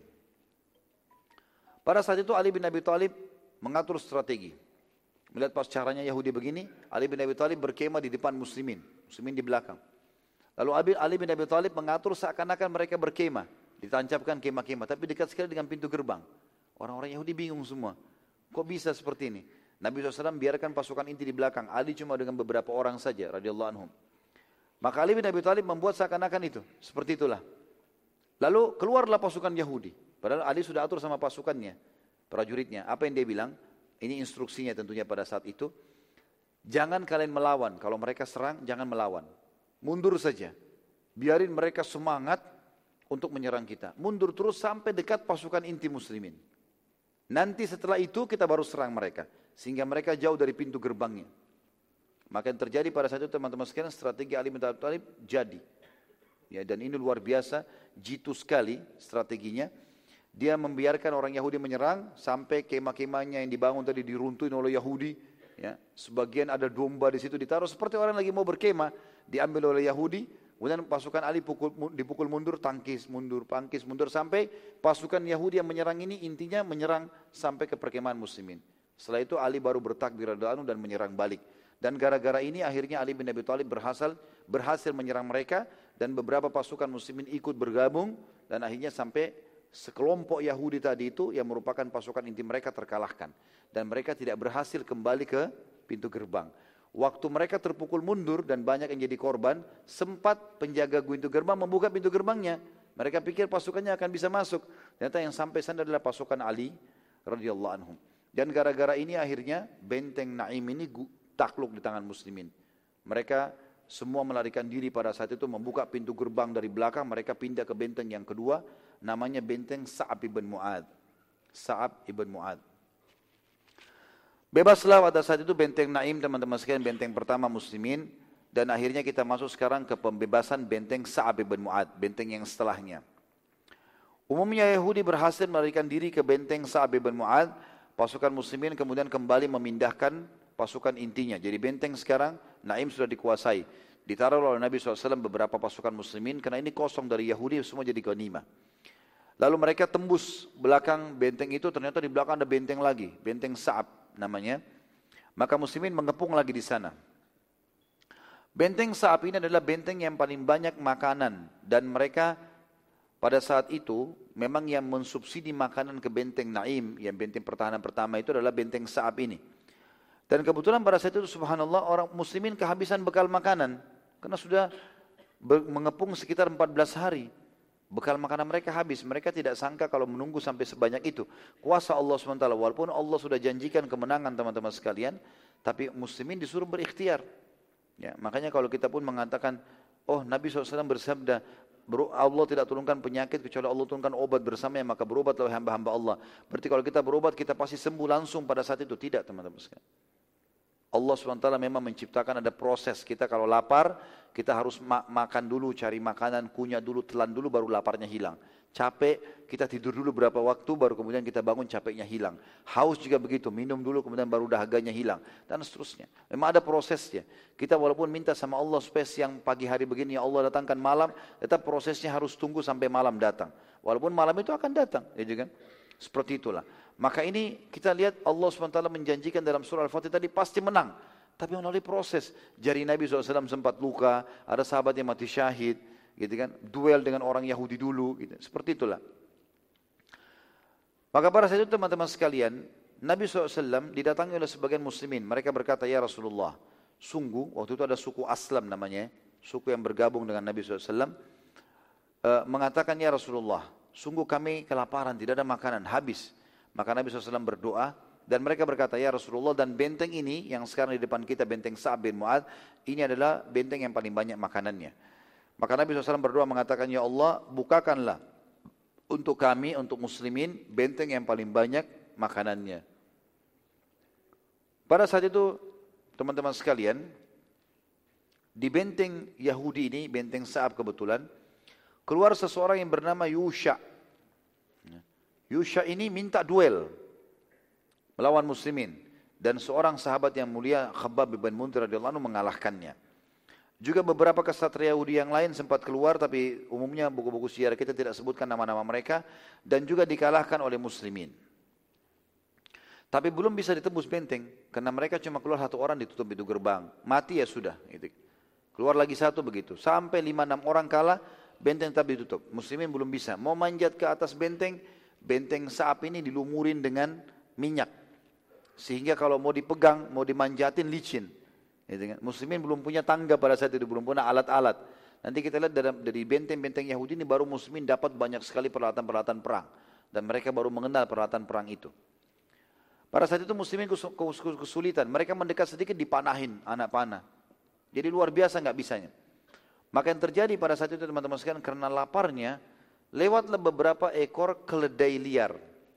Pada saat itu Ali bin Abi Thalib mengatur strategi. Melihat pas caranya Yahudi begini, Ali bin Abi Thalib berkemah di depan muslimin di belakang. Lalu Ali bin Abi Thalib mengatur seakan-akan mereka berkemah, ditancapkan kemah-kemah, tapi dekat sekali dengan pintu gerbang. Orang-orang Yahudi bingung semua, kok bisa seperti ini? Nabi SAW biarkan pasukan inti di belakang, Ali cuma dengan beberapa orang saja, radhiyallahu anhum. Maka Ali bin Abi Thalib membuat seakan-akan itu, seperti itulah. Lalu keluarlah pasukan Yahudi, padahal Ali sudah atur sama pasukannya, prajuritnya. Apa yang dia bilang? Ini instruksinya tentunya pada saat itu. Jangan kalian melawan, kalau mereka serang jangan melawan. Mundur saja, biarin mereka semangat untuk menyerang kita. Mundur terus sampai dekat pasukan inti muslimin. Nanti setelah itu kita baru serang mereka. Sehingga mereka jauh dari pintu gerbangnya. Maka yang terjadi pada saat itu teman-teman sekalian, strategi Ali bin Abi Thalib jadi. Ya, dan ini luar biasa, jitu sekali strateginya. Dia membiarkan orang Yahudi menyerang sampai kemah-kemahnya yang dibangun tadi diruntuhin oleh Yahudi. Ya, sebagian ada domba di situ ditaruh seperti orang lagi mau berkemah, diambil oleh Yahudi. Kemudian pasukan Ali dipukul mundur, tangkis mundur sampai pasukan Yahudi yang menyerang ini intinya menyerang sampai ke perkemahan muslimin. Setelah itu Ali baru bertakbir dan menyerang balik. Dan gara-gara ini akhirnya Ali bin Abi Thalib berhasil menyerang mereka dan beberapa pasukan muslimin ikut bergabung dan akhirnya sampai sekelompok Yahudi tadi itu yang merupakan pasukan inti mereka terkalahkan dan mereka tidak berhasil kembali ke pintu gerbang. Waktu mereka terpukul mundur dan banyak yang jadi korban, sempat penjaga pintu gerbang membuka pintu gerbangnya. Mereka pikir pasukannya akan bisa masuk. Ternyata yang sampai sana adalah pasukan Ali radhiyallahu anhum. Dan gara-gara ini akhirnya benteng Naim ini takluk di tangan muslimin. Mereka semua melarikan diri pada saat itu, membuka pintu gerbang dari belakang. Mereka pindah ke benteng yang kedua, namanya benteng Sa'ab ibn Mu'ad. Sa'ab ibn Mu'ad. Bebaslah pada saat itu benteng Naim teman-teman sekalian, benteng pertama muslimin. Dan akhirnya kita masuk sekarang ke pembebasan benteng Sa'ab bin Mu'ad, benteng yang setelahnya. Umumnya Yahudi berhasil melarikan diri ke benteng Sa'ab bin Mu'ad. Pasukan muslimin kemudian kembali memindahkan pasukan intinya. Jadi benteng sekarang Naim sudah dikuasai. Ditaruh oleh Nabi SAW beberapa pasukan muslimin karena ini kosong dari Yahudi, semua jadi ghanimah. Lalu mereka tembus belakang benteng itu, ternyata di belakang ada benteng lagi, benteng Sa'ab namanya. Maka muslimin mengepung lagi di sana. Benteng Sa'ab ini adalah benteng yang paling banyak makanan dan mereka pada saat itu memang yang mensubsidi makanan ke benteng Naim, yang benteng pertahanan pertama itu adalah benteng Sa'ab ini. Dan kebetulan pada saat itu subhanallah orang muslimin kehabisan bekal makanan karena sudah mengepung sekitar 14 hari. Bekal makanan mereka habis, mereka tidak sangka kalau menunggu sampai sebanyak itu. Kuasa Allah SWT, walaupun Allah sudah janjikan kemenangan teman-teman sekalian, tapi muslimin disuruh berikhtiar. Ya, makanya kalau kita pun mengatakan, oh Nabi SAW bersabda, Allah tidak turunkan penyakit kecuali Allah turunkan obat bersamanya, maka berobatlah hamba-hamba Allah. Berarti kalau kita berobat kita pasti sembuh langsung pada saat itu. Tidak teman-teman sekalian. Allah SWT memang menciptakan ada proses. Kita kalau lapar, kita harus makan dulu, cari makanan, kunyah dulu, telan dulu, baru laparnya hilang. Capek, kita tidur dulu berapa waktu, baru kemudian kita bangun, capeknya hilang. Haus juga begitu, minum dulu, kemudian baru dahaganya hilang. Dan seterusnya. Memang ada prosesnya. Kita walaupun minta sama Allah supaya siang pagi hari begini, ya Allah datangkan malam, tetap prosesnya harus tunggu sampai malam datang. Walaupun malam itu akan datang. Ya kan? Seperti itulah. Maka ini kita lihat Allah SWT menjanjikan dalam surah Al-Fatih tadi pasti menang. Tapi melalui proses. Jari Nabi SAW sempat luka, ada sahabat yang mati syahid, gitu kan? Duel dengan orang Yahudi dulu, gitu. Seperti itulah. Maka pada saat itu teman-teman sekalian, Nabi SAW didatangi oleh sebagian muslimin. Mereka berkata, ya Rasulullah, sungguh, waktu itu ada suku Aslam namanya, suku yang bergabung dengan Nabi SAW, mengatakan, ya Rasulullah, sungguh kami kelaparan, tidak ada makanan, habis. Maka Nabi SAW berdoa dan mereka berkata, ya Rasulullah, dan benteng ini yang sekarang di depan kita, benteng Sa'ab bin Mu'ad, ini adalah benteng yang paling banyak makanannya. Maka Nabi SAW berdoa mengatakan, ya Allah, bukakanlah untuk kami, untuk muslimin, benteng yang paling banyak makanannya. Pada saat itu, teman-teman sekalian, di benteng Yahudi ini, benteng Sa'ab kebetulan, keluar seseorang yang bernama Yusha. Yusha ini minta duel melawan muslimin dan seorang sahabat yang mulia Khabbab bin Munzir radhiyallahu anhu mengalahkannya. Juga beberapa kesatria Yahudi yang lain sempat keluar, tapi umumnya buku-buku sejarah kita tidak sebutkan nama-nama mereka, dan juga dikalahkan oleh muslimin. Tapi belum bisa ditembus benteng karena mereka cuma keluar satu orang, ditutup pintu gerbang, mati ya sudah. Keluar lagi satu begitu, sampai 5-6 orang kalah, benteng tetap ditutup. Muslimin belum bisa, mau manjat ke atas benteng. Benteng Sa'ab ini dilumurin dengan minyak. Sehingga kalau mau dipegang, mau dimanjatin licin. Muslimin belum punya tangga pada saat itu, belum punya alat-alat. Nanti kita lihat dari benteng-benteng Yahudi ini baru muslimin dapat banyak sekali peralatan-peralatan perang. Dan mereka baru mengenal peralatan perang itu. Pada saat itu muslimin kesulitan. Mereka mendekat sedikit dipanahin anak panah. Jadi luar biasa nggak bisanya. Maka yang terjadi pada saat itu teman-teman sekalian, karena laparnya, lewatlah beberapa ekor keledai liar.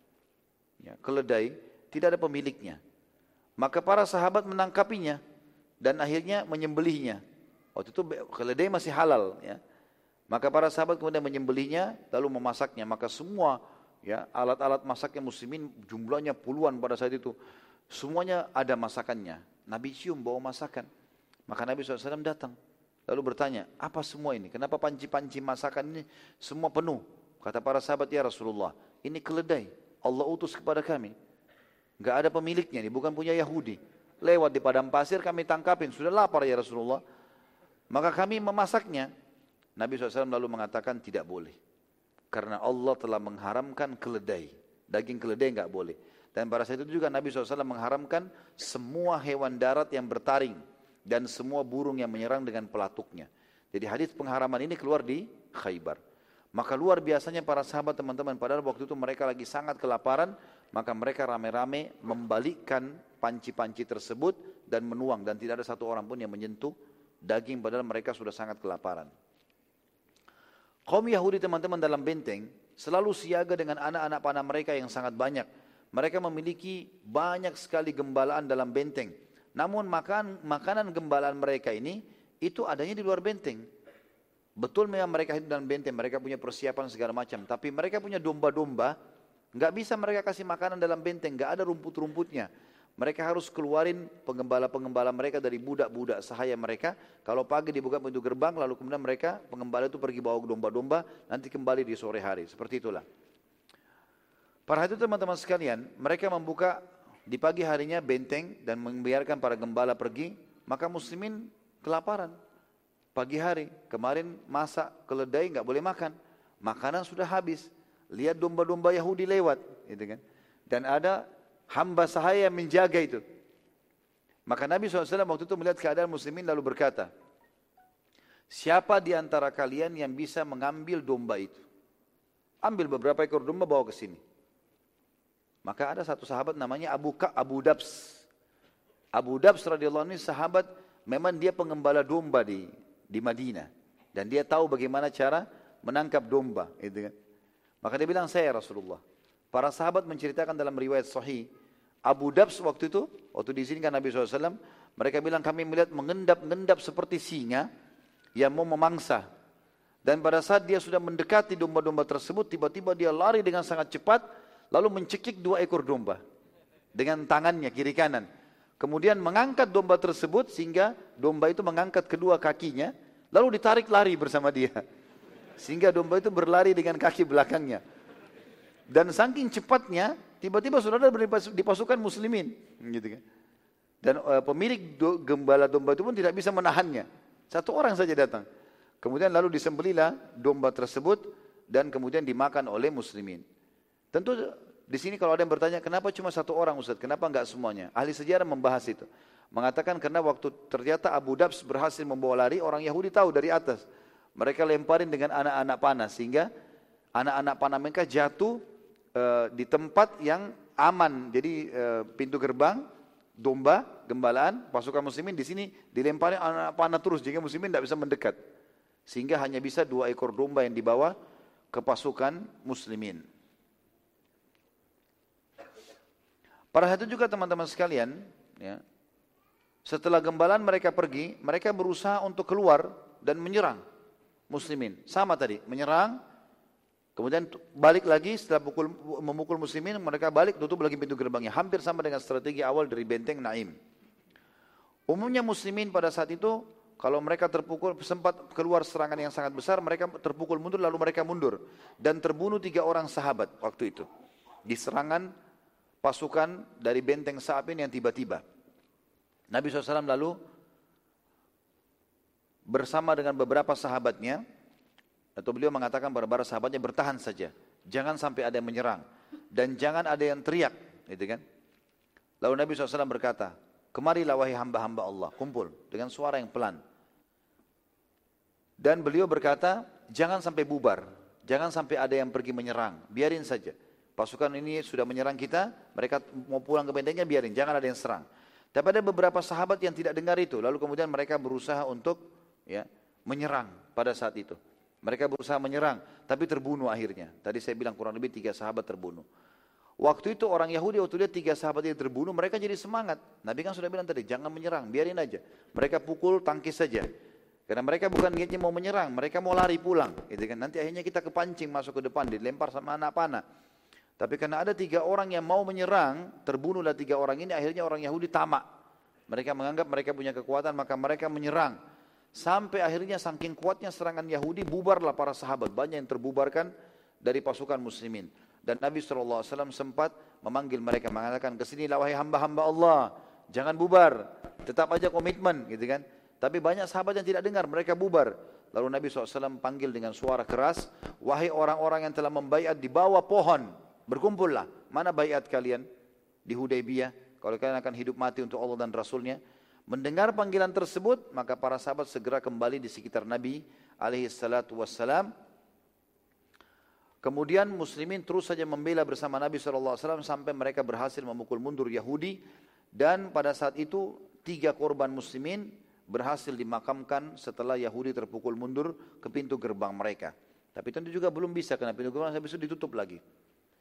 Ya, keledai tidak ada pemiliknya. Maka para sahabat menangkapinya dan akhirnya menyembelihnya. Waktu itu keledai masih halal. Ya. Maka para sahabat kemudian menyembelihnya lalu memasaknya. Maka semua ya, alat-alat masaknya muslimin jumlahnya puluhan pada saat itu. Semuanya ada masakannya. Nabi cium bawa masakan. Maka Nabi SAW datang. Lalu bertanya, apa semua ini? Kenapa panci-panci masakan ini semua penuh? Kata para sahabat, ya Rasulullah, ini keledai. Allah utus kepada kami. Enggak ada pemiliknya, ini bukan punya Yahudi. Lewat di padang pasir kami tangkapin, sudah lapar ya Rasulullah. Maka kami memasaknya. Nabi SAW lalu mengatakan tidak boleh. Karena Allah telah mengharamkan keledai. Daging keledai enggak boleh. Dan pada saat itu juga Nabi SAW mengharamkan semua hewan darat yang bertaring. Dan semua burung yang menyerang dengan pelatuknya. Jadi hadis pengharaman ini keluar di Khaybar. Maka luar biasanya para sahabat teman-teman, padahal waktu itu mereka lagi sangat kelaparan, maka mereka rame-rame membalikkan panci-panci tersebut dan menuang. Dan tidak ada satu orang pun yang menyentuh daging, padahal mereka sudah sangat kelaparan. Kaum Yahudi teman-teman dalam benteng selalu siaga dengan anak-anak panah mereka yang sangat banyak. mereka memiliki banyak sekali gembalaan dalam benteng. Namun makanan gembalaan mereka ini, itu adanya di luar benteng. Betul memang mereka hidup dalam benteng, mereka punya persiapan segala macam. Tapi mereka punya domba-domba, nggak bisa mereka kasih makanan dalam benteng, nggak ada rumput-rumputnya. Mereka harus keluarin penggembala-penggembala mereka dari budak-budak sahaya mereka. Kalau pagi dibuka pintu gerbang, lalu kemudian mereka, pengembala itu pergi bawa domba-domba, nanti kembali di sore hari. Seperti itulah. Pada itu teman-teman sekalian, mereka membuka di pagi harinya benteng dan membiarkan para gembala pergi, maka muslimin kelaparan. Pagi hari, kemarin masak keledai nggak boleh makan. Makanan sudah habis. Lihat domba-domba Yahudi lewat. Gitu kan. Dan ada hamba sahaya yang menjaga itu. Maka Nabi SAW waktu itu melihat keadaan muslimin lalu berkata, siapa di antara kalian yang bisa mengambil domba itu? Ambil beberapa ekor domba bawa ke sini. Maka ada satu sahabat namanya Abu Dabs. Abu Dabs radhiyallahu anhu sahabat, memang dia pengembala domba di Madinah. Dan dia tahu bagaimana cara menangkap domba. Gitu kan. Maka dia bilang, saya Rasulullah. Para sahabat menceritakan dalam riwayat sahih, Abu Dabs waktu itu, waktu diizinkan Nabi SAW, mereka bilang kami melihat mengendap-ngendap seperti singa yang mau memangsa. Dan pada saat dia sudah mendekati domba-domba tersebut, tiba-tiba dia lari dengan sangat cepat, lalu mencekik 2 ekor domba dengan tangannya kiri kanan. Kemudian mengangkat domba tersebut sehingga domba itu mengangkat kedua kakinya, lalu ditarik lari bersama dia. Sehingga domba itu berlari dengan kaki belakangnya. Dan saking cepatnya, tiba-tiba sudah ada di pasukan muslimin. Gitu kan. Dan pemilik gembala domba itu pun tidak bisa menahannya. 1 orang saja datang. Kemudian lalu disembelilah domba tersebut dan kemudian dimakan oleh muslimin. Tentu di sini kalau ada yang bertanya, kenapa cuma 1 orang Ustaz? Kenapa enggak semuanya? Ahli sejarah membahas itu. Mengatakan karena waktu ternyata Abu Dabs berhasil membawa lari, orang Yahudi tahu dari atas. Mereka lemparin dengan anak-anak panah sehingga anak-anak panah mereka jatuh di tempat yang aman. Jadi pintu gerbang, domba, gembalaan, pasukan muslimin di sini dilemparin anak panah terus sehingga muslimin tidak bisa mendekat. Sehingga hanya bisa 2 ekor domba yang dibawa ke pasukan muslimin. Pada saat itu juga teman-teman sekalian, ya, setelah gembalaan mereka pergi, mereka berusaha untuk keluar dan menyerang muslimin. Sama tadi, menyerang, kemudian balik lagi setelah memukul muslimin, mereka balik tutup lagi pintu gerbangnya. Hampir sama dengan strategi awal dari benteng Naim. Umumnya muslimin pada saat itu, kalau mereka terpukul, sempat keluar serangan yang sangat besar, mereka terpukul mundur, lalu mereka mundur. Dan terbunuh 3 orang sahabat waktu itu. Di serangan pasukan dari benteng Sa'abin yang tiba-tiba. Nabi SAW lalu bersama dengan beberapa sahabatnya, atau beliau mengatakan beberapa sahabatnya bertahan saja. Jangan sampai ada yang menyerang. Dan jangan ada yang teriak. Gitu kan? Lalu Nabi SAW berkata, kemarilah wahai hamba-hamba Allah, kumpul dengan suara yang pelan. Dan beliau berkata, jangan sampai bubar. Jangan sampai ada yang pergi menyerang. Biarin saja. Pasukan ini sudah menyerang kita, mereka mau pulang ke bentengnya, biarin, jangan ada yang serang. Tapi ada beberapa sahabat yang tidak dengar itu, lalu kemudian mereka berusaha untuk menyerang pada saat itu. Mereka berusaha menyerang, tapi terbunuh akhirnya. Tadi saya bilang kurang lebih 3 sahabat terbunuh. Waktu itu orang Yahudi waktu lihat 3 sahabat ini terbunuh, mereka jadi semangat. Nabi kan sudah bilang tadi, jangan menyerang, biarin aja. Mereka pukul, tangkis saja. Karena mereka bukan niatnya mau menyerang, mereka mau lari pulang. Gitu kan. Nanti akhirnya kita kepancing masuk ke depan, dilempar sama anak panah. Tapi karena ada 3 orang yang mau menyerang, terbunuhlah 3 orang ini, akhirnya orang Yahudi tamak. Mereka menganggap mereka punya kekuatan, maka mereka menyerang. Sampai akhirnya saking kuatnya serangan Yahudi, bubarlah para sahabat. Banyak yang terbubarkan dari pasukan muslimin. Dan Nabi SAW sempat memanggil mereka, mengatakan, kesinilah wahai hamba-hamba Allah, jangan bubar, tetap aja komitmen. Gitu kan? Tapi banyak sahabat yang tidak dengar, mereka bubar. Lalu Nabi SAW panggil dengan suara keras, wahai orang-orang yang telah membaiat di bawah pohon, berkumpullah, mana baiat kalian di Hudaybiyah, kalau kalian akan hidup mati untuk Allah dan Rasulnya. Mendengar panggilan tersebut, maka para sahabat segera kembali di sekitar Nabi alaihissalam. Kemudian muslimin terus saja membela bersama Nabi SAW sampai mereka berhasil memukul mundur Yahudi. Dan pada saat itu 3 korban muslimin berhasil dimakamkan setelah Yahudi terpukul mundur ke pintu gerbang mereka. Tapi tentu juga belum bisa karena pintu gerbang habis itu ditutup lagi.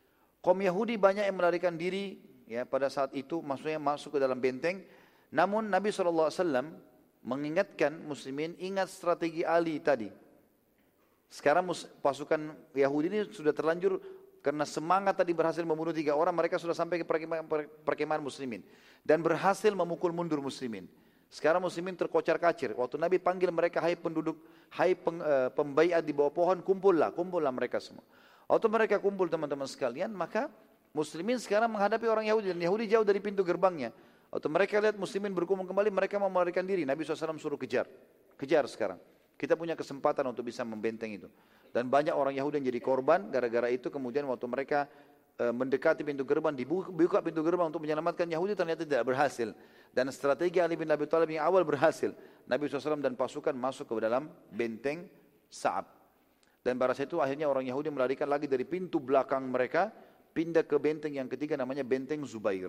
Kaum Yahudi banyak yang melarikan diri ya pada saat itu, maksudnya masuk ke dalam benteng. Namun Nabi SAW mengingatkan muslimin, ingat strategi Ali tadi. Sekarang pasukan Yahudi ini sudah terlanjur karena semangat tadi berhasil membunuh 3 orang, mereka sudah sampai ke perkemahan muslimin dan berhasil memukul mundur muslimin. Sekarang muslimin terkocar-kacir. Waktu Nabi panggil mereka, hai penduduk, hai pembaiat di bawah pohon, kumpullah mereka semua. Waktu mereka kumpul teman-teman sekalian, maka muslimin sekarang menghadapi orang Yahudi dan Yahudi jauh dari pintu gerbangnya. Waktu mereka lihat muslimin berkumpul kembali, mereka mau melarikan diri. Nabi SAW suruh kejar sekarang. Kita punya kesempatan untuk bisa membenteng itu. Dan banyak orang Yahudi yang jadi korban gara-gara itu. Kemudian waktu mereka mendekati pintu gerbang, dibuka pintu gerbang untuk menyelamatkan Yahudi, ternyata tidak berhasil. Dan strategi Ali bin Abi Thalib yang awal berhasil. Nabi SAW dan pasukan masuk ke dalam benteng Sa'ab. Dan pada saat itu akhirnya orang Yahudi melarikan lagi dari pintu belakang mereka, pindah ke benteng yang ketiga namanya benteng Zubair.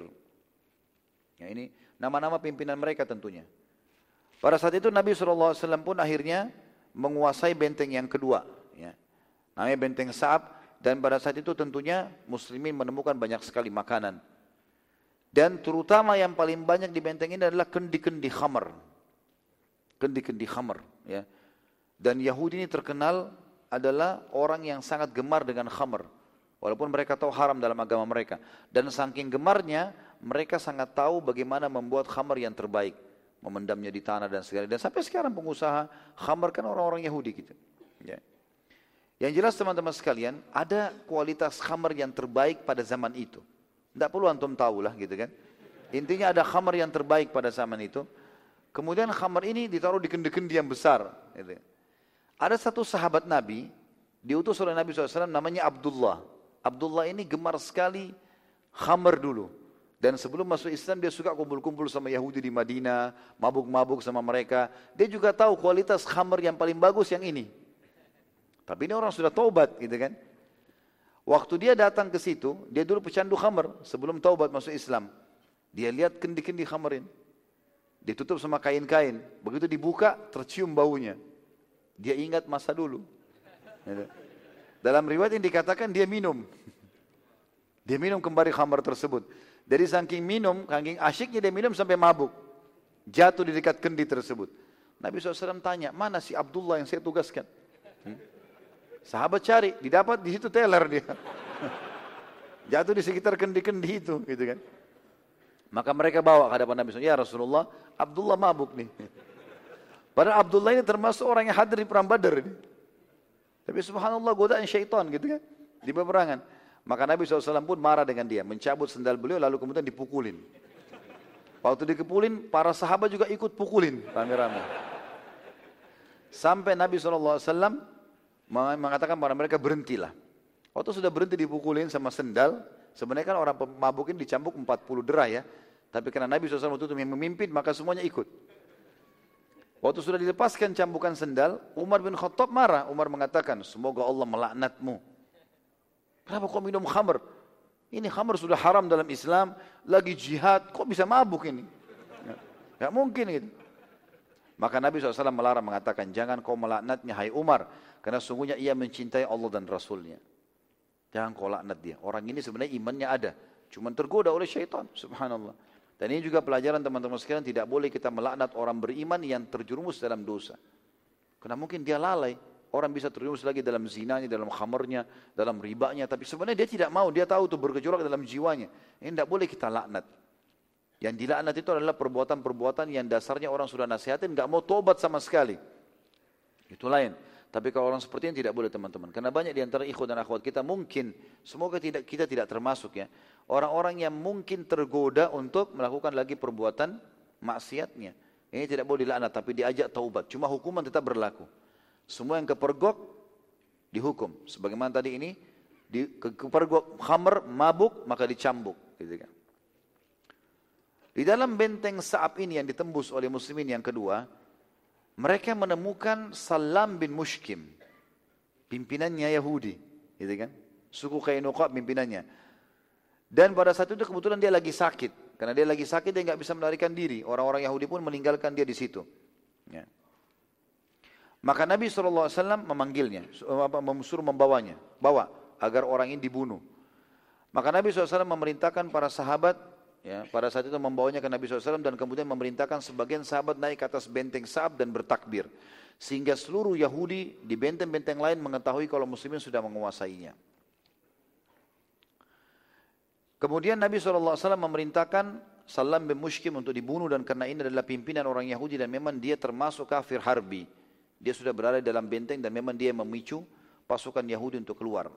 Ya, ini nama-nama pimpinan mereka tentunya. Pada saat itu Nabi SAW pun akhirnya menguasai benteng yang kedua. Ya. Namanya benteng Sa'ab. Dan pada saat itu tentunya muslimin menemukan banyak sekali makanan. Dan terutama yang paling banyak di benteng ini adalah kendi-kendi khamar. Kendi-kendi khamar. Ya. Dan Yahudi ini terkenal adalah orang yang sangat gemar dengan khamar. Walaupun mereka tahu haram dalam agama mereka. Dan saking gemarnya, mereka sangat tahu bagaimana membuat khamar yang terbaik. Memendamnya di tanah dan segala. Dan sampai sekarang pengusaha khamar kan orang-orang Yahudi gitu. Ya. Yang jelas teman-teman sekalian, ada kualitas khamar yang terbaik pada zaman itu. Tidak perlu antum tahu lah gitu kan. Intinya ada khamar yang terbaik pada zaman itu. Kemudian khamar ini ditaruh di kendi-kendi yang besar. Gitu. Ada satu sahabat Nabi, diutus oleh Nabi SAW namanya Abdullah. Abdullah ini gemar sekali khamar dulu. Dan sebelum masuk Islam dia suka kumpul-kumpul sama Yahudi di Madinah, mabuk-mabuk sama mereka. Dia juga tahu kualitas khamar yang paling bagus yang ini. Tapi ini orang sudah taubat gitu kan. Waktu dia datang ke situ, dia dulu pecandu khamar sebelum taubat masuk Islam. Dia lihat kendi-kendi khamar ini. Ditutup sama kain-kain. Begitu dibuka, tercium baunya. Dia ingat masa dulu. Dalam riwayat yang dikatakan dia minum. Dia minum kembali khamar tersebut. Dari saking minum, saking asyiknya dia minum sampai mabuk. Jatuh di dekat kendi tersebut. Nabi SAW tanya, mana si Abdullah yang saya tugaskan? Sahabat cari, didapat di situ teler dia. Jatuh di sekitar kendi-kendi itu, gitu kan. Maka mereka bawa ke hadapan Nabi SAW, ya Rasulullah, Abdullah mabuk nih. Padahal Abdullah ini termasuk orang yang hadir di perang Badar ini. Tapi subhanallah godaan syaitan gitu kan, di peperangan. Maka Nabi SAW pun marah dengan dia, mencabut sendal beliau lalu kemudian dipukulin. Waktu dikepulin, para sahabat juga ikut pukulin rame-rame. Sampai Nabi SAW mengatakan pada mereka berhentilah. Waktu sudah berhenti dipukulin sama sendal, sebenarnya kan orang pemabukin dicambuk 40 derah ya. Tapi karena Nabi SAW waktu itu yang memimpin, maka semuanya ikut. Waktu sudah dilepaskan cambukan sendal, Umar bin Khattab marah. Umar mengatakan, semoga Allah melaknatmu. Kenapa kau minum khamr? Ini khamr sudah haram dalam Islam, lagi jihad, kok bisa mabuk ini? Gak mungkin gitu. Maka Nabi SAW melarang mengatakan, jangan kau melaknatnya hai Umar. Karena sungguhnya ia mencintai Allah dan Rasulnya. Jangan kau laknat dia. Orang ini sebenarnya imannya ada. Cuma tergoda oleh syaitan. Subhanallah. Dan ini juga pelajaran teman-teman sekalian. Tidak boleh kita melaknat orang beriman yang terjerumus dalam dosa. Karena mungkin dia lalai. Orang bisa terjerumus lagi dalam zinanya, dalam khamarnya, dalam ribanya. Tapi sebenarnya dia tidak mau. Dia tahu itu bergejolak dalam jiwanya. Ini tidak boleh kita laknat. Yang dilaknat itu adalah perbuatan-perbuatan yang dasarnya orang sudah nasihatin. Tidak mau tobat sama sekali. Itu lain. Tapi kalau orang seperti ini tidak boleh teman-teman. Karena banyak di antara ikhwan dan akhwat kita mungkin, semoga kita tidak termasuk ya. Orang-orang yang mungkin tergoda untuk melakukan lagi perbuatan maksiatnya. Ini tidak boleh dilaknat, tapi diajak taubat. Cuma hukuman tetap berlaku. Semua yang kepergok, dihukum. Sebagaimana tadi ini, kepergok khamr, mabuk, maka dicambuk. Gitu kan. Di dalam benteng Sa'ab ini yang ditembus oleh muslimin yang kedua, mereka menemukan Salam bin Mushkim, pimpinannya Yahudi, gitu kan? Suku Qainuqa pimpinannya. Dan pada saat itu kebetulan dia lagi sakit, karena dia lagi sakit dia nggak bisa melarikan diri. Orang-orang Yahudi pun meninggalkan dia di situ. Ya. Maka Nabi SAW memanggilnya, suruh membawanya, bawa agar orang ini dibunuh. Maka Nabi SAW memerintahkan para sahabat, ya, pada saat itu membawanya ke Nabi SAW dan kemudian memerintahkan sebagian sahabat naik ke atas benteng Sa'ab dan bertakbir. Sehingga seluruh Yahudi di benteng-benteng lain mengetahui kalau muslimin sudah menguasainya. Kemudian Nabi SAW memerintahkan Salam bin Mushkim untuk dibunuh dan karena ini adalah pimpinan orang Yahudi dan memang dia termasuk kafir harbi. Dia sudah berada dalam benteng dan memang dia memicu pasukan Yahudi untuk keluar.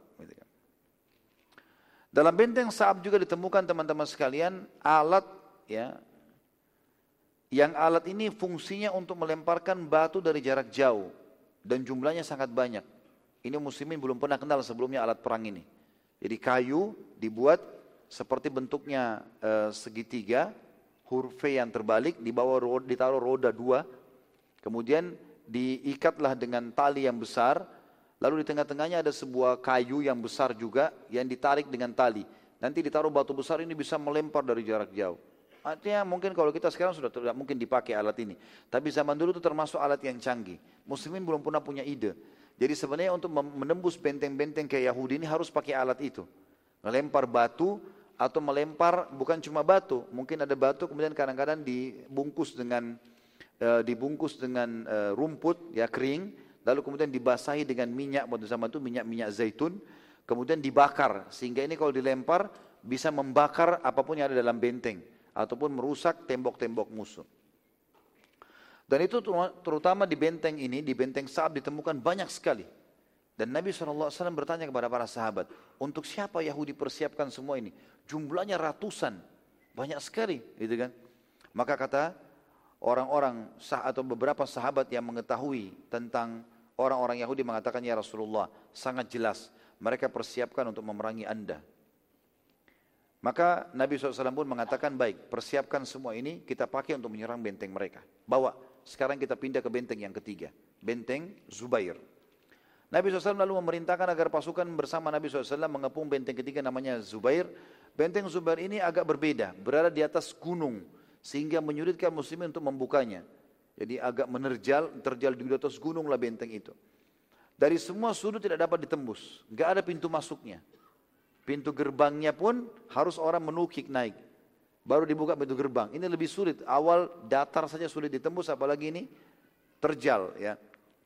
Dalam benteng Sa'ab juga ditemukan teman-teman sekalian alat, ya, yang alat ini fungsinya untuk melemparkan batu dari jarak jauh dan jumlahnya sangat banyak. Ini muslimin belum pernah kenal sebelumnya alat perang ini. Jadi kayu dibuat seperti bentuknya segitiga, huruf V yang terbalik, ditaruh roda 2, kemudian diikatlah dengan tali yang besar, lalu di tengah-tengahnya ada sebuah kayu yang besar juga yang ditarik dengan tali. Nanti ditaruh batu besar ini bisa melempar dari jarak jauh. Artinya mungkin kalau kita sekarang sudah tidak mungkin dipakai alat ini. Tapi zaman dulu itu termasuk alat yang canggih. Muslimin belum pernah punya ide. Jadi sebenarnya untuk menembus benteng-benteng kayak Yahudi ini harus pakai alat itu. Melempar batu atau melempar bukan cuma batu. Mungkin ada batu kemudian kadang-kadang dibungkus dengan rumput ya kering. Lalu kemudian dibasahi dengan minyak, pada zaman itu minyak zaitun. Kemudian dibakar sehingga ini kalau dilempar bisa membakar apapun yang ada dalam benteng. Ataupun merusak tembok-tembok musuh. Dan itu terutama di benteng ini, di benteng Sa'ab ditemukan banyak sekali. Dan Nabi SAW bertanya kepada para sahabat, untuk siapa Yahudi persiapkan semua ini? Jumlahnya ratusan, banyak sekali, gitu kan? Maka kata orang-orang atau beberapa sahabat yang mengetahui tentang orang-orang Yahudi mengatakan, ya Rasulullah, sangat jelas mereka persiapkan untuk memerangi Anda. Maka Nabi SAW pun mengatakan, baik, persiapkan semua ini, kita pakai untuk menyerang benteng mereka. Bawa, sekarang kita pindah ke benteng yang ketiga, benteng Zubair. Nabi SAW lalu memerintahkan agar pasukan bersama Nabi SAW mengepung benteng ketiga namanya Zubair. Benteng Zubair ini agak berbeda, berada di atas gunung, sehingga menyulitkan muslimin untuk membukanya. Jadi agak terjal di atas gunung lah benteng itu. Dari semua sudut tidak dapat ditembus, nggak ada pintu masuknya. Pintu gerbangnya pun harus orang menukik naik. Baru dibuka pintu gerbang. Ini lebih sulit. Awal datar saja sulit ditembus, apalagi ini terjal. Ya.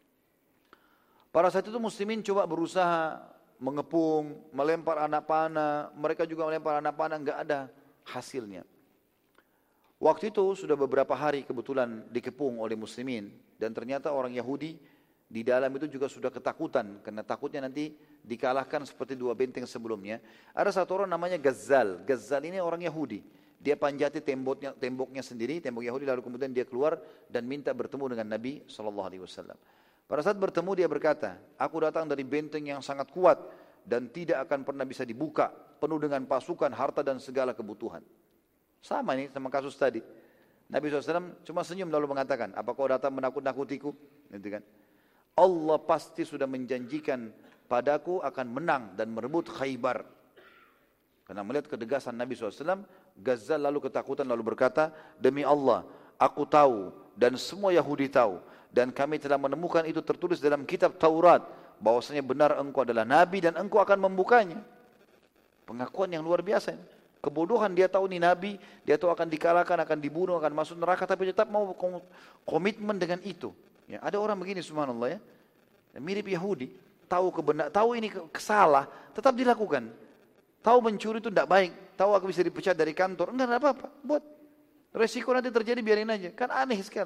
Pada saat itu muslimin coba berusaha mengepung, melempar anak panah. Mereka juga melempar anak panah, enggak ada hasilnya. Waktu itu sudah beberapa hari kebetulan dikepung oleh muslimin. Dan ternyata orang Yahudi di dalam itu juga sudah ketakutan. Karena takutnya nanti dikalahkan seperti dua benteng sebelumnya. Ada satu orang namanya Ghazal. Ghazal ini orang Yahudi. Dia panjati temboknya sendiri, tembok Yahudi, lalu kemudian dia keluar dan minta bertemu dengan Nabi SAW. Pada saat bertemu dia berkata, aku datang dari benteng yang sangat kuat dan tidak akan pernah bisa dibuka, penuh dengan pasukan, harta dan segala kebutuhan. Sama ini sama kasus tadi. Nabi SAW cuma senyum lalu mengatakan, apa kau datang menakut-nakutiku? Gitu kan? Allah pasti sudah menjanjikan padaku akan menang dan merebut Khaybar. Karena melihat ketegasan Nabi SAW, Ghazal lalu ketakutan lalu berkata, demi Allah, aku tahu dan semua Yahudi tahu. Dan kami telah menemukan itu tertulis dalam kitab Taurat, bahwasanya benar engkau adalah Nabi dan engkau akan membukanya. Pengakuan yang luar biasa. Kebodohan, dia tahu ini Nabi, dia tahu akan dikalahkan, akan dibunuh, akan masuk neraka, tapi tetap mau komitmen dengan itu. Ya, ada orang begini subhanallah ya, mirip Yahudi, tahu ini salah, tetap dilakukan. Tahu mencuri itu tidak baik, tahu aku bisa dipecat dari kantor, enggak ada apa-apa, buat. Resiko nanti terjadi biarin aja, kan aneh sekali.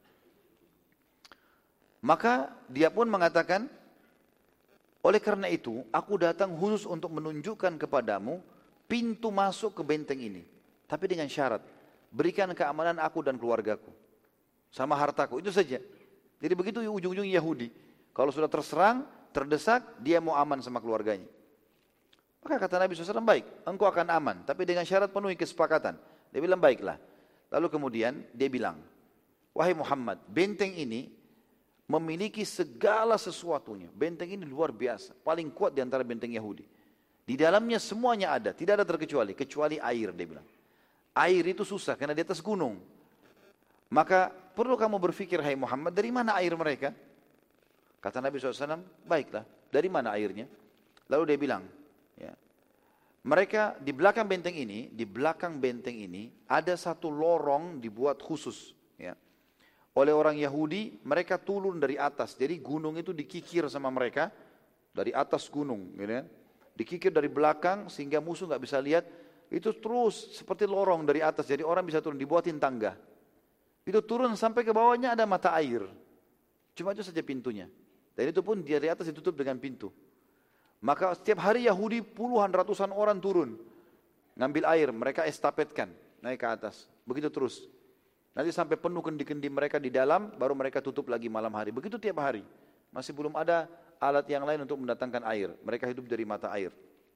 Maka dia pun mengatakan, oleh karena itu aku datang khusus untuk menunjukkan kepadamu pintu masuk ke benteng ini. Tapi dengan syarat, berikan keamanan aku dan keluargaku, sama hartaku, itu saja. Jadi begitu ujung-ujung Yahudi. Kalau sudah terserang, terdesak, dia mau aman sama keluarganya. Maka kata Nabi SAW, baik, engkau akan aman, tapi dengan syarat penuhi kesepakatan. Dia bilang, baiklah. Lalu kemudian dia bilang, wahai Muhammad, benteng ini memiliki segala sesuatunya. Benteng ini luar biasa, paling kuat di antara benteng Yahudi. Di dalamnya semuanya ada, tidak ada kecuali air, dia bilang. Air itu susah karena di atas gunung. Maka perlu kamu berpikir, hai Muhammad, dari mana air mereka? Kata Nabi SAW, baiklah, dari mana airnya? Lalu dia bilang, ya, Mereka di belakang benteng ini ada satu lorong dibuat khusus, ya. Oleh orang Yahudi, mereka turun dari atas. Jadi gunung itu dikikir sama mereka dari atas gunung, gitu ya. Dikikir dari belakang sehingga musuh nggak bisa lihat. Itu terus seperti lorong dari atas. Jadi orang bisa turun, dibuatin tangga. Itu turun sampai ke bawahnya ada mata air. Cuma itu saja pintunya. Dan itu pun dari atas ditutup dengan pintu. Maka setiap hari Yahudi puluhan ratusan orang turun. Ngambil air, mereka estafetkan, naik ke atas. Begitu terus. Nanti sampai penuh kendi-kendi mereka di dalam, baru mereka tutup lagi malam hari. Begitu tiap hari. Masih belum ada alat yang lain untuk mendatangkan air. Mereka hidup dari mata air.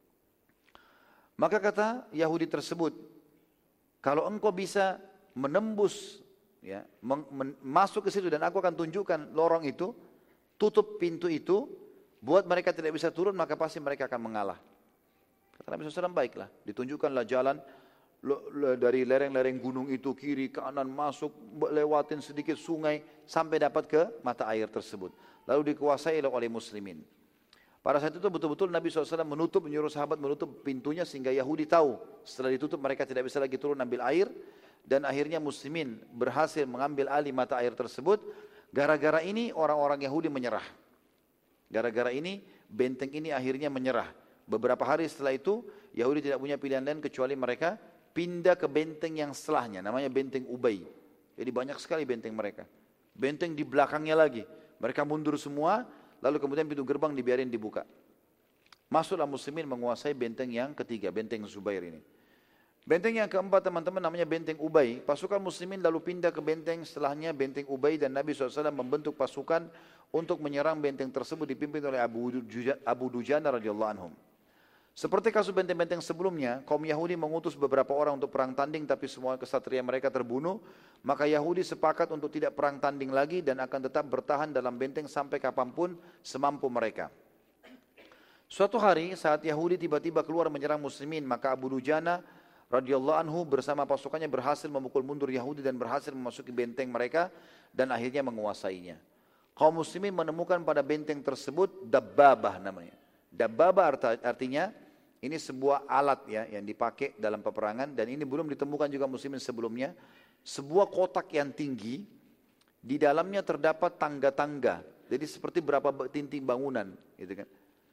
Maka kata Yahudi tersebut, kalau engkau bisa menembus, ya, masuk ke situ dan aku akan tunjukkan lorong itu, tutup pintu itu, buat mereka tidak bisa turun, maka pasti mereka akan mengalah. Kata Nabi SAW, baiklah, ditunjukkanlah jalan dari lereng-lereng gunung itu, kiri, kanan, masuk, lewatin sedikit sungai, sampai dapat ke mata air tersebut. Lalu dikuasai oleh muslimin. Pada saat itu betul-betul Nabi SAW menyuruh sahabat menutup pintunya, sehingga Yahudi tahu, setelah ditutup mereka tidak bisa lagi turun ambil air, dan akhirnya muslimin berhasil mengambil alih mata air tersebut. Gara-gara ini orang-orang Yahudi menyerah. Gara-gara ini benteng ini akhirnya menyerah. Beberapa hari setelah itu Yahudi tidak punya pilihan lain kecuali mereka pindah ke benteng yang setelahnya, namanya benteng Ubay. Jadi banyak sekali benteng mereka. Benteng di belakangnya lagi. Mereka mundur semua, lalu kemudian pintu gerbang dibiarin dibuka. Masuklah muslimin menguasai benteng yang ketiga, benteng Zubair ini. Benteng yang keempat teman-teman namanya benteng Ubay. Pasukan muslimin lalu pindah ke benteng setelahnya, benteng Ubay, dan Nabi SAW membentuk pasukan untuk menyerang benteng tersebut dipimpin oleh Abu Dujana radhiyallahu anhum. Seperti kasus benteng-benteng sebelumnya, kaum Yahudi mengutus beberapa orang untuk perang tanding, tapi semua kesatria mereka terbunuh. Maka Yahudi sepakat untuk tidak perang tanding lagi dan akan tetap bertahan dalam benteng sampai kapanpun semampu mereka. Suatu hari saat Yahudi tiba-tiba keluar menyerang muslimin, maka Abu Dujana radhiyallahu anhu bersama pasukannya berhasil memukul mundur Yahudi dan berhasil memasuki benteng mereka dan akhirnya menguasainya. Kaum muslimin menemukan pada benteng tersebut dabbabah namanya. Dabbabah artinya ini sebuah alat ya yang dipakai dalam peperangan, dan ini belum ditemukan juga muslimin sebelumnya. Sebuah kotak yang tinggi, di dalamnya terdapat tangga-tangga. Jadi seperti berapa tinting bangunan, gitu kan.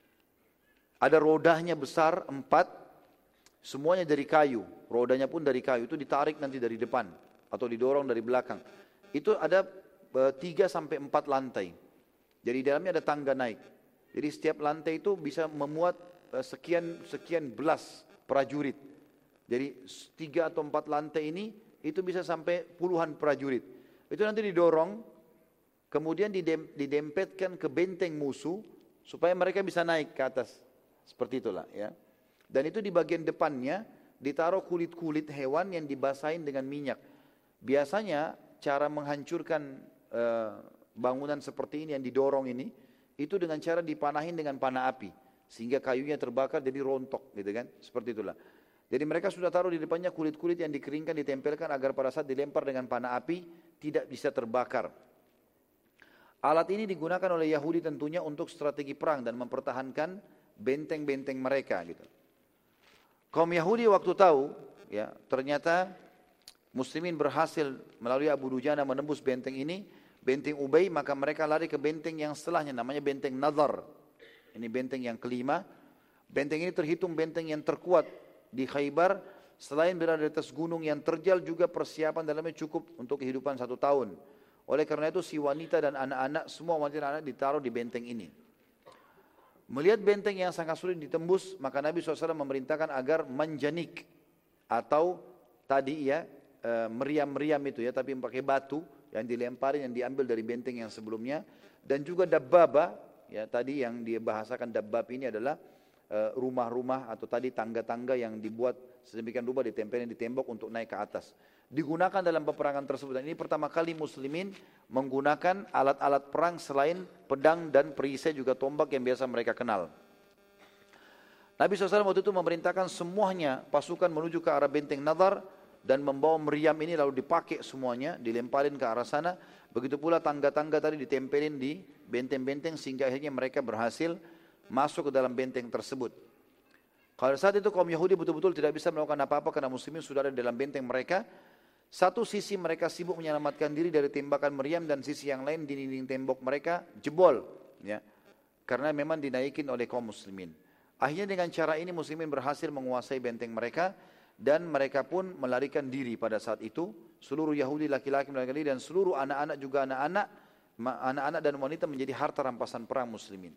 Ada rodanya besar 4, semuanya dari kayu. Rodanya pun dari kayu, itu ditarik nanti dari depan atau didorong dari belakang. Itu ada 3 sampai 4 lantai. Jadi di dalamnya ada tangga naik. Jadi setiap lantai itu bisa memuat sekian belas prajurit. Jadi 3 atau 4 lantai ini itu bisa sampai puluhan prajurit. Itu nanti didorong, kemudian didempetkan ke benteng musuh supaya mereka bisa naik ke atas. Seperti itulah ya. Dan itu di bagian depannya ditaruh kulit-kulit hewan yang dibasahin dengan minyak. Biasanya cara menghancurkan bangunan seperti ini yang didorong ini, itu dengan cara dipanahin dengan panah api. Sehingga kayunya terbakar jadi rontok, gitu kan? Seperti itulah. Jadi mereka sudah taruh di depannya kulit-kulit yang dikeringkan, ditempelkan agar pada saat dilempar dengan panah api tidak bisa terbakar. Alat ini digunakan oleh Yahudi tentunya untuk strategi perang dan mempertahankan benteng-benteng mereka, gitu. Kaum Yahudi waktu tahu, ya ternyata muslimin berhasil melalui Abu Dujana menembus benteng ini, benteng Ubay, maka mereka lari ke benteng yang setelahnya, namanya benteng Nadhar. Ini benteng yang kelima. Benteng ini terhitung benteng yang terkuat di Khaybar. Selain berada di atas gunung yang terjal, juga persiapan dalamnya cukup untuk kehidupan 1 tahun. Oleh karena itu si wanita dan anak-anak, semua wanita dan anak ditaruh di benteng ini. Melihat benteng yang sangat sulit ditembus, maka Nabi SAW memerintahkan agar manjanik, atau tadi ya meriam-meriam itu ya, tapi pakai batu yang dilemparin, yang diambil dari benteng yang sebelumnya. Dan juga dabbaba, ya tadi yang dibahasakan dabbab ini adalah rumah-rumah atau tadi tangga-tangga yang dibuat sedemikian rupa, ditempelin di tembok untuk naik ke atas. Digunakan dalam peperangan tersebut, dan ini pertama kali muslimin menggunakan alat-alat perang selain pedang dan perisai, juga tombak yang biasa mereka kenal. Nabi SAW waktu itu memerintahkan semuanya pasukan menuju ke arah benteng Nadhar dan membawa meriam ini lalu dipakai semuanya, dilemparin ke arah sana. Begitu pula tangga-tangga tadi ditempelin di benteng-benteng sehingga akhirnya mereka berhasil masuk ke dalam benteng tersebut. Kalau saat itu kaum Yahudi betul-betul tidak bisa melakukan apa-apa karena muslimin sudah ada di dalam benteng mereka. Satu sisi mereka sibuk menyelamatkan diri dari tembakan meriam dan sisi yang lain di dinding tembok mereka jebol, ya. Karena memang dinaikin oleh kaum muslimin. Akhirnya dengan cara ini muslimin berhasil menguasai benteng mereka dan mereka pun melarikan diri pada saat itu. Seluruh Yahudi laki-laki melarikan diri dan seluruh anak-anak juga anak-anak dan wanita menjadi harta rampasan perang muslimin.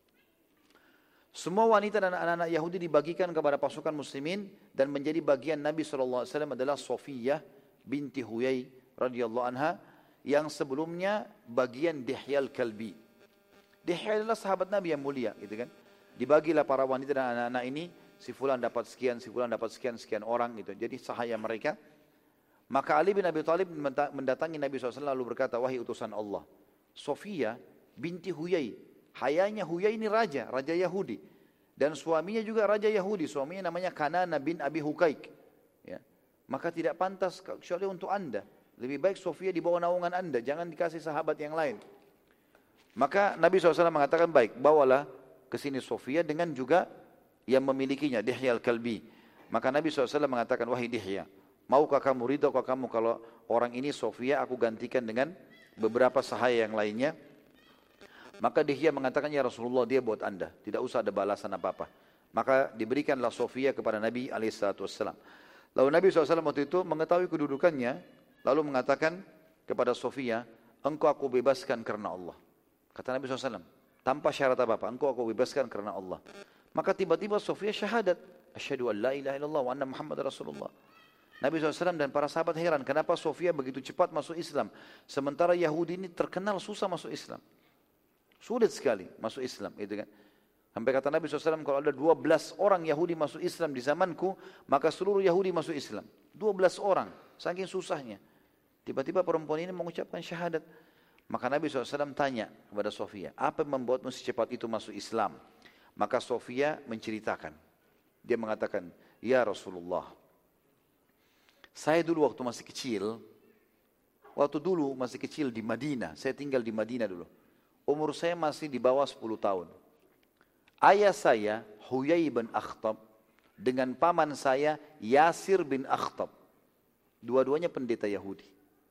Semua wanita dan anak-anak Yahudi dibagikan kepada pasukan muslimin dan menjadi bagian Nabi SAW adalah Sofiyah binti Huyai radhiyallahu anha yang sebelumnya bagian Dihyal Kalbi. Dihya adalah sahabat Nabi yang mulia, gitu kan. Dibagilah para wanita dan anak-anak ini, si fulan dapat sekian, si fulan dapat sekian orang gitu. Jadi sahaya mereka. Maka Ali bin Abi Thalib mendatangi Nabi SAW lalu berkata, wahai utusan Allah, Sofiyah binti Huyai, hayanya Huyai ini raja Yahudi. Dan suaminya juga raja Yahudi, suaminya namanya Kanana bin Abi Hukaik. Ya. Maka tidak pantas kecuali untuk anda. Lebih baik Sofiyah di bawah naungan anda, jangan dikasih sahabat yang lain. Maka Nabi SAW mengatakan, baik, bawalah ke sini Sofiyah dengan juga yang memilikinya, Dihya al-Kalbi. Maka Nabi SAW mengatakan, wahai Dihya, maukah kamu, ridhokah kamu kalau orang ini Sofiyah aku gantikan dengan beberapa sahaya yang lainnya? Maka Dihya mengatakan, ya Rasulullah, dia buat anda, tidak usah ada balasan apa-apa. Maka diberikanlah Sofiyah kepada Nabi SAW. Lalu Nabi SAW waktu itu mengetahui kedudukannya, lalu mengatakan kepada Sofiyah, engkau aku bebaskan karena Allah. Kata Nabi SAW, tanpa syarat apa-apa, engkau aku bebaskan karena Allah. Maka tiba-tiba Sofiyah syahadat, asyhadu an la ilaha illallah wa anna Muhammad Rasulullah. Nabi SAW dan para sahabat heran, kenapa Sofiyah begitu cepat masuk Islam, sementara Yahudi ini terkenal susah masuk Islam. Sulit sekali masuk Islam, gitu kan. Sampai kata Nabi SAW, kalau ada 12 orang Yahudi masuk Islam di zamanku, maka seluruh Yahudi masuk Islam. 12 orang, saking susahnya. Tiba-tiba perempuan ini mengucapkan syahadat. Maka Nabi SAW tanya kepada Sofiyah, apa yang membuatmu secepat itu masuk Islam? Maka Sofiyah menceritakan. Dia mengatakan, ya Rasulullah, saya dulu waktu masih kecil di Madinah, saya tinggal di Madinah dulu. Umur saya masih di bawah 10 tahun. Ayah saya, Huyai bin Akhtab, dengan paman saya, Yasir bin Akhtab. Dua-duanya pendeta Yahudi.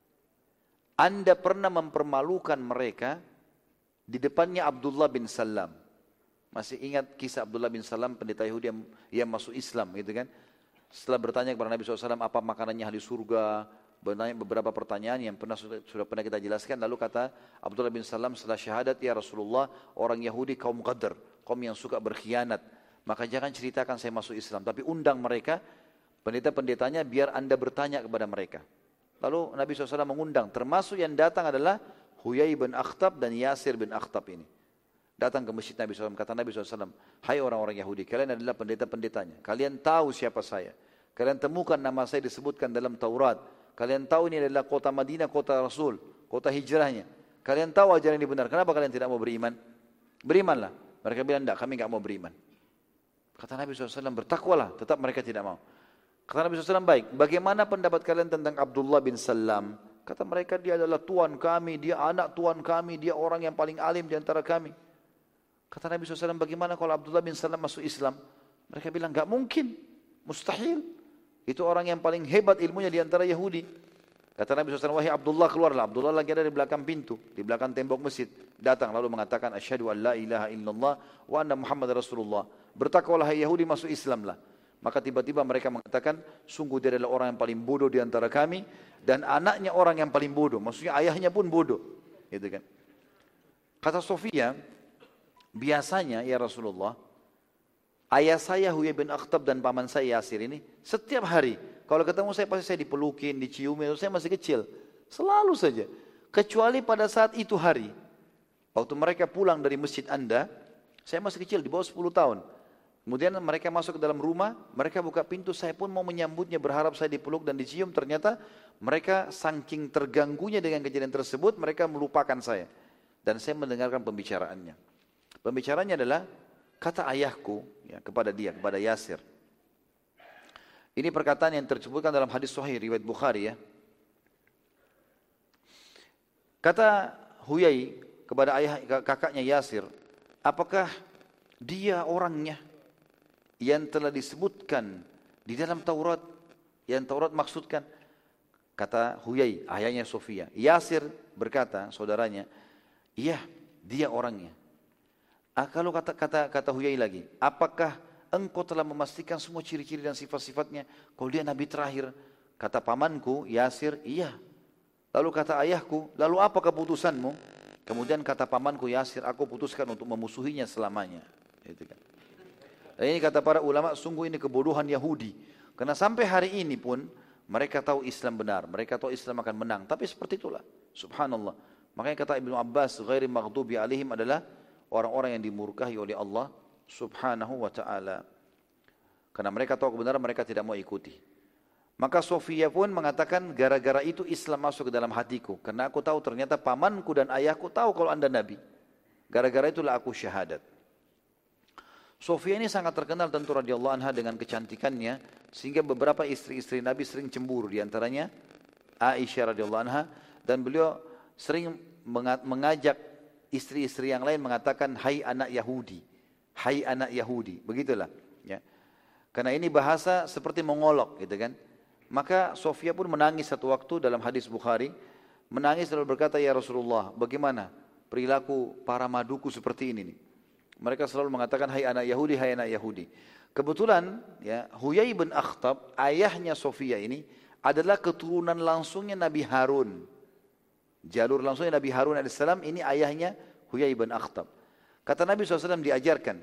Anda pernah mempermalukan mereka di depannya Abdullah bin Salam. Masih ingat kisah Abdullah bin Salam, pendeta Yahudi yang masuk Islam, gitu kan? Setelah bertanya kepada Nabi SAW, apa makanannya ahli surga, bertanya beberapa pertanyaan yang sudah pernah kita jelaskan. Lalu kata Abdullah bin Salam setelah syahadat, ya Rasulullah, orang Yahudi kaum Qadr, kaum yang suka berkhianat. Maka jangan ceritakan saya masuk Islam, tapi undang mereka, pendeta-pendetanya, biar anda bertanya kepada mereka. Lalu Nabi SAW mengundang, termasuk yang datang adalah Huyai bin Akhtab dan Yasir bin Akhtab ini. Datang ke masjid Nabi SAW, kata Nabi SAW, hai orang-orang Yahudi, kalian adalah pendeta-pendetanya. Kalian tahu siapa saya. Kalian temukan nama saya disebutkan dalam Taurat. Kalian tahu ini adalah kota Madinah, kota Rasul, kota hijrahnya. Kalian tahu ajaran ini benar. Kenapa kalian tidak mau beriman? Berimanlah. Mereka bilang, tidak, kami tidak mau beriman. Kata Nabi SAW, bertakwalah. Tetap mereka tidak mau. Kata Nabi SAW, baik, bagaimana pendapat kalian tentang Abdullah bin Salam? Kata mereka, dia adalah tuan kami, dia anak tuan kami, dia orang yang paling alim di antara kami. Kata Nabi SAW, bagaimana kalau Abdullah bin Salam masuk Islam? Mereka bilang, enggak mungkin, mustahil. Itu orang yang paling hebat ilmunya di antara Yahudi. Kata Nabi SAW, wahai Abdullah, keluarlah. Abdullah lagi ada di belakang pintu, di belakang tembok masjid. Datang lalu mengatakan, asyhadu an la ilaha illallah wa anna Muhammad Rasulullah. Bertakwalah hai Yahudi, masuk Islamlah. Maka tiba-tiba mereka mengatakan, sungguh dia adalah orang yang paling bodoh di antara kami, dan anaknya orang yang paling bodoh. Maksudnya ayahnya pun bodoh. Gitu kan. Kata Sofiyah, biasanya ya Rasulullah, ayah saya Huyai bin Akhtab dan paman saya Yasir ini, setiap hari, kalau ketemu saya pasti saya dipelukin, diciumin, saya masih kecil. Selalu saja. Kecuali pada saat itu hari, waktu mereka pulang dari masjid anda, saya masih kecil, di bawah 10 tahun. Kemudian mereka masuk ke dalam rumah, mereka buka pintu, saya pun mau menyambutnya, berharap saya dipeluk dan dicium. Ternyata mereka saking terganggunya dengan kejadian tersebut, mereka melupakan saya. Dan saya mendengarkan pembicaraannya. Pembicaraannya adalah, kata ayahku ya, kepada dia, kepada Yasir. Ini perkataan yang tersebutkan dalam hadis sahih riwayat Bukhari ya. Kata Huyai kepada kakaknya Yasir, apakah dia orangnya? yang telah disebutkan di dalam Taurat, yang Taurat maksudkan. Kata Huyai, ayahnya Sofia. Yasir berkata, saudaranya, iya, dia orangnya. Kalau kata Huyai lagi, apakah engkau telah memastikan semua ciri-ciri dan sifat-sifatnya? Kalau dia nabi terakhir, kata pamanku Yasir, iya. Lalu kata ayahku, lalu apa keputusanmu? Kemudian kata pamanku Yasir, aku putuskan untuk memusuhinya selamanya. Gitu kan. Dan ini kata para ulama, sungguh ini kebodohan Yahudi. Karena sampai hari ini pun mereka tahu Islam benar, mereka tahu Islam akan menang. Tapi seperti itulah, subhanallah. Makanya kata Ibnu Abbas, ghairi maghdubi alaihim adalah orang-orang yang dimurkahi oleh Allah subhanahu wa ta'ala. Karena mereka tahu kebenaran, mereka tidak mau ikuti. Maka Sofia pun mengatakan, gara-gara itu Islam masuk ke dalam hatiku. Karena aku tahu ternyata pamanku dan ayahku tahu kalau anda Nabi. Gara-gara itulah aku syahadat. Sofia ini sangat terkenal tentu radhiyallahu anha dengan kecantikannya, sehingga beberapa istri-istri Nabi sering cemburu, diantaranya Aisyah radhiyallahu anha, dan beliau sering mengajak istri-istri yang lain mengatakan, hai anak Yahudi, hai anak Yahudi, begitulah. Ya. Karena ini bahasa seperti mengolok, gitu kan. Maka Sofia pun menangis satu waktu dalam hadis Bukhari, menangis lalu berkata, ya Rasulullah, bagaimana perilaku para maduku seperti ini nih? Mereka selalu mengatakan, hai anak Yahudi, hai anak Yahudi. Kebetulan, ya, Huyai bin Akhtab, ayahnya Sofia ini, adalah keturunan langsungnya Nabi Harun. Jalur langsungnya Nabi Harun AS, ini ayahnya Huyai bin Akhtab. Kata Nabi SAW diajarkan.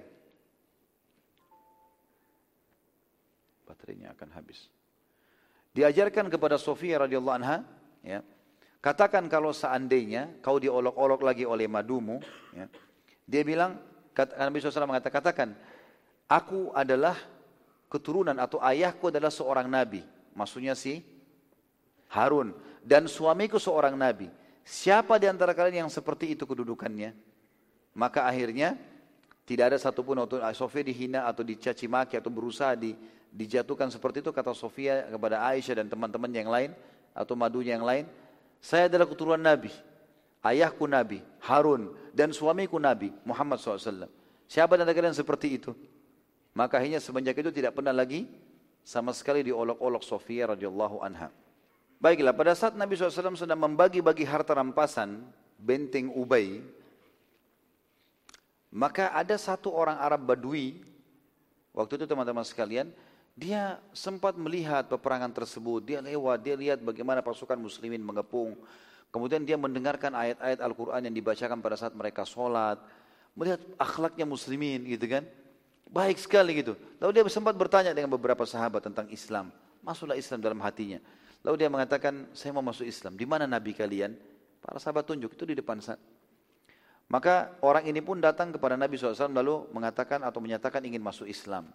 Baterainya akan habis. Diajarkan kepada Sofia radhiyallahu anha, ya, katakan kalau seandainya kau diolok-olok lagi oleh madumu, ya, dia bilang, Nabi SAW katakan, aku adalah keturunan atau ayahku adalah seorang nabi. Maksudnya si Harun. Dan suamiku seorang nabi. Siapa di antara kalian yang seperti itu kedudukannya? Maka akhirnya tidak ada satupun waktu Sofia dihina atau dicaci maki atau berusaha dijatuhkan seperti itu. Kata Sofia kepada Aisyah dan teman-teman yang lain atau madunya yang lain, saya adalah keturunan nabi. Ayahku Nabi, Harun, dan suamiku Nabi, Muhammad SAW. Siapa dan kalian seperti itu? Maka akhirnya semenjak itu tidak pernah lagi sama sekali diolok-olok Sofia radhiyallahu anha. Baiklah, pada saat Nabi SAW sedang membagi-bagi harta rampasan benteng Ubay, maka ada satu orang Arab Badui, waktu itu teman-teman sekalian, dia sempat melihat peperangan tersebut, dia lewat, dia lihat bagaimana pasukan muslimin mengepung. Kemudian dia mendengarkan ayat-ayat Al-Quran yang dibacakan pada saat mereka sholat. Melihat akhlaknya muslimin gitu kan. Baik sekali gitu. Lalu dia sempat bertanya dengan beberapa sahabat tentang Islam. Masuklah Islam dalam hatinya. Lalu dia mengatakan, saya mau masuk Islam. Di mana Nabi kalian? Para sahabat tunjuk, itu di depan sana. Maka orang ini pun datang kepada Nabi SAW lalu mengatakan atau menyatakan ingin masuk Islam.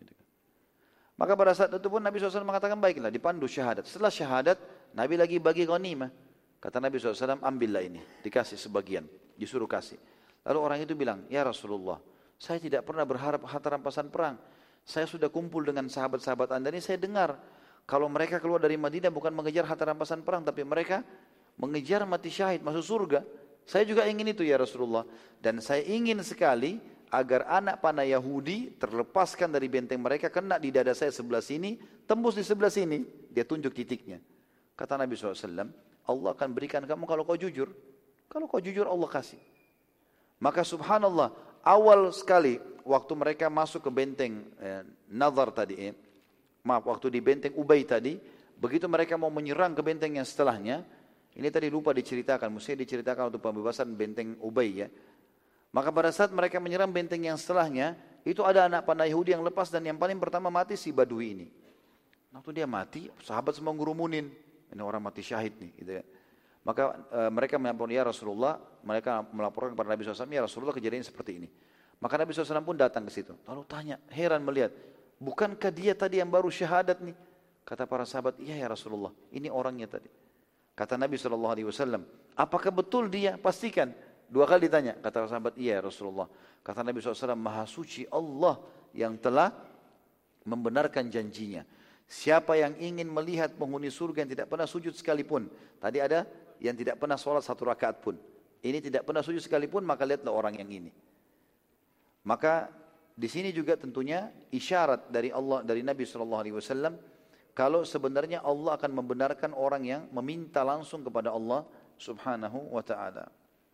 Maka pada saat itu pun Nabi SAW mengatakan, baiklah, dipandu syahadat. Setelah syahadat, Nabi lagi bagi ghanimah. Kata Nabi SAW, ambillah ini, dikasih sebagian, disuruh kasih. Lalu orang itu bilang, ya Rasulullah, saya tidak pernah berharap harta rampasan perang. Saya sudah kumpul dengan sahabat-sahabat anda ini, saya dengar kalau mereka keluar dari Madinah bukan mengejar harta rampasan perang, tapi mereka mengejar mati syahid, masuk surga. Saya juga ingin itu ya Rasulullah. Dan saya ingin sekali agar anak panah Yahudi terlepaskan dari benteng mereka, kena di dada saya sebelah sini, tembus di sebelah sini. Dia tunjuk titiknya. Kata Nabi SAW, Allah akan berikan kamu kalau kau jujur. Kalau kau jujur Allah kasih. Maka subhanallah, awal sekali waktu mereka masuk ke benteng Nadhar tadi, waktu di benteng Ubay tadi, begitu mereka mau menyerang ke benteng yang setelahnya, ini tadi lupa diceritakan, mesti diceritakan untuk pembebasan benteng Ubay ya. Maka pada saat mereka menyerang benteng yang setelahnya, itu ada anak panah Yahudi yang lepas dan yang paling pertama mati si Badui ini. Waktu dia mati, sahabat semua ngurumunin. Ini orang mati syahid nih, gitu ya. Maka mereka melaporkan, ya Rasulullah, mereka melaporkan kepada Nabi SAW, ya Rasulullah kejadian seperti ini. Maka Nabi SAW pun datang ke situ. Lalu tanya, heran melihat, bukankah dia tadi yang baru syahadat nih? Kata para sahabat, iya ya Rasulullah, ini orangnya tadi. Kata Nabi SAW, apakah betul dia? Pastikan. 2 kali ditanya. Kata sahabat, iya ya Rasulullah. Kata Nabi SAW, maha suci Allah yang telah membenarkan janjinya. Siapa yang ingin melihat penghuni surga yang tidak pernah sujud sekalipun. Tadi ada yang tidak pernah sholat 1 rakaat pun. Ini tidak pernah sujud sekalipun, maka lihatlah orang yang ini. Maka Di sini juga tentunya isyarat dari Allah, dari Nabi SAW, kalau sebenarnya Allah akan membenarkan orang yang meminta langsung kepada Allah Subhanahu wa ta'ala.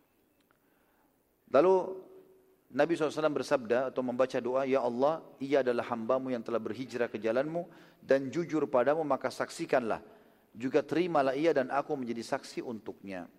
Lalu Nabi SAW bersabda atau membaca doa, Ya Allah, ia adalah hambamu yang telah berhijrah ke jalanmu dan jujur padamu, maka saksikanlah. Juga terimalah ia dan aku menjadi saksi untuknya.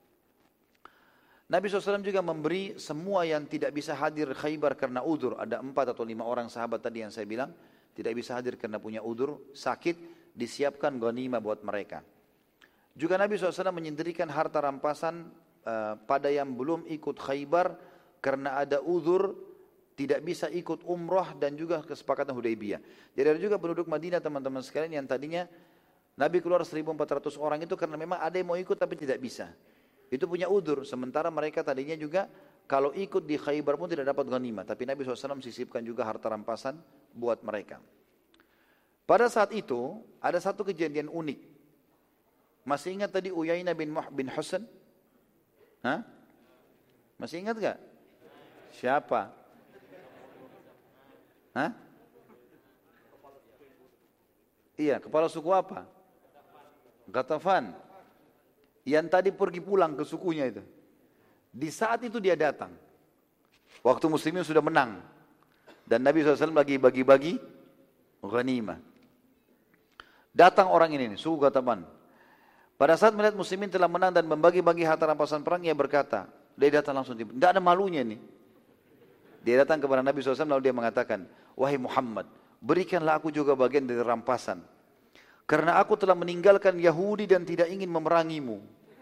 Nabi SAW juga memberi semua yang tidak bisa hadir Khaybar karena udzur. Ada 4 atau 5 orang sahabat tadi yang saya bilang, tidak bisa hadir karena punya udzur, sakit, disiapkan ghanimah buat mereka. Juga Nabi SAW menyendirikan harta rampasan pada yang belum ikut Khaybar, karena ada uzur tidak bisa ikut umrah dan juga kesepakatan Hudaybiyah. Jadi ada juga penduduk Madinah teman-teman sekalian yang tadinya Nabi keluar 1.400 orang itu karena memang ada yang mau ikut tapi tidak bisa. Itu punya uzur. Sementara mereka tadinya juga kalau ikut di Khaybar pun tidak dapat ghanimah. Tapi Nabi SAW sisipkan juga harta rampasan buat mereka. Pada saat itu ada satu kejadian unik. Masih ingat tadi Uyainah bin Husn? Hah? Masih ingat gak? Siapa? Hah? Iya, kepala suku apa? Ghatafan. Yang tadi pergi pulang ke sukunya itu. Di saat itu dia datang. Waktu muslimin sudah menang. Dan Nabi SAW lagi bagi-bagi ghanimah. Datang orang ini, suku Ghatafan. Pada saat melihat muslimin telah menang dan membagi-bagi harta rampasan perang, ia berkata, dia datang langsung, tidak ada malunya nih. Dia datang kepada Nabi SAW lalu dia mengatakan, wahai Muhammad, berikanlah aku juga bagian dari rampasan. Karena aku telah meninggalkan Yahudi dan tidak ingin memerangimu.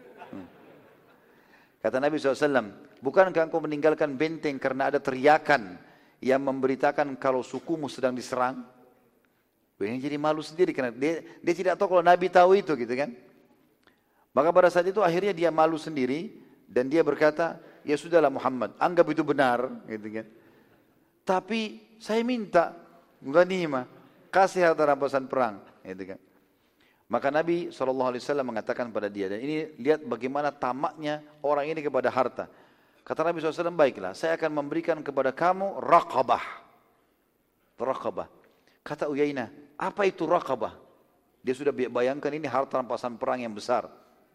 Kata Nabi SAW, bukankah engkau meninggalkan benteng karena ada teriakan yang memberitakan kalau sukumu sedang diserang? Dia jadi malu sendiri karena dia tidak tahu kalau Nabi tahu itu gitu kan. Maka pada saat itu akhirnya dia malu sendiri dan dia berkata, ya sudahlah Muhammad, anggap itu benar, gitu kan. Tapi saya minta ghanimah, kasih harta rampasan perang, gitu kan. Maka Nabi SAW mengatakan pada dia, dan ini lihat bagaimana tamaknya orang ini kepada harta. Kata Nabi SAW, baiklah, saya akan memberikan kepada kamu raqabah. Raqabah. Kata Uyainah, apa itu raqabah? Dia sudah bayangkan ini harta rampasan perang yang besar.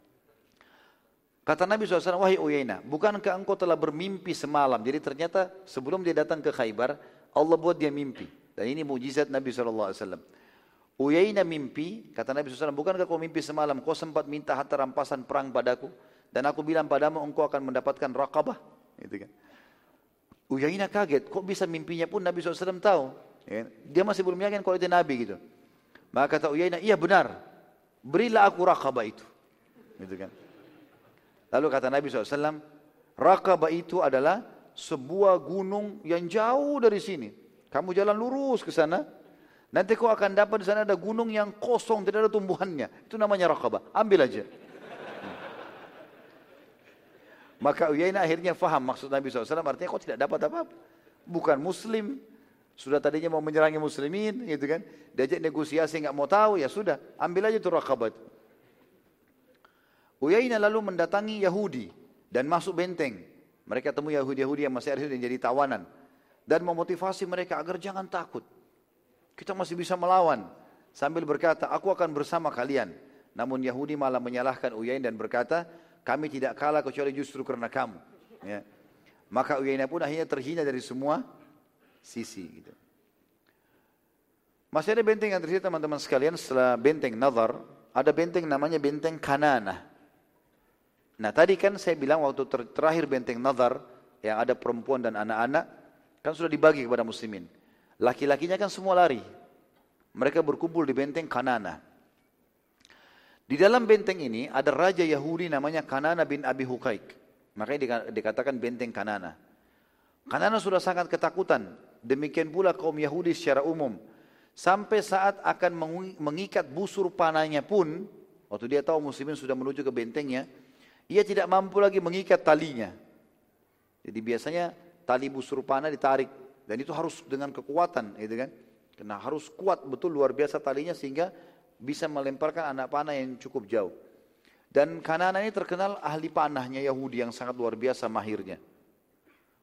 Kata Nabi SAW, wahai Uyainah, bukankah engkau telah bermimpi semalam? Jadi ternyata sebelum dia datang ke Khaybar, Allah buat dia mimpi. Dan ini mujizat Nabi SAW. Uyainah mimpi, kata Nabi SAW, bukankah kau mimpi semalam, kau sempat minta harta rampasan perang padaku, dan aku bilang padamu, engkau akan mendapatkan raqabah. Gitu kan. Uyainah kaget, kok bisa mimpinya pun Nabi SAW tahu. Dia masih belum yakin kalau itu Nabi gitu. Maka kata Uyainah, iya benar, berilah aku raqabah itu. Gitu kan. Lalu kata Nabi SAW, Raqabah itu adalah sebuah gunung yang jauh dari sini. Kamu jalan lurus ke sana, nanti kau akan dapat di sana ada gunung yang kosong, tidak ada tumbuhannya. Itu namanya Raqabah, ambil aja. Maka Uyainah akhirnya faham maksud Nabi SAW, artinya kau tidak dapat apa-apa. Bukan muslim, sudah tadinya mau menyerangi muslimin, gitu kan. Diajak negosiasi, nggak mau tahu, ya sudah, ambil aja itu Raqabah. Uyainah lalu mendatangi Yahudi dan masuk benteng. Mereka temui Yahudi-Yahudi yang masih ada dan jadi tawanan. Dan memotivasi mereka agar jangan takut. Kita masih bisa melawan. Sambil berkata, aku akan bersama kalian. Namun Yahudi malah menyalahkan Uyainah dan berkata, kami tidak kalah kecuali justru karena kamu. Ya. Maka Uyainah pun akhirnya terhina dari semua sisi. Gitu. Masih ada benteng yang tersisa teman-teman sekalian setelah benteng Nadhar. Ada benteng namanya benteng Kananah. Nah tadi kan saya bilang waktu terakhir benteng Nadhar yang ada perempuan dan anak-anak kan sudah dibagi kepada muslimin. Laki-lakinya kan semua lari. Mereka berkumpul di benteng Kananah. Di dalam benteng ini ada raja Yahudi namanya Kananah bin Abi Huqaiq. Makanya dikatakan benteng Kananah. Kananah sudah sangat ketakutan. Demikian pula kaum Yahudi secara umum. Sampai saat akan mengikat busur panahnya pun, waktu dia tahu muslimin sudah menuju ke bentengnya, ia tidak mampu lagi mengikat talinya. Jadi biasanya tali busur panah ditarik. Dan itu harus dengan kekuatan. Gitu kan? Karena harus kuat betul luar biasa talinya sehingga bisa melemparkan anak panah yang cukup jauh. Dan Kananah ini terkenal ahli panahnya Yahudi yang sangat luar biasa mahirnya.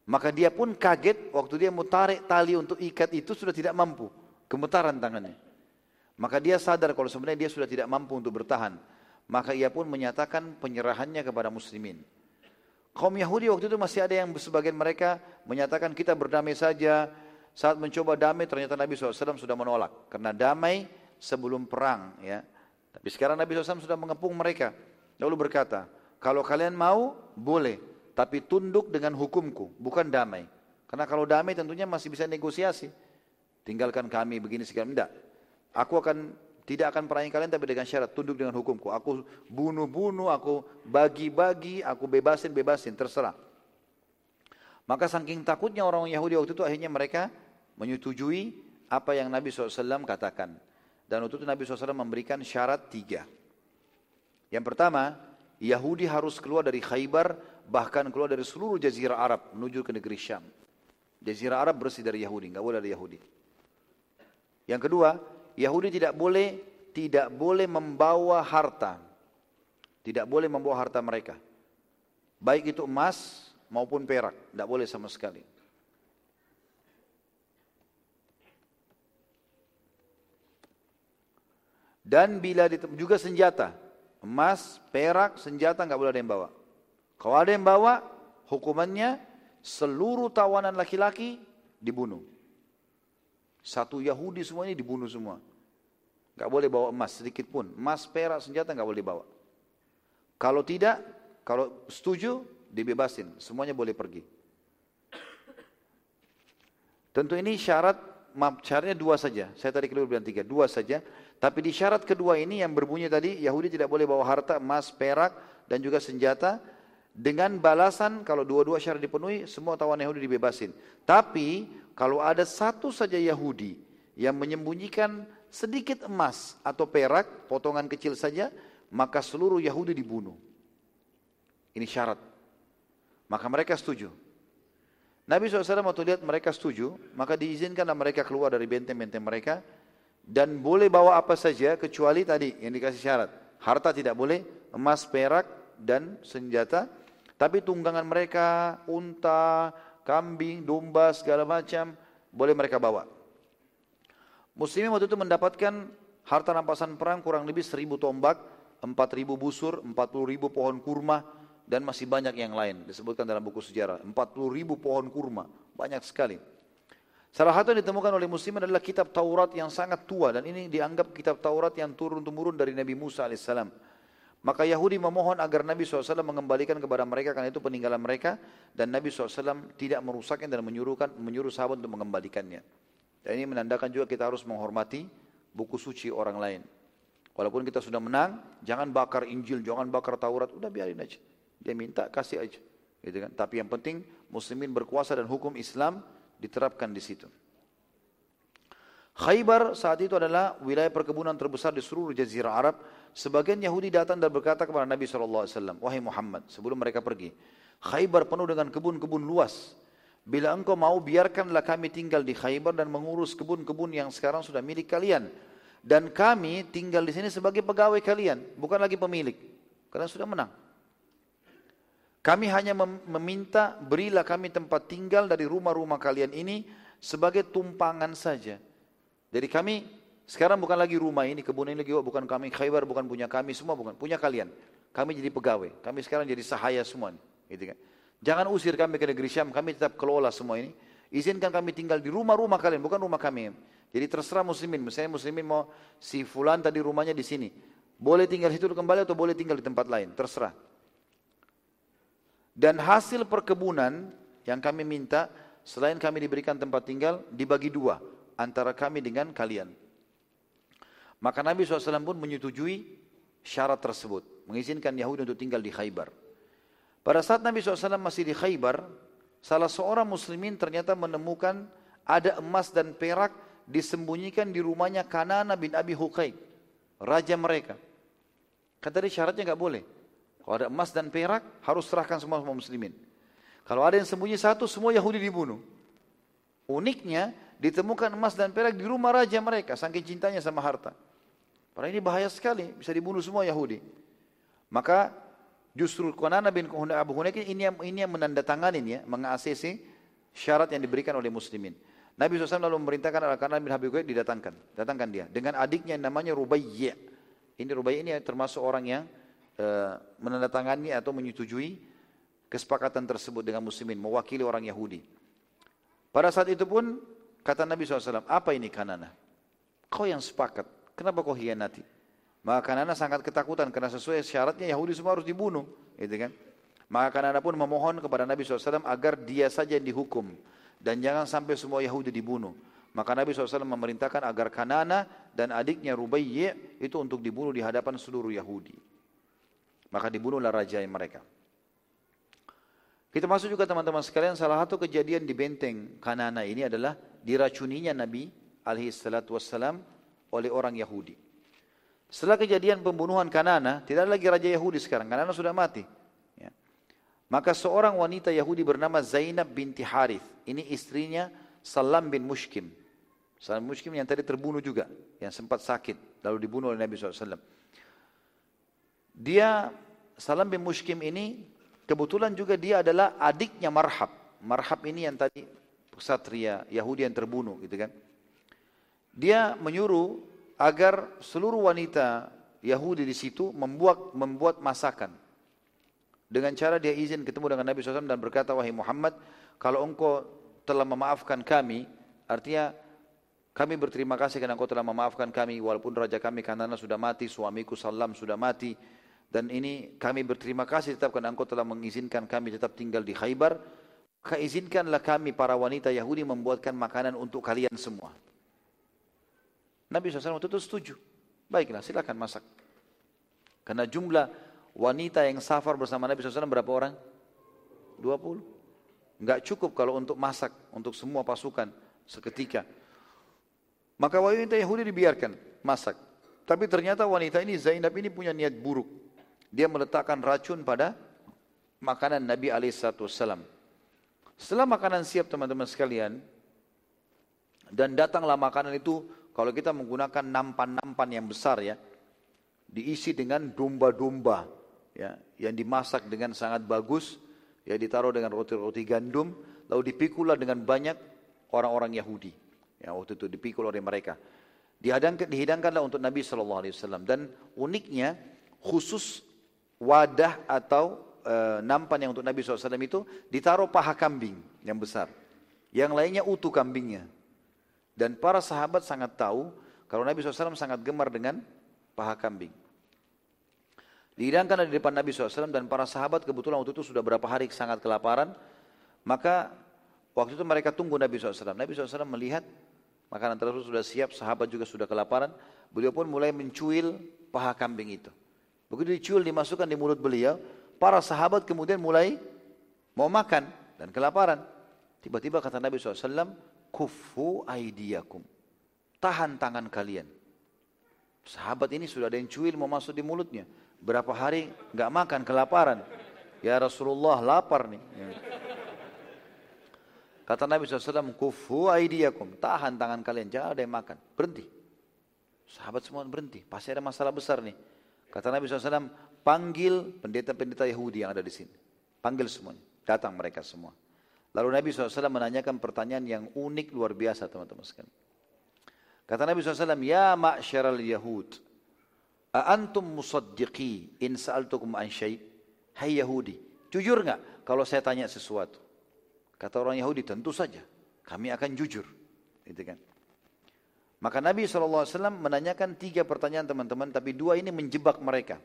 Maka dia pun kaget waktu dia mau tarik tali untuk ikat itu sudah tidak mampu. Gemetaran tangannya. Maka dia sadar kalau sebenarnya dia sudah tidak mampu untuk bertahan. Maka ia pun menyatakan penyerahannya kepada muslimin. Kaum Yahudi waktu itu masih ada yang sebagian mereka menyatakan kita berdamai saja. Saat mencoba damai ternyata Nabi SAW sudah menolak. Karena damai sebelum perang. Ya. Tapi sekarang Nabi SAW sudah mengepung mereka. Lalu berkata, kalau kalian mau boleh. Tapi tunduk dengan hukumku, bukan damai. Karena kalau damai tentunya masih bisa negosiasi. Tinggalkan kami begini segala. Tidak. Aku tidak akan perangi kalian tapi dengan syarat tunduk dengan hukumku. Aku bunuh-bunuh, aku bagi-bagi, aku bebasin, terserah. Maka saking takutnya orang Yahudi waktu itu akhirnya mereka menyetujui apa yang Nabi SAW katakan. Dan waktu itu Nabi SAW memberikan syarat 3. Yang pertama, Yahudi harus keluar dari Khaybar, bahkan keluar dari seluruh jazirah Arab menuju ke negeri Syam. Jazirah Arab bersih dari Yahudi, enggak boleh ada Yahudi. Yang kedua, Yahudi tidak boleh membawa harta. Tidak boleh membawa harta mereka. Baik itu emas maupun perak, tidak boleh sama sekali. Dan bila juga senjata, emas, perak, senjata enggak boleh ada yang bawa. Kalau ada yang bawa, hukumannya seluruh tawanan laki-laki dibunuh. Satu Yahudi semua ini dibunuh semua. Enggak boleh bawa emas sedikit pun. Emas, perak, senjata enggak boleh bawa. Kalau tidak, kalau setuju, dibebasin. Semuanya boleh pergi. Tentu ini syaratnya 2 saja. Saya tadi kedua bilang 3, 2 saja. Tapi di syarat kedua ini yang berbunyi tadi, Yahudi tidak boleh bawa harta, emas, perak, dan juga senjata. Dengan balasan kalau dua-dua syarat dipenuhi, semua tawanan Yahudi dibebasin. Tapi kalau ada satu saja Yahudi yang menyembunyikan sedikit emas atau perak, potongan kecil saja, maka seluruh Yahudi dibunuh. Ini syarat. Maka mereka setuju. Nabi SAW waktu lihat mereka setuju, maka diizinkanlah mereka keluar dari benteng-benteng mereka dan boleh bawa apa saja kecuali tadi yang dikasih syarat. Harta tidak boleh, emas, perak, dan senjata. Tapi tunggangan mereka, unta, kambing, domba, segala macam, boleh mereka bawa. Muslimin waktu itu mendapatkan harta rampasan perang kurang lebih 1.000 tombak, 4.000 busur, 40.000 pohon kurma, dan masih banyak yang lain. Disebutkan dalam buku sejarah, 40.000 pohon kurma, banyak sekali. Salah satu yang ditemukan oleh muslimin adalah kitab Taurat yang sangat tua, dan ini dianggap kitab Taurat yang turun-temurun dari Nabi Musa AS. Maka Yahudi memohon agar Nabi SAW mengembalikan kepada mereka karena itu peninggalan mereka. Dan Nabi SAW tidak merusaknya dan menyuruh sahabat untuk mengembalikannya. Dan ini menandakan juga kita harus menghormati buku suci orang lain. Walaupun kita sudah menang, jangan bakar Injil, jangan bakar Taurat. Udah biarin aja. Dia minta, kasih aja. Gitu kan? Tapi yang penting muslimin berkuasa dan hukum Islam diterapkan di situ. Khaybar saat itu adalah wilayah perkebunan terbesar di seluruh jazirah Arab. Sebagian Yahudi datang dan berkata kepada Nabi SAW, wahai Muhammad, sebelum mereka pergi, Khaybar penuh dengan kebun-kebun luas. Bila engkau mau, biarkanlah kami tinggal di Khaybar dan mengurus kebun-kebun yang sekarang sudah milik kalian. Dan kami tinggal di sini sebagai pegawai kalian, bukan lagi pemilik. Karena sudah menang. Kami hanya meminta, berilah kami tempat tinggal dari rumah-rumah kalian ini sebagai tumpangan saja. Jadi kami sekarang bukan lagi rumah ini, kebun ini juga bukan kami, Khaybar bukan punya kami, semua bukan, punya kalian. Kami jadi pegawai, kami sekarang jadi sahaya semua. Gitu kan. Jangan usir kami ke negeri Syam, kami tetap kelola semua ini. Izinkan kami tinggal di rumah-rumah kalian, bukan rumah kami. Jadi terserah muslimin, misalnya muslimin mau si fulan tadi rumahnya di sini. Boleh tinggal situ kembali atau boleh tinggal di tempat lain, terserah. Dan hasil perkebunan yang kami minta, selain kami diberikan tempat tinggal, dibagi 2. Antara kami dengan kalian. Maka Nabi SAW pun menyetujui syarat tersebut. Mengizinkan Yahudi untuk tinggal di Khaybar. Pada saat Nabi SAW masih di Khaybar, salah seorang muslimin ternyata menemukan ada emas dan perak disembunyikan di rumahnya Kanana bin Abi Huqaid, raja mereka. Kata dia syaratnya enggak boleh. Kalau ada emas dan perak, harus serahkan semua muslimin. Kalau ada yang sembunyi satu, semua Yahudi dibunuh. Uniknya, ditemukan emas dan perak di rumah raja mereka, saking cintanya sama harta. Padahal ini bahaya sekali, bisa dibunuh semua Yahudi. Maka justru Kanana bin Abi Huqaid ini yang menandatanganin ya, meng-ACC syarat yang diberikan oleh muslimin. Nabi SAW lalu memerintahkan Al-Qanan bin Habib datangkan dia dengan adiknya yang namanya Rubayyi'. Ini Rubayyi' ini termasuk orang yang menandatangani atau menyetujui kesepakatan tersebut dengan muslimin, mewakili orang Yahudi. Pada saat itu pun kata Nabi SAW, apa ini Kanana? Kau yang sepakat, kenapa kau hianati? Maka Kanana sangat ketakutan karena sesuai syaratnya Yahudi semua harus dibunuh, gitu kan? Maka Kanana pun memohon kepada Nabi SAW agar dia saja yang dihukum dan jangan sampai semua Yahudi dibunuh. Maka Nabi SAW memerintahkan agar Kanana dan adiknya Rubayyi' itu untuk dibunuh di hadapan seluruh Yahudi. Maka dibunuhlah raja mereka. Kita masuk juga teman-teman sekalian, salah satu kejadian di benteng Kanana ini adalah diracuninya Nabi SAW oleh orang Yahudi. Setelah kejadian pembunuhan Kanana, tidak ada lagi raja Yahudi sekarang, Kanana sudah mati. Ya. Maka seorang wanita Yahudi bernama Zainab binti Harith, ini istrinya Salam bin Mushkim. Salam bin Mushkim yang tadi terbunuh juga, yang sempat sakit, lalu dibunuh oleh Nabi SAW. Dia, Salam bin Mushkim ini, kebetulan juga dia adalah adiknya Marhab. Marhab ini yang tadi ksatria Yahudi yang terbunuh, gitu kan. Dia menyuruh agar seluruh wanita Yahudi di situ membuat masakan. Dengan cara dia izin ketemu dengan Nabi SAW dan berkata, wahai Muhammad, kalau engkau telah memaafkan kami, artinya kami berterima kasih karena engkau telah memaafkan kami, walaupun raja kami Kanana sudah mati, suamiku Salam sudah mati, dan ini kami berterima kasih tetap karena engkau telah mengizinkan kami tetap tinggal di Khaybar, maka izinkanlah kami para wanita Yahudi membuatkan makanan untuk kalian semua. Nabi SAW waktu itu setuju. Baiklah, silakan masak. Karena jumlah wanita yang safar bersama Nabi SAW berapa orang? 20. Enggak cukup kalau untuk masak, untuk semua pasukan seketika. Maka wanita Yahudi dibiarkan masak. Tapi ternyata wanita ini, Zainab ini punya niat buruk. Dia meletakkan racun pada makanan Nabi SAW. Setelah makanan siap teman-teman sekalian, dan datanglah makanan itu, kalau kita menggunakan nampan-nampan yang besar ya, diisi dengan domba-domba ya, yang dimasak dengan sangat bagus, ya ditaruh dengan roti-roti gandum, lalu dipikullah dengan banyak orang-orang Yahudi. Ya, waktu itu dipikul oleh mereka. Dihidangkanlah untuk Nabi SAW. Dan uniknya, khusus wadah atau nampan yang untuk Nabi SAW itu ditaruh paha kambing yang besar. Yang lainnya utuh kambingnya. Dan para sahabat sangat tahu kalau Nabi SAW sangat gemar dengan paha kambing. Dihidangkan di depan Nabi SAW dan para sahabat kebetulan waktu itu sudah berapa hari sangat kelaparan. Maka waktu itu mereka tunggu Nabi SAW. Nabi SAW melihat makanan tersebut sudah siap, sahabat juga sudah kelaparan. Beliau pun mulai mencuil paha kambing itu. Begitu dicuil dimasukkan di mulut beliau, para sahabat kemudian mulai mau makan dan kelaparan. Tiba-tiba kata Nabi SAW, kufu aidiyakum, tahan tangan kalian. Sahabat ini sudah ada yang cuil mau masuk di mulutnya. Berapa hari enggak makan, kelaparan. Ya Rasulullah, lapar nih. Kata Nabi SAW, kufu aidiyakum, tahan tangan kalian, jangan ada yang makan, berhenti. Sahabat semua berhenti, pasti ada masalah besar nih. Kata Nabi SAW, panggil pendeta-pendeta Yahudi yang ada di sini. Panggil semuanya, datang mereka semua. Lalu Nabi SAW menanyakan pertanyaan yang unik luar biasa teman-teman sekalian. Kata Nabi SAW, ya ma'syaral Yahud, a'antum musaddiqi in sa'altukum an syai'? Hai Yahudi, jujur enggak kalau saya tanya sesuatu? Kata orang Yahudi, tentu saja, kami akan jujur. Gitu kan. Maka Nabi SAW menanyakan 3 pertanyaan teman-teman, tapi 2 ini menjebak mereka.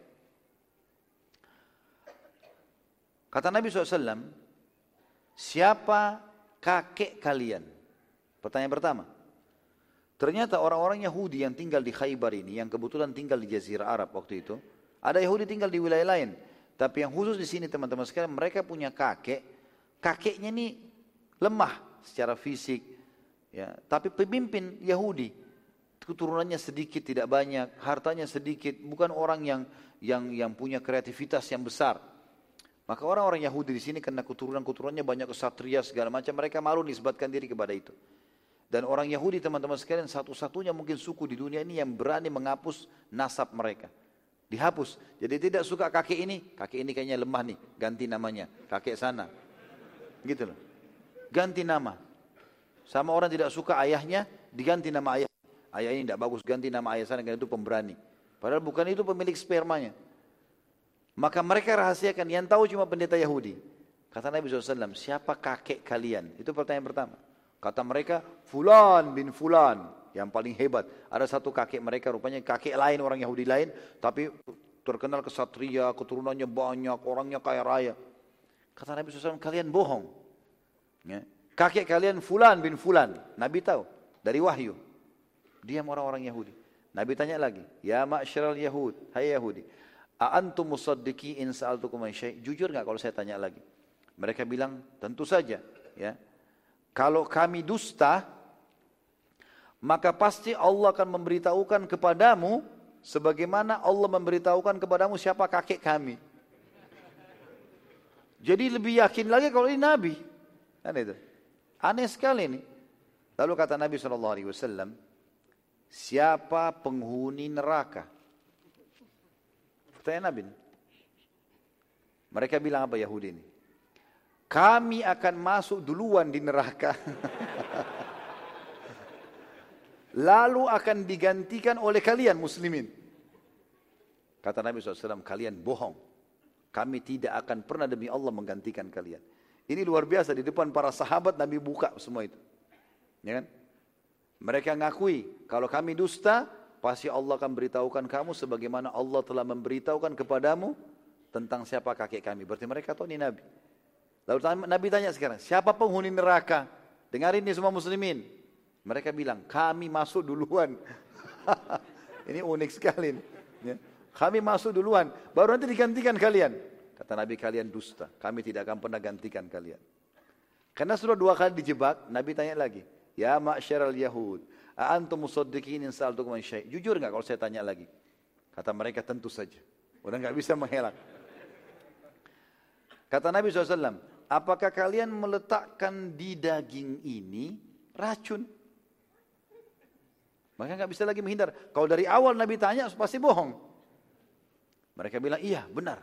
Kata Nabi SAW, siapa kakek kalian? Pertanyaan pertama. Ternyata orang-orang Yahudi yang tinggal di Khaybar ini, yang kebetulan tinggal di Jazirah Arab waktu itu, ada Yahudi tinggal di wilayah lain. Tapi yang khusus di sini teman-teman sekalian, mereka punya kakek. Kakeknya ini lemah secara fisik, ya. Tapi pemimpin Yahudi, keturunannya sedikit, tidak banyak, hartanya sedikit, bukan orang yang punya kreativitas yang besar. Maka orang-orang Yahudi di sini karena keturunannya banyak kesatria segala macam, mereka malu nisbatkan diri kepada itu. Dan orang Yahudi teman-teman sekalian satu-satunya mungkin suku di dunia ini yang berani menghapus nasab mereka. Dihapus. Jadi tidak suka kakek ini kayaknya lemah nih, ganti namanya, kakek sana. Gitu loh. ganti nama. Sama orang tidak suka ayahnya, diganti nama ayah. Ayah ini tidak bagus, ganti nama ayah sana karena itu pemberani. Padahal bukan itu pemilik spermanya. Maka mereka rahasiakan, yang tahu cuma pendeta Yahudi. Kata Nabi SAW, siapa kakek kalian? Itu pertanyaan pertama. Kata mereka, Fulan bin Fulan, yang paling hebat. Ada satu kakek mereka, rupanya kakek lain, orang Yahudi lain, tapi terkenal kesatria, keturunannya banyak, orangnya kaya raya. Kata Nabi SAW, kalian bohong. Ya. Kakek kalian Fulan bin Fulan. Nabi tahu, dari wahyu. Diam orang-orang Yahudi. Nabi tanya lagi, ya ma'syaral Yahud, hai Yahudi, a'antum musaddiqi in sa'altukum an syai'? Jujur enggak kalau saya tanya lagi? Mereka bilang, tentu saja, ya. Kalau kami dusta, maka pasti Allah akan memberitahukan kepadamu sebagaimana Allah memberitahukan kepadamu siapa kakek kami. Jadi lebih yakin lagi kalau ini Nabi. Kan itu. Aneh sekali ini. Lalu kata Nabi SAW, siapa penghuni neraka? Pertanyaan Nabi. Mereka bilang apa Yahudi ini? Kami akan masuk duluan di neraka. Lalu akan digantikan oleh kalian muslimin. Kata Nabi SAW, kalian bohong. Kami tidak akan pernah demi Allah menggantikan kalian. Ini luar biasa, di depan para sahabat Nabi buka semua itu. Ya kan? Mereka ngakui, kalau kami dusta, pasti Allah akan beritahukan kamu sebagaimana Allah telah memberitahukan kepadamu tentang siapa kakek kami. Berarti mereka tahu ini Nabi. Lalu Nabi tanya sekarang, siapa penghuni neraka? Dengarin nih semua muslimin. Mereka bilang, kami masuk duluan. Ini unik sekali. Ya. Kami masuk duluan, baru nanti digantikan kalian. Kata Nabi, kalian dusta. Kami tidak akan pernah gantikan kalian. Karena sudah 2 kali dijebak, Nabi tanya lagi. Ya ma'syaral Yahud, a'antum musaddiqin in sa'altukum an syai'? Jujur enggak kalau saya tanya lagi? Kata mereka, tentu saja. Udah enggak bisa mengelak. Kata Nabi SAW, apakah kalian meletakkan di daging ini racun? Maka enggak bisa lagi menghindar. Kalau dari awal Nabi tanya, pasti bohong. Mereka bilang, iya benar.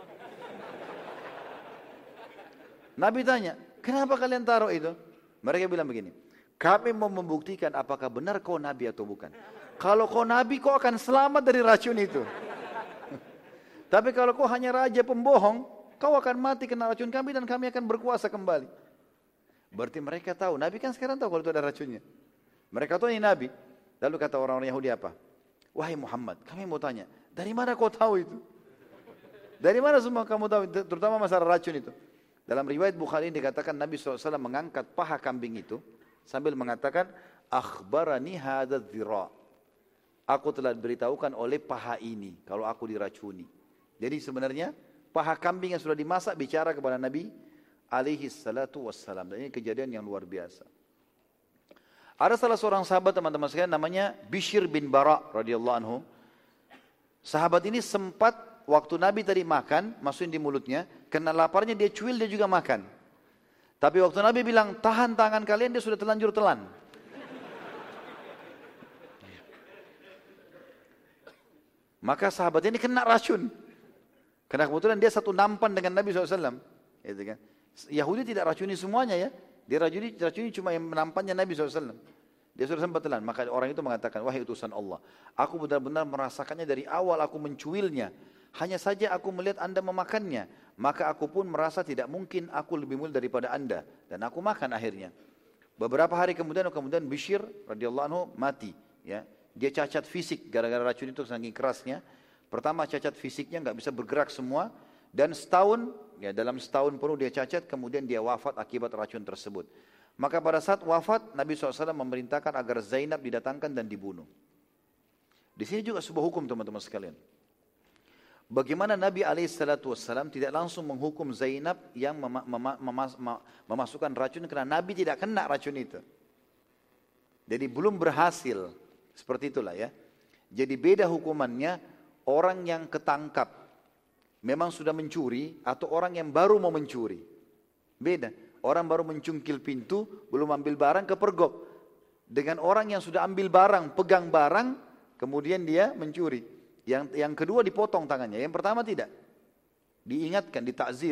Nabi tanya, kenapa kalian taruh itu? Mereka bilang begini, kami mau membuktikan apakah benar kau Nabi atau bukan. Kalau kau Nabi, kau akan selamat dari racun itu. Tapi kalau kau hanya raja pembohong, kau akan mati kena racun kami dan kami akan berkuasa kembali. Berarti mereka tahu, Nabi kan sekarang tahu kalau itu ada racunnya. Mereka tahu ini Nabi. Lalu kata orang-orang Yahudi apa? Wahai Muhammad, kami mau tanya, dari mana kau tahu itu? Dari mana semua kamu tahu, terutama masalah racun itu? Dalam riwayat Bukhari dikatakan Nabi SAW mengangkat paha kambing itu sambil mengatakan, akhbarani hadza dzira. Aku telah diberitahukan oleh paha ini kalau aku diracuni. Jadi sebenarnya paha kambing yang sudah dimasak bicara kepada Nabi alaihi salatu wassalam. Dan ini kejadian yang luar biasa. Ada salah seorang sahabat teman-teman sekalian namanya Bishr bin Bara radhiyallahu anhu. Sahabat ini sempat waktu Nabi tadi makan, masukin di mulutnya, kena laparnya dia cuil, dia juga makan. Tapi waktu Nabi bilang, tahan tangan kalian, dia sudah terlanjur telan. Maka sahabat ini kena racun. Karena kebetulan dia satu nampan dengan Nabi SAW. Gitu kan. Yahudi tidak racuni semuanya ya. Dia racuni cuma yang menampannya Nabi SAW. Dia sudah sempat telan. Maka orang itu mengatakan, wahai utusan Allah, aku benar-benar merasakannya dari awal aku mencuilnya. Hanya saja aku melihat anda memakannya. Maka aku pun merasa tidak mungkin aku lebih mulia daripada anda. Dan aku makan akhirnya. Beberapa hari kemudian Bishr radhiyallahu anhu mati. Ya. Dia cacat fisik gara-gara racun itu saking kerasnya. Pertama cacat fisiknya nggak bisa bergerak semua. Dan setahun, ya dalam setahun penuh dia cacat, kemudian dia wafat akibat racun tersebut. Maka pada saat wafat, Nabi SAW memerintahkan agar Zainab didatangkan dan dibunuh. Di sini juga sebuah hukum teman-teman sekalian. Bagaimana Nabi SAW tidak langsung menghukum Zainab yang memasukkan racun karena Nabi tidak kena racun itu. Jadi belum berhasil. Seperti itulah ya. Jadi beda hukumannya orang yang ketangkap memang sudah mencuri atau orang yang baru mau mencuri. Beda. Orang baru mencungkil pintu, belum ambil barang, kepergok. Dengan orang yang sudah ambil barang, pegang barang, kemudian dia mencuri. Yang kedua dipotong tangannya, yang pertama tidak. Diingatkan, ditakzir.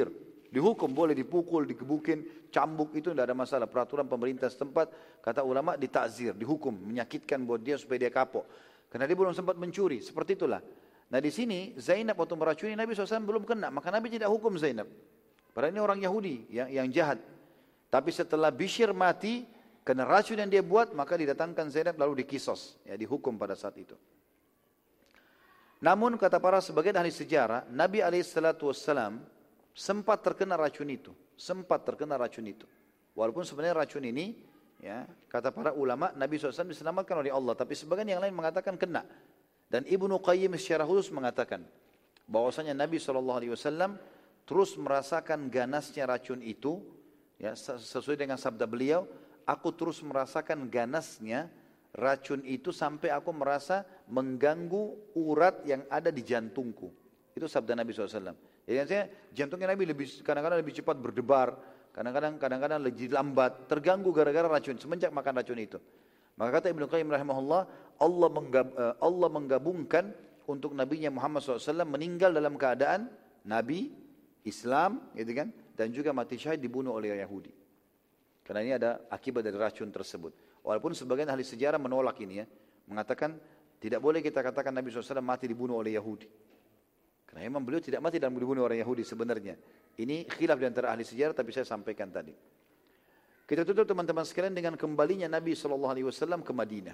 Dihukum, boleh dipukul, digebukin, cambuk, itu tidak ada masalah. Peraturan pemerintah setempat, kata ulama, ditakzir, dihukum, menyakitkan buat dia supaya dia kapok. Karena dia belum sempat mencuri, seperti itulah. Nah di sini Zainab waktu meracuni Nabi SAW belum kena, maka Nabi tidak hukum Zainab. Padahal ini orang Yahudi yang jahat. Tapi setelah Bishr mati, kena racun yang dia buat, maka didatangkan Zainab lalu dikisos, ya, dihukum pada saat itu. Namun kata para sebagian ahli sejarah, Nabi SAW sempat terkena racun itu. Walaupun sebenarnya racun ini, ya, kata para ulama, Nabi SAW diselamatkan oleh Allah. Tapi sebagian yang lain mengatakan kena. Dan Ibnu Qayyim secara khusus mengatakan, bahwasanya Nabi SAW terus merasakan ganasnya racun itu, ya, sesuai dengan sabda beliau, aku terus merasakan ganasnya racun itu sampai aku merasa mengganggu urat yang ada di jantungku. Itu sabda Nabi SAW. Jadi jantungnya Nabi kadang-kadang lebih cepat berdebar, kadang-kadang lebih lambat, terganggu gara-gara racun, semenjak makan racun itu. Maka kata Ibnu Qayyim rahimahullah, Allah menggabungkan untuk Nabinya Muhammad SAW meninggal dalam keadaan Nabi, Islam, gitu kan, dan juga mati syahid dibunuh oleh Yahudi. Karena ini ada akibat dari racun tersebut. Walaupun sebagian ahli sejarah menolak ini, ya, mengatakan tidak boleh kita katakan Nabi SAW mati dibunuh oleh Yahudi. Karena memang beliau tidak mati dan dibunuh oleh Yahudi sebenarnya. Ini khilaf di antara ahli sejarah, tapi saya sampaikan tadi. Kita tutup teman-teman sekalian dengan kembalinya Nabi SAW ke Madinah.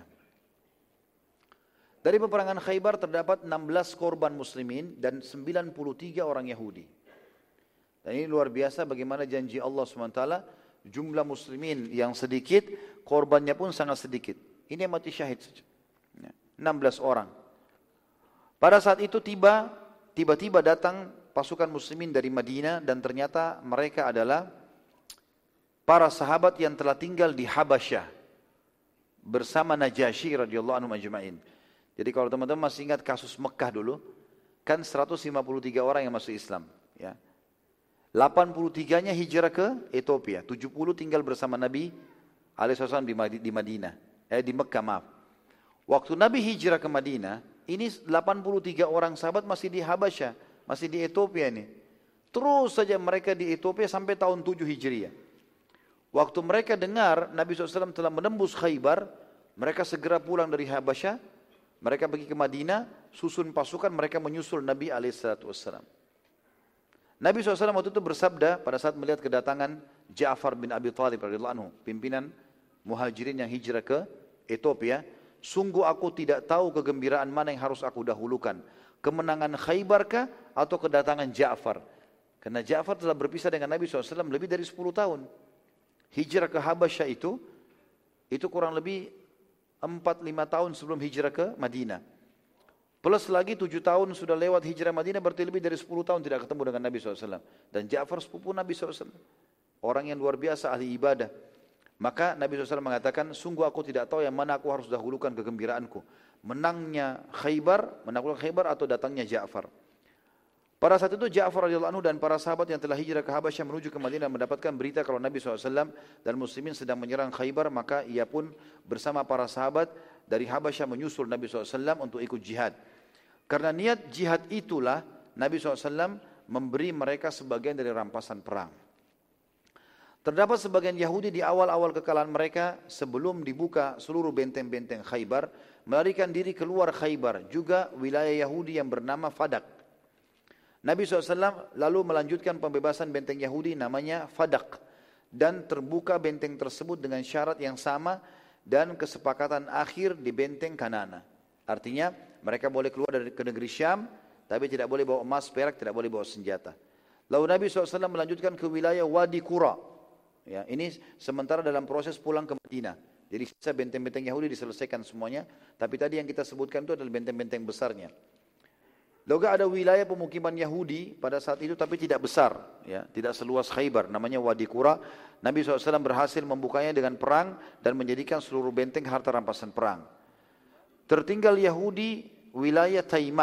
Dari peperangan Khaybar terdapat 16 korban muslimin dan 93 orang Yahudi. Dan ini luar biasa bagaimana janji Allah SWT, jumlah muslimin yang sedikit, korbannya pun sangat sedikit. Ini yang mati syahid saja. 16 orang. Pada saat itu tiba-tiba datang pasukan muslimin dari Madinah dan ternyata mereka adalah para sahabat yang telah tinggal di Habasyah bersama Najasyi radhiyallahu anhu majma'in. Jadi kalau teman-teman masih ingat kasus Mekah dulu, kan 153 orang yang masuk Islam, ya. 83-nya hijrah ke Ethiopia, 70 tinggal bersama Nabi SAW di Madinah, di Mekah, maaf. Waktu Nabi hijrah ke Madinah, ini 83 orang sahabat masih di Habasyah, masih di Ethiopia ini. Terus saja mereka di Ethiopia sampai tahun 7 Hijriah. Waktu mereka dengar Nabi SAW telah menembus Khaybar, mereka segera pulang dari Habasyah, mereka pergi ke Madinah, susun pasukan, mereka menyusul Nabi SAW. Nabi SAW waktu itu bersabda pada saat melihat kedatangan Ja'far bin Abi Thalib radhiyallahu anhu, pimpinan muhajirin yang hijrah ke Ethiopia, sungguh aku tidak tahu kegembiraan mana yang harus aku dahulukan, kemenangan Khaybar kah atau kedatangan Ja'far? Karena Ja'far telah berpisah dengan Nabi SAW lebih dari 10 tahun. Hijrah ke Habasyah itu kurang lebih 4-5 tahun sebelum hijrah ke Madinah. Plus lagi 7 tahun sudah lewat hijrah Madinah, berarti lebih dari 10 tahun tidak ketemu dengan Nabi SAW. Dan Ja'far sepupu Nabi SAW. Orang yang luar biasa, ahli ibadah. Maka Nabi SAW mengatakan, sungguh aku tidak tahu yang mana aku harus dahulukan kegembiraanku. Menaklukkan Khaybar atau datangnya Ja'far. Pada saat itu Ja'far radhiyallahu anhu dan para sahabat yang telah hijrah ke Habasyah menuju ke Madinah mendapatkan berita kalau Nabi SAW dan muslimin sedang menyerang Khaybar, maka ia pun bersama para sahabat dari Habasyah menyusul Nabi SAW untuk ikut jihad. Karena niat jihad itulah Nabi SAW memberi mereka sebagian dari rampasan perang. Terdapat sebagian Yahudi di awal-awal kekalahan mereka sebelum dibuka seluruh benteng-benteng Khaybar, melarikan diri keluar Khaybar, juga wilayah Yahudi yang bernama Fadak. Nabi SAW lalu melanjutkan pembebasan benteng Yahudi namanya Fadak, dan terbuka benteng tersebut dengan syarat yang sama dan kesepakatan akhir di benteng Kanana. Artinya mereka boleh keluar dari ke negeri Syam, tapi tidak boleh bawa emas, perak, tidak boleh bawa senjata. Lalu Nabi SAW melanjutkan ke wilayah Wadi Qura. Ya, ini sementara dalam proses pulang ke Madinah. Jadi sisa benteng-benteng Yahudi diselesaikan semuanya, tapi tadi yang kita sebutkan itu adalah benteng-benteng besarnya. Lalu ada wilayah pemukiman Yahudi pada saat itu tapi tidak besar, ya, tidak seluas Khaybar, namanya Wadi Qura. Nabi SAW berhasil membukanya dengan perang dan menjadikan seluruh benteng harta rampasan perang. Tertinggal Yahudi wilayah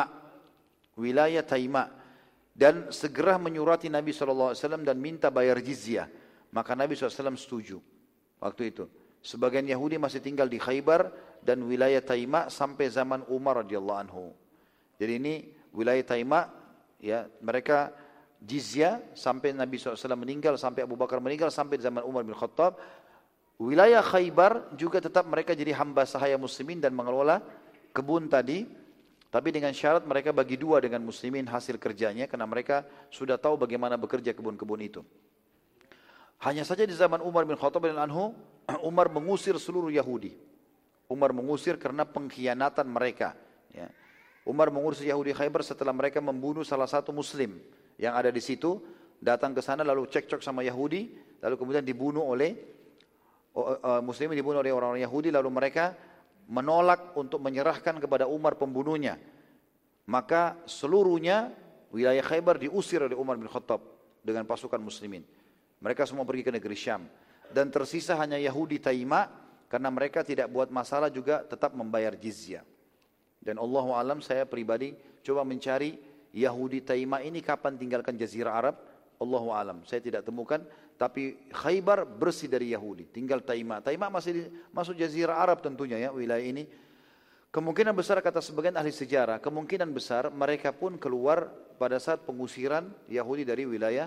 Taima, dan segera menyurati Nabi SAW dan minta bayar jizyah. Maka Nabi SAW setuju waktu itu. Sebagian Yahudi masih tinggal di Khaybar dan wilayah Taima sampai zaman Umar radhiyallahu anhu. Jadi ini wilayah Taima, ya, mereka jizya sampai Nabi SAW meninggal, sampai Abu Bakar meninggal, sampai di zaman Umar bin Khattab. Wilayah Khaybar juga tetap mereka jadi hamba sahaya muslimin dan mengelola kebun tadi, tapi dengan syarat mereka bagi dua dengan muslimin hasil kerjanya, karena mereka sudah tahu bagaimana bekerja kebun-kebun itu. Hanya saja di zaman Umar bin Khattab dan anhu, Umar mengusir seluruh Yahudi. Umar mengusir karena pengkhianatan mereka. Ya. Umar mengusir Yahudi Khaybar setelah mereka membunuh salah satu muslim yang ada di situ, datang ke sana lalu cekcok sama Yahudi, lalu kemudian dibunuh oleh muslimin, dibunuh oleh orang-orang Yahudi, lalu mereka menolak untuk menyerahkan kepada Umar pembunuhnya. Maka seluruhnya wilayah Khaybar diusir oleh Umar bin Khattab dengan pasukan muslimin. Mereka semua pergi ke negeri Syam. Dan tersisa hanya Yahudi Taima, karena mereka tidak buat masalah juga tetap membayar jizyah. Dan Allahu alam, saya pribadi coba mencari Yahudi Taima ini kapan tinggalkan Jazirah Arab. Allahu alam, saya tidak temukan. Tapi Khaybar bersih dari Yahudi, tinggal Taima. Taima masih masuk Jazirah Arab tentunya ya, wilayah ini. Kemungkinan besar kata sebagian ahli sejarah, kemungkinan besar mereka pun keluar pada saat pengusiran Yahudi dari wilayah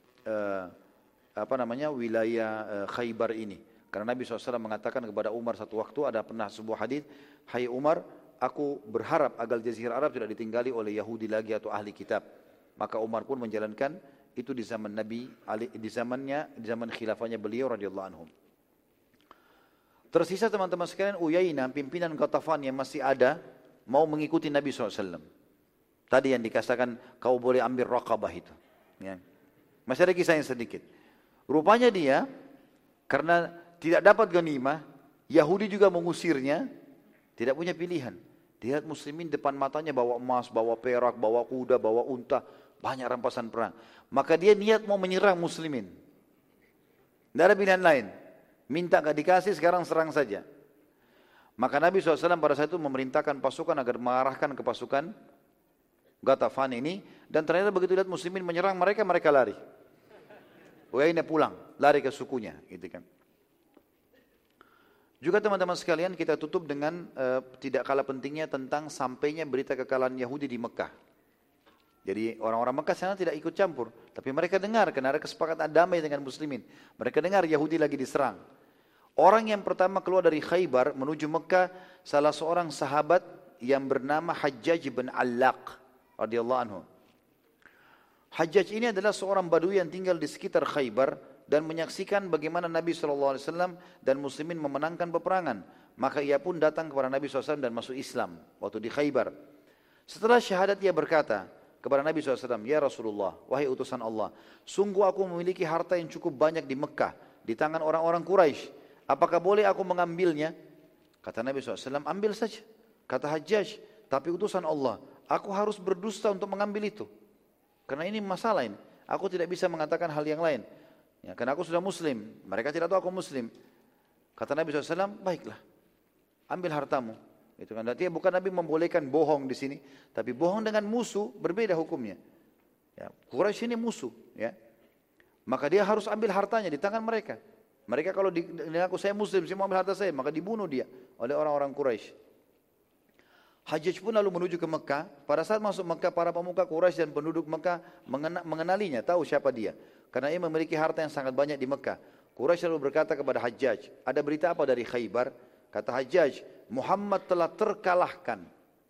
wilayah Khaybar ini. Karena Nabi SAW mengatakan kepada Umar satu waktu, ada pernah sebuah hadis, hai Umar, aku berharap agar Jazirah Arab tidak ditinggali oleh Yahudi lagi atau ahli kitab. Maka Umar pun menjalankan itu di zaman Nabi, di zaman khilafahnya beliau radhiyallahu anhum. Tersisa teman-teman sekalian Uyainah, pimpinan Ghatafan yang masih ada, mau mengikuti Nabi SAW. Tadi yang dikatakan kau boleh ambil Raqabah itu. Ya. Masih ada kisah yang sedikit. Rupanya dia, karena tidak dapat ghanimah, Yahudi juga mengusirnya, tidak punya pilihan. Dia lihat muslimin depan matanya bawa emas, bawa perak, bawa kuda, bawa unta, banyak rampasan perang. Maka dia niat mau menyerang muslimin. Tidak ada pilihan lain. Minta gak dikasih, sekarang serang saja. Maka Nabi SAW pada saat itu memerintahkan pasukan agar mengarahkan ke pasukan Ghatafan ini. Dan ternyata begitu lihat muslimin menyerang mereka, mereka lari. Uyainah pulang, lari ke sukunya. Gitu kan. Juga teman-teman sekalian kita tutup dengan tidak kalah pentingnya tentang sampainya berita kekalahan Yahudi di Mekah. Jadi orang-orang Mekah sana tidak ikut campur. Tapi mereka dengar karena ada kesepakatan damai dengan muslimin. Mereka dengar Yahudi lagi diserang. Orang yang pertama keluar dari Khaybar menuju Mekah, salah seorang sahabat yang bernama Hajjaj bin Allaq radhiyallahu anhu. Hajjaj ini adalah seorang badui yang tinggal di sekitar Khaybar dan menyaksikan bagaimana Nabi SAW dan muslimin memenangkan peperangan. Maka ia pun datang kepada Nabi SAW dan masuk Islam waktu di Khaybar. Setelah syahadat ia berkata kepada Nabi SAW, ya Rasulullah, wahai utusan Allah, sungguh aku memiliki harta yang cukup banyak di Mekah, di tangan orang-orang Quraisy. Apakah boleh aku mengambilnya? Kata Nabi SAW, ambil saja. Kata Hajjaj, tapi utusan Allah, aku harus berdusta untuk mengambil itu. Karena ini masalah ini. Aku tidak bisa mengatakan hal yang lain. Ya, karena aku sudah muslim, mereka tidak tahu aku muslim. Kata Nabi SAW, baiklah, ambil hartamu. Itu kan, artinya bukan Nabi membolehkan bohong di sini, tapi bohong dengan musuh berbeda hukumnya. Ya, Quraisy ini musuh, ya. Maka dia harus ambil hartanya di tangan mereka. Mereka kalau aku saya muslim, saya mau ambil harta saya, maka dibunuh dia oleh orang-orang Quraisy. Hajjaj pun lalu menuju ke Mekah. Pada saat masuk Mekah, para pemuka Quraisy dan penduduk Mekah mengenalinya, tahu siapa dia. Karena ia memiliki harta yang sangat banyak di Mekah. Quraisy lalu berkata kepada Hajjaj, ada berita apa dari Khaybar? Kata Hajjaj, Muhammad telah terkalahkan.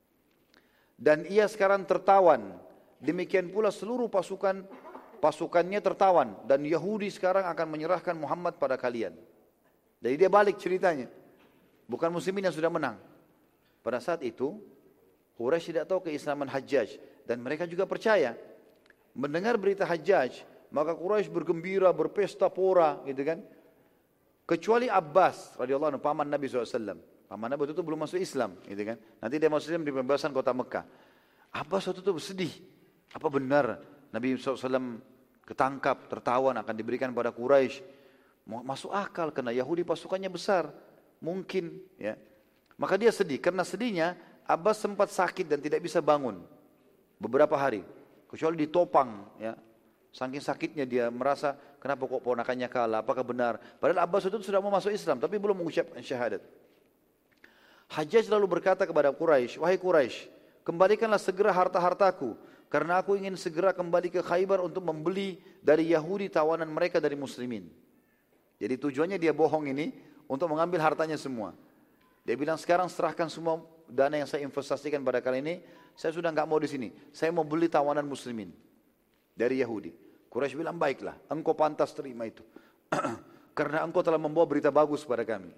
Dan ia sekarang tertawan. Demikian pula seluruh pasukannya tertawan. Dan Yahudi sekarang akan menyerahkan Muhammad pada kalian. Jadi dia balik ceritanya. Bukan muslimin yang sudah menang. Pada saat itu, Quraisy tidak tahu keislaman Hajjaj. Dan mereka juga percaya. Mendengar berita Hajjaj, maka Quraisy bergembira, berpesta pora, gitu kan. Kecuali Abbas radhiyallahu anhu, paman Nabi SAW. Paman Nabi itu belum masuk Islam, gitu kan. Nanti dia masuk Islam di pembebasan kota Mekah. Abbas waktu itu bersedih. Apa benar Nabi SAW ketangkap, tertawan akan diberikan pada Quraisy? Masuk akal karena Yahudi pasukannya besar. Mungkin, ya. Maka dia sedih. Karena sedihnya, Abbas sempat sakit dan tidak bisa bangun beberapa hari. Kecuali ditopang, ya. Saking sakitnya dia merasa, kenapa kok ponakannya kalah, apakah benar? Padahal Abbas itu sudah mau masuk Islam, tapi belum mengucapkan syahadat. Hajjaj lalu berkata kepada Quraisy, wahai Quraisy, kembalikanlah segera harta-hartaku. Karena aku ingin segera kembali ke Khaybar untuk membeli dari Yahudi tawanan mereka dari muslimin. Jadi tujuannya dia bohong ini untuk mengambil hartanya semua. Dia bilang sekarang serahkan semua dana yang saya investasikan pada kali ini. Saya sudah nggak mau di sini. Saya mau beli tawanan muslimin dari Yahudi. Quraisy bilang baiklah, engkau pantas terima itu. Karena engkau telah membawa berita bagus pada kami.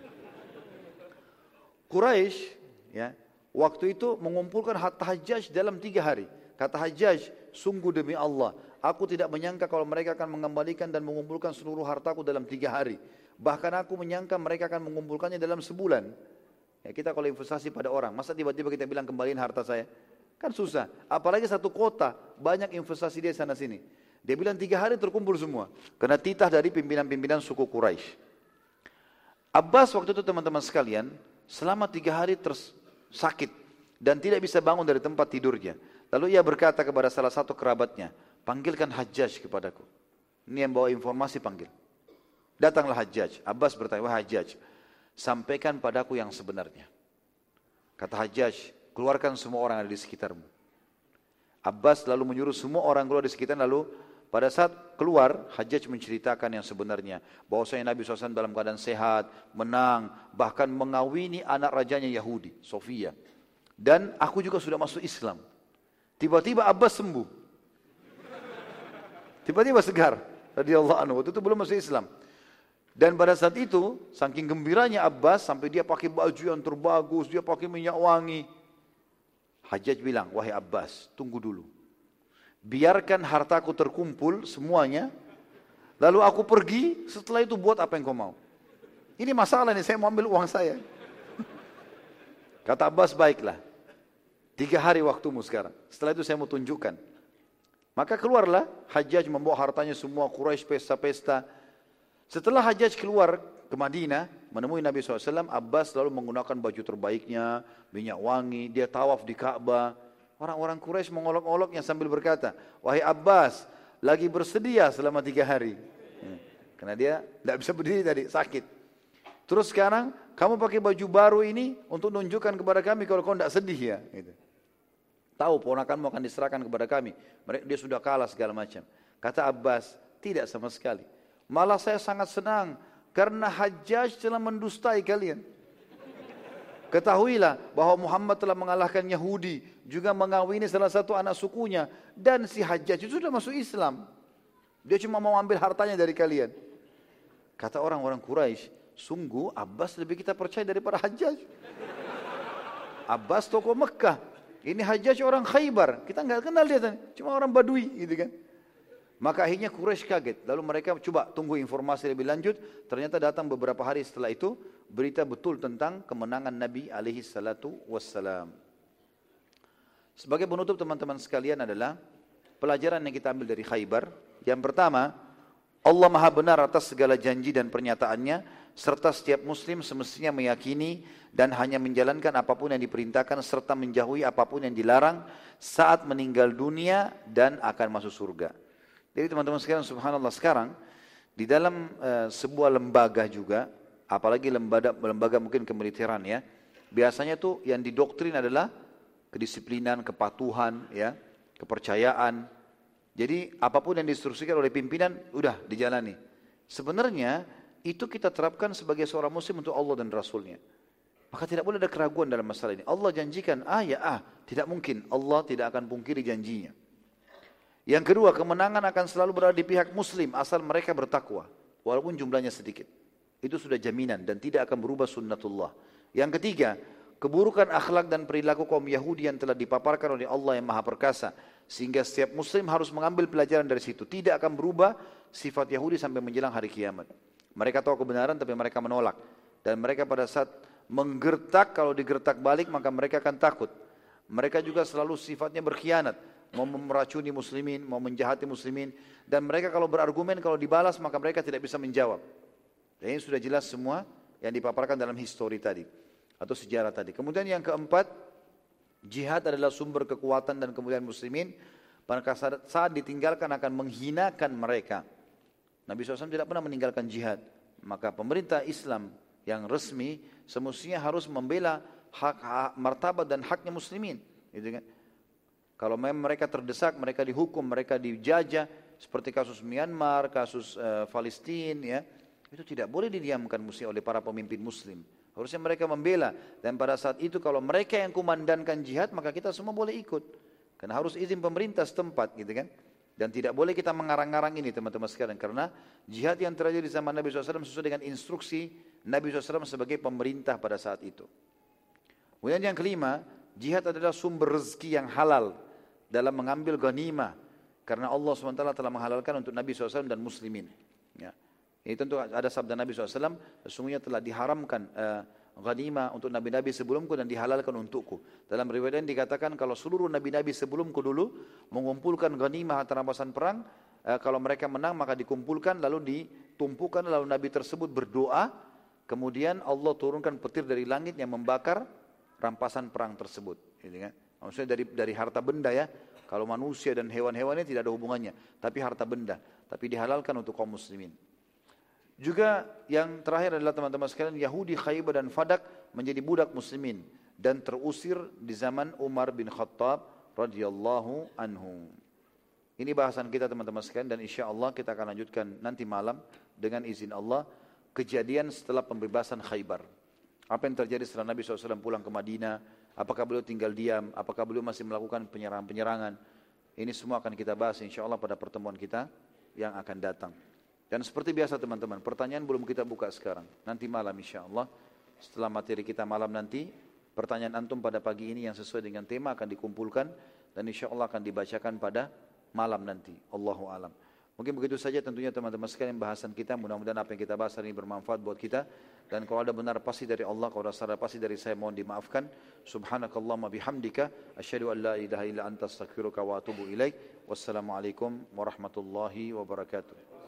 Quraisy ya, waktu itu mengumpulkan harta Hajjaj dalam 3 hari. Kata Hajjaj, sungguh demi Allah, aku tidak menyangka kalau mereka akan mengembalikan dan mengumpulkan seluruh hartaku dalam 3 hari. Bahkan aku menyangka mereka akan mengumpulkannya dalam sebulan. Ya, kita kalau investasi pada orang, masa tiba-tiba kita bilang kembaliin harta saya? Kan susah. Apalagi satu kota, banyak investasi dia sana sini. Dia bilang 3 hari terkumpul semua. Karena titah dari pimpinan-pimpinan suku Quraisy. Abbas waktu itu teman-teman sekalian, selama 3 hari sakit dan tidak bisa bangun dari tempat tidurnya. Lalu ia berkata kepada salah satu kerabatnya, panggilkan Hajjaj kepadaku. Ini yang bawa informasi, panggil. Datanglah Hajjaj. Abbas bertanya, wahai Hajjaj, sampaikan padaku yang sebenarnya. Kata Hajjaj, keluarkan semua orang yang ada di sekitarmu. Abbas lalu menyuruh semua orang keluar di sekitar, lalu pada saat keluar, Hajjaj menceritakan yang sebenarnya. Bahwasanya Nabi SAW dalam keadaan sehat, menang, bahkan mengawini anak rajanya Yahudi, Sofia. Dan aku juga sudah masuk Islam. Tiba-tiba Abbas sembuh. Tiba-tiba segar. Radhiyallahu anhu. Waktu itu belum masuk Islam. Dan pada saat itu, saking gembiranya Abbas, sampai dia pakai baju yang terbagus, dia pakai minyak wangi. Hajjaj bilang, wahai Abbas, tunggu dulu. Biarkan hartaku terkumpul semuanya, lalu aku pergi, setelah itu buat apa yang kau mau. Ini masalah nih, saya mau ambil uang saya. Kata Abbas, baiklah. 3 hari waktumu sekarang. Setelah itu saya mau tunjukkan. Maka keluarlah Hajjaj membawa hartanya semua, Quraisy pesta-pesta. Setelah Hajjaj keluar ke Madinah, menemui Nabi SAW, Abbas lalu menggunakan baju terbaiknya, minyak wangi, dia tawaf di Ka'bah. Orang-orang Quraisy mengolok-oloknya sambil berkata, wahai Abbas, lagi bersedia selama 3 hari. Karena dia tidak bisa berdiri tadi, sakit. Terus sekarang, kamu pakai baju baru ini untuk menunjukkan kepada kami kalau kau tidak sedih ya. Gitu. Tahu ponakanmu akan diserahkan kepada kami. Dia sudah kalah segala macam. Kata Abbas, tidak sama sekali. Malah saya sangat senang karena Hajjaj telah mendustai kalian. Ketahuilah bahwa Muhammad telah mengalahkan Yahudi, juga mengawini salah satu anak sukunya, dan si Hajjaj itu sudah masuk Islam. Dia cuma mau ambil hartanya dari kalian. Kata orang-orang Quraisy, sungguh Abbas lebih kita percaya daripada Hajjaj. Abbas tokoh Mekah. Ini Hajjaj orang Khaybar, kita nggak kenal dia, cuma orang Badui, gitu kan? Maka akhirnya Quraisy kaget. Lalu mereka coba tunggu informasi lebih lanjut. Ternyata datang beberapa hari setelah itu berita betul tentang kemenangan Nabi alaihi salatu wassalam. Sebagai penutup teman-teman sekalian adalah pelajaran yang kita ambil dari Khaybar. Yang pertama, Allah Maha benar atas segala janji dan pernyataannya, serta setiap muslim semestinya meyakini dan hanya menjalankan apapun yang diperintahkan serta menjauhi apapun yang dilarang saat meninggal dunia dan akan masuk surga. Jadi teman-teman sekalian, subhanallah, sekarang di dalam sebuah lembaga juga, apalagi lembaga mungkin kemiliteran ya, biasanya tuh yang didoktrin adalah kedisiplinan, kepatuhan, ya, kepercayaan. Jadi apapun yang diinstruksikan oleh pimpinan, udah dijalani. Sebenarnya itu kita terapkan sebagai seorang muslim untuk Allah dan Rasulnya. Maka tidak boleh ada keraguan dalam masalah ini. Allah janjikan A ya A, tidak mungkin. Allah tidak akan pungkiri janjinya. Yang kedua, kemenangan akan selalu berada di pihak muslim asal mereka bertakwa, walaupun jumlahnya sedikit. Itu sudah jaminan dan tidak akan berubah sunnatullah. Yang ketiga, keburukan akhlak dan perilaku kaum Yahudi yang telah dipaparkan oleh Allah yang Maha Perkasa, sehingga setiap muslim harus mengambil pelajaran dari situ. Tidak akan berubah sifat Yahudi sampai menjelang hari kiamat. Mereka tahu kebenaran tapi mereka menolak. Dan mereka pada saat menggertak, kalau digertak balik maka mereka akan takut. Mereka juga selalu sifatnya berkhianat, mau meracuni muslimin, mau menjahati muslimin. Dan mereka kalau berargumen, kalau dibalas maka mereka tidak bisa menjawab. Dan ini sudah jelas semua yang dipaparkan dalam histori tadi atau sejarah tadi. Kemudian yang keempat, jihad adalah sumber kekuatan dan kemuliaan muslimin. Maka saat ditinggalkan akan menghinakan mereka. Nabi SAW tidak pernah meninggalkan jihad. Maka pemerintah Islam yang resmi semestinya harus membela hak martabat dan haknya muslimin. Gitu kan? Kalau memang mereka terdesak, mereka dihukum, mereka dijajah, seperti kasus Myanmar, kasus Palestina, ya, itu tidak boleh didiamkan oleh para pemimpin Muslim. Harusnya mereka membela. Dan pada saat itu kalau mereka yang kumandankan jihad, maka kita semua boleh ikut. Karena harus izin pemerintah setempat, gitu kan. Dan tidak boleh kita mengarang-arang ini teman-teman sekalian. Karena jihad yang terjadi di zaman Nabi SAW sesuai dengan instruksi Nabi SAW sebagai pemerintah pada saat itu. Kemudian yang kelima, jihad adalah sumber rezeki yang halal dalam mengambil ghanimah. Karena Allah SWT telah menghalalkan untuk Nabi SAW dan muslimin. Ya. Ini tentu ada sabda Nabi SAW, sesungguhnya telah diharamkan ghanimah untuk nabi-nabi sebelumku dan dihalalkan untukku. Dalam riwayat ini dikatakan kalau seluruh nabi-nabi sebelumku dulu mengumpulkan ghanimah atau rampasan perang, kalau mereka menang maka dikumpulkan lalu ditumpukan, lalu nabi tersebut berdoa, kemudian Allah turunkan petir dari langit yang membakar rampasan perang tersebut. Gitu kan? Maksudnya dari harta benda ya. Kalau manusia dan hewan-hewannya tidak ada hubungannya, tapi harta benda, tapi dihalalkan untuk kaum muslimin. Juga yang terakhir adalah teman-teman sekalian, Yahudi Khaybar dan Fadak menjadi budak muslimin dan terusir di zaman Umar bin Khattab radhiyallahu anhu. Ini bahasan kita teman-teman sekalian, dan insya Allah kita akan lanjutkan nanti malam dengan izin Allah kejadian setelah pembebasan Khaybar. Apa yang terjadi setelah Nabi SAW pulang ke Madinah? Apakah beliau tinggal diam? Apakah beliau masih melakukan penyerangan-penyerangan? Ini semua akan kita bahas insya Allah pada pertemuan kita yang akan datang. Dan seperti biasa teman-teman, pertanyaan belum kita buka sekarang. Nanti malam insya Allah, setelah materi kita malam nanti, pertanyaan antum pada pagi ini yang sesuai dengan tema akan dikumpulkan dan insya Allah akan dibacakan pada malam nanti. Allahu alam. Mungkin begitu saja tentunya teman-teman sekalian bahasan kita. Mudah-mudahan apa yang kita bahas hari ini bermanfaat buat kita. Dan kalau ada benar pasti dari Allah, kalau ada salah pasti dari saya, mohon dimaafkan. Subhanakallahumma bihamdika asyhadu an la ilaha illa anta astaghfiruka wa atubu ilaik. Wassalamualaikum warahmatullahi wabarakatuh.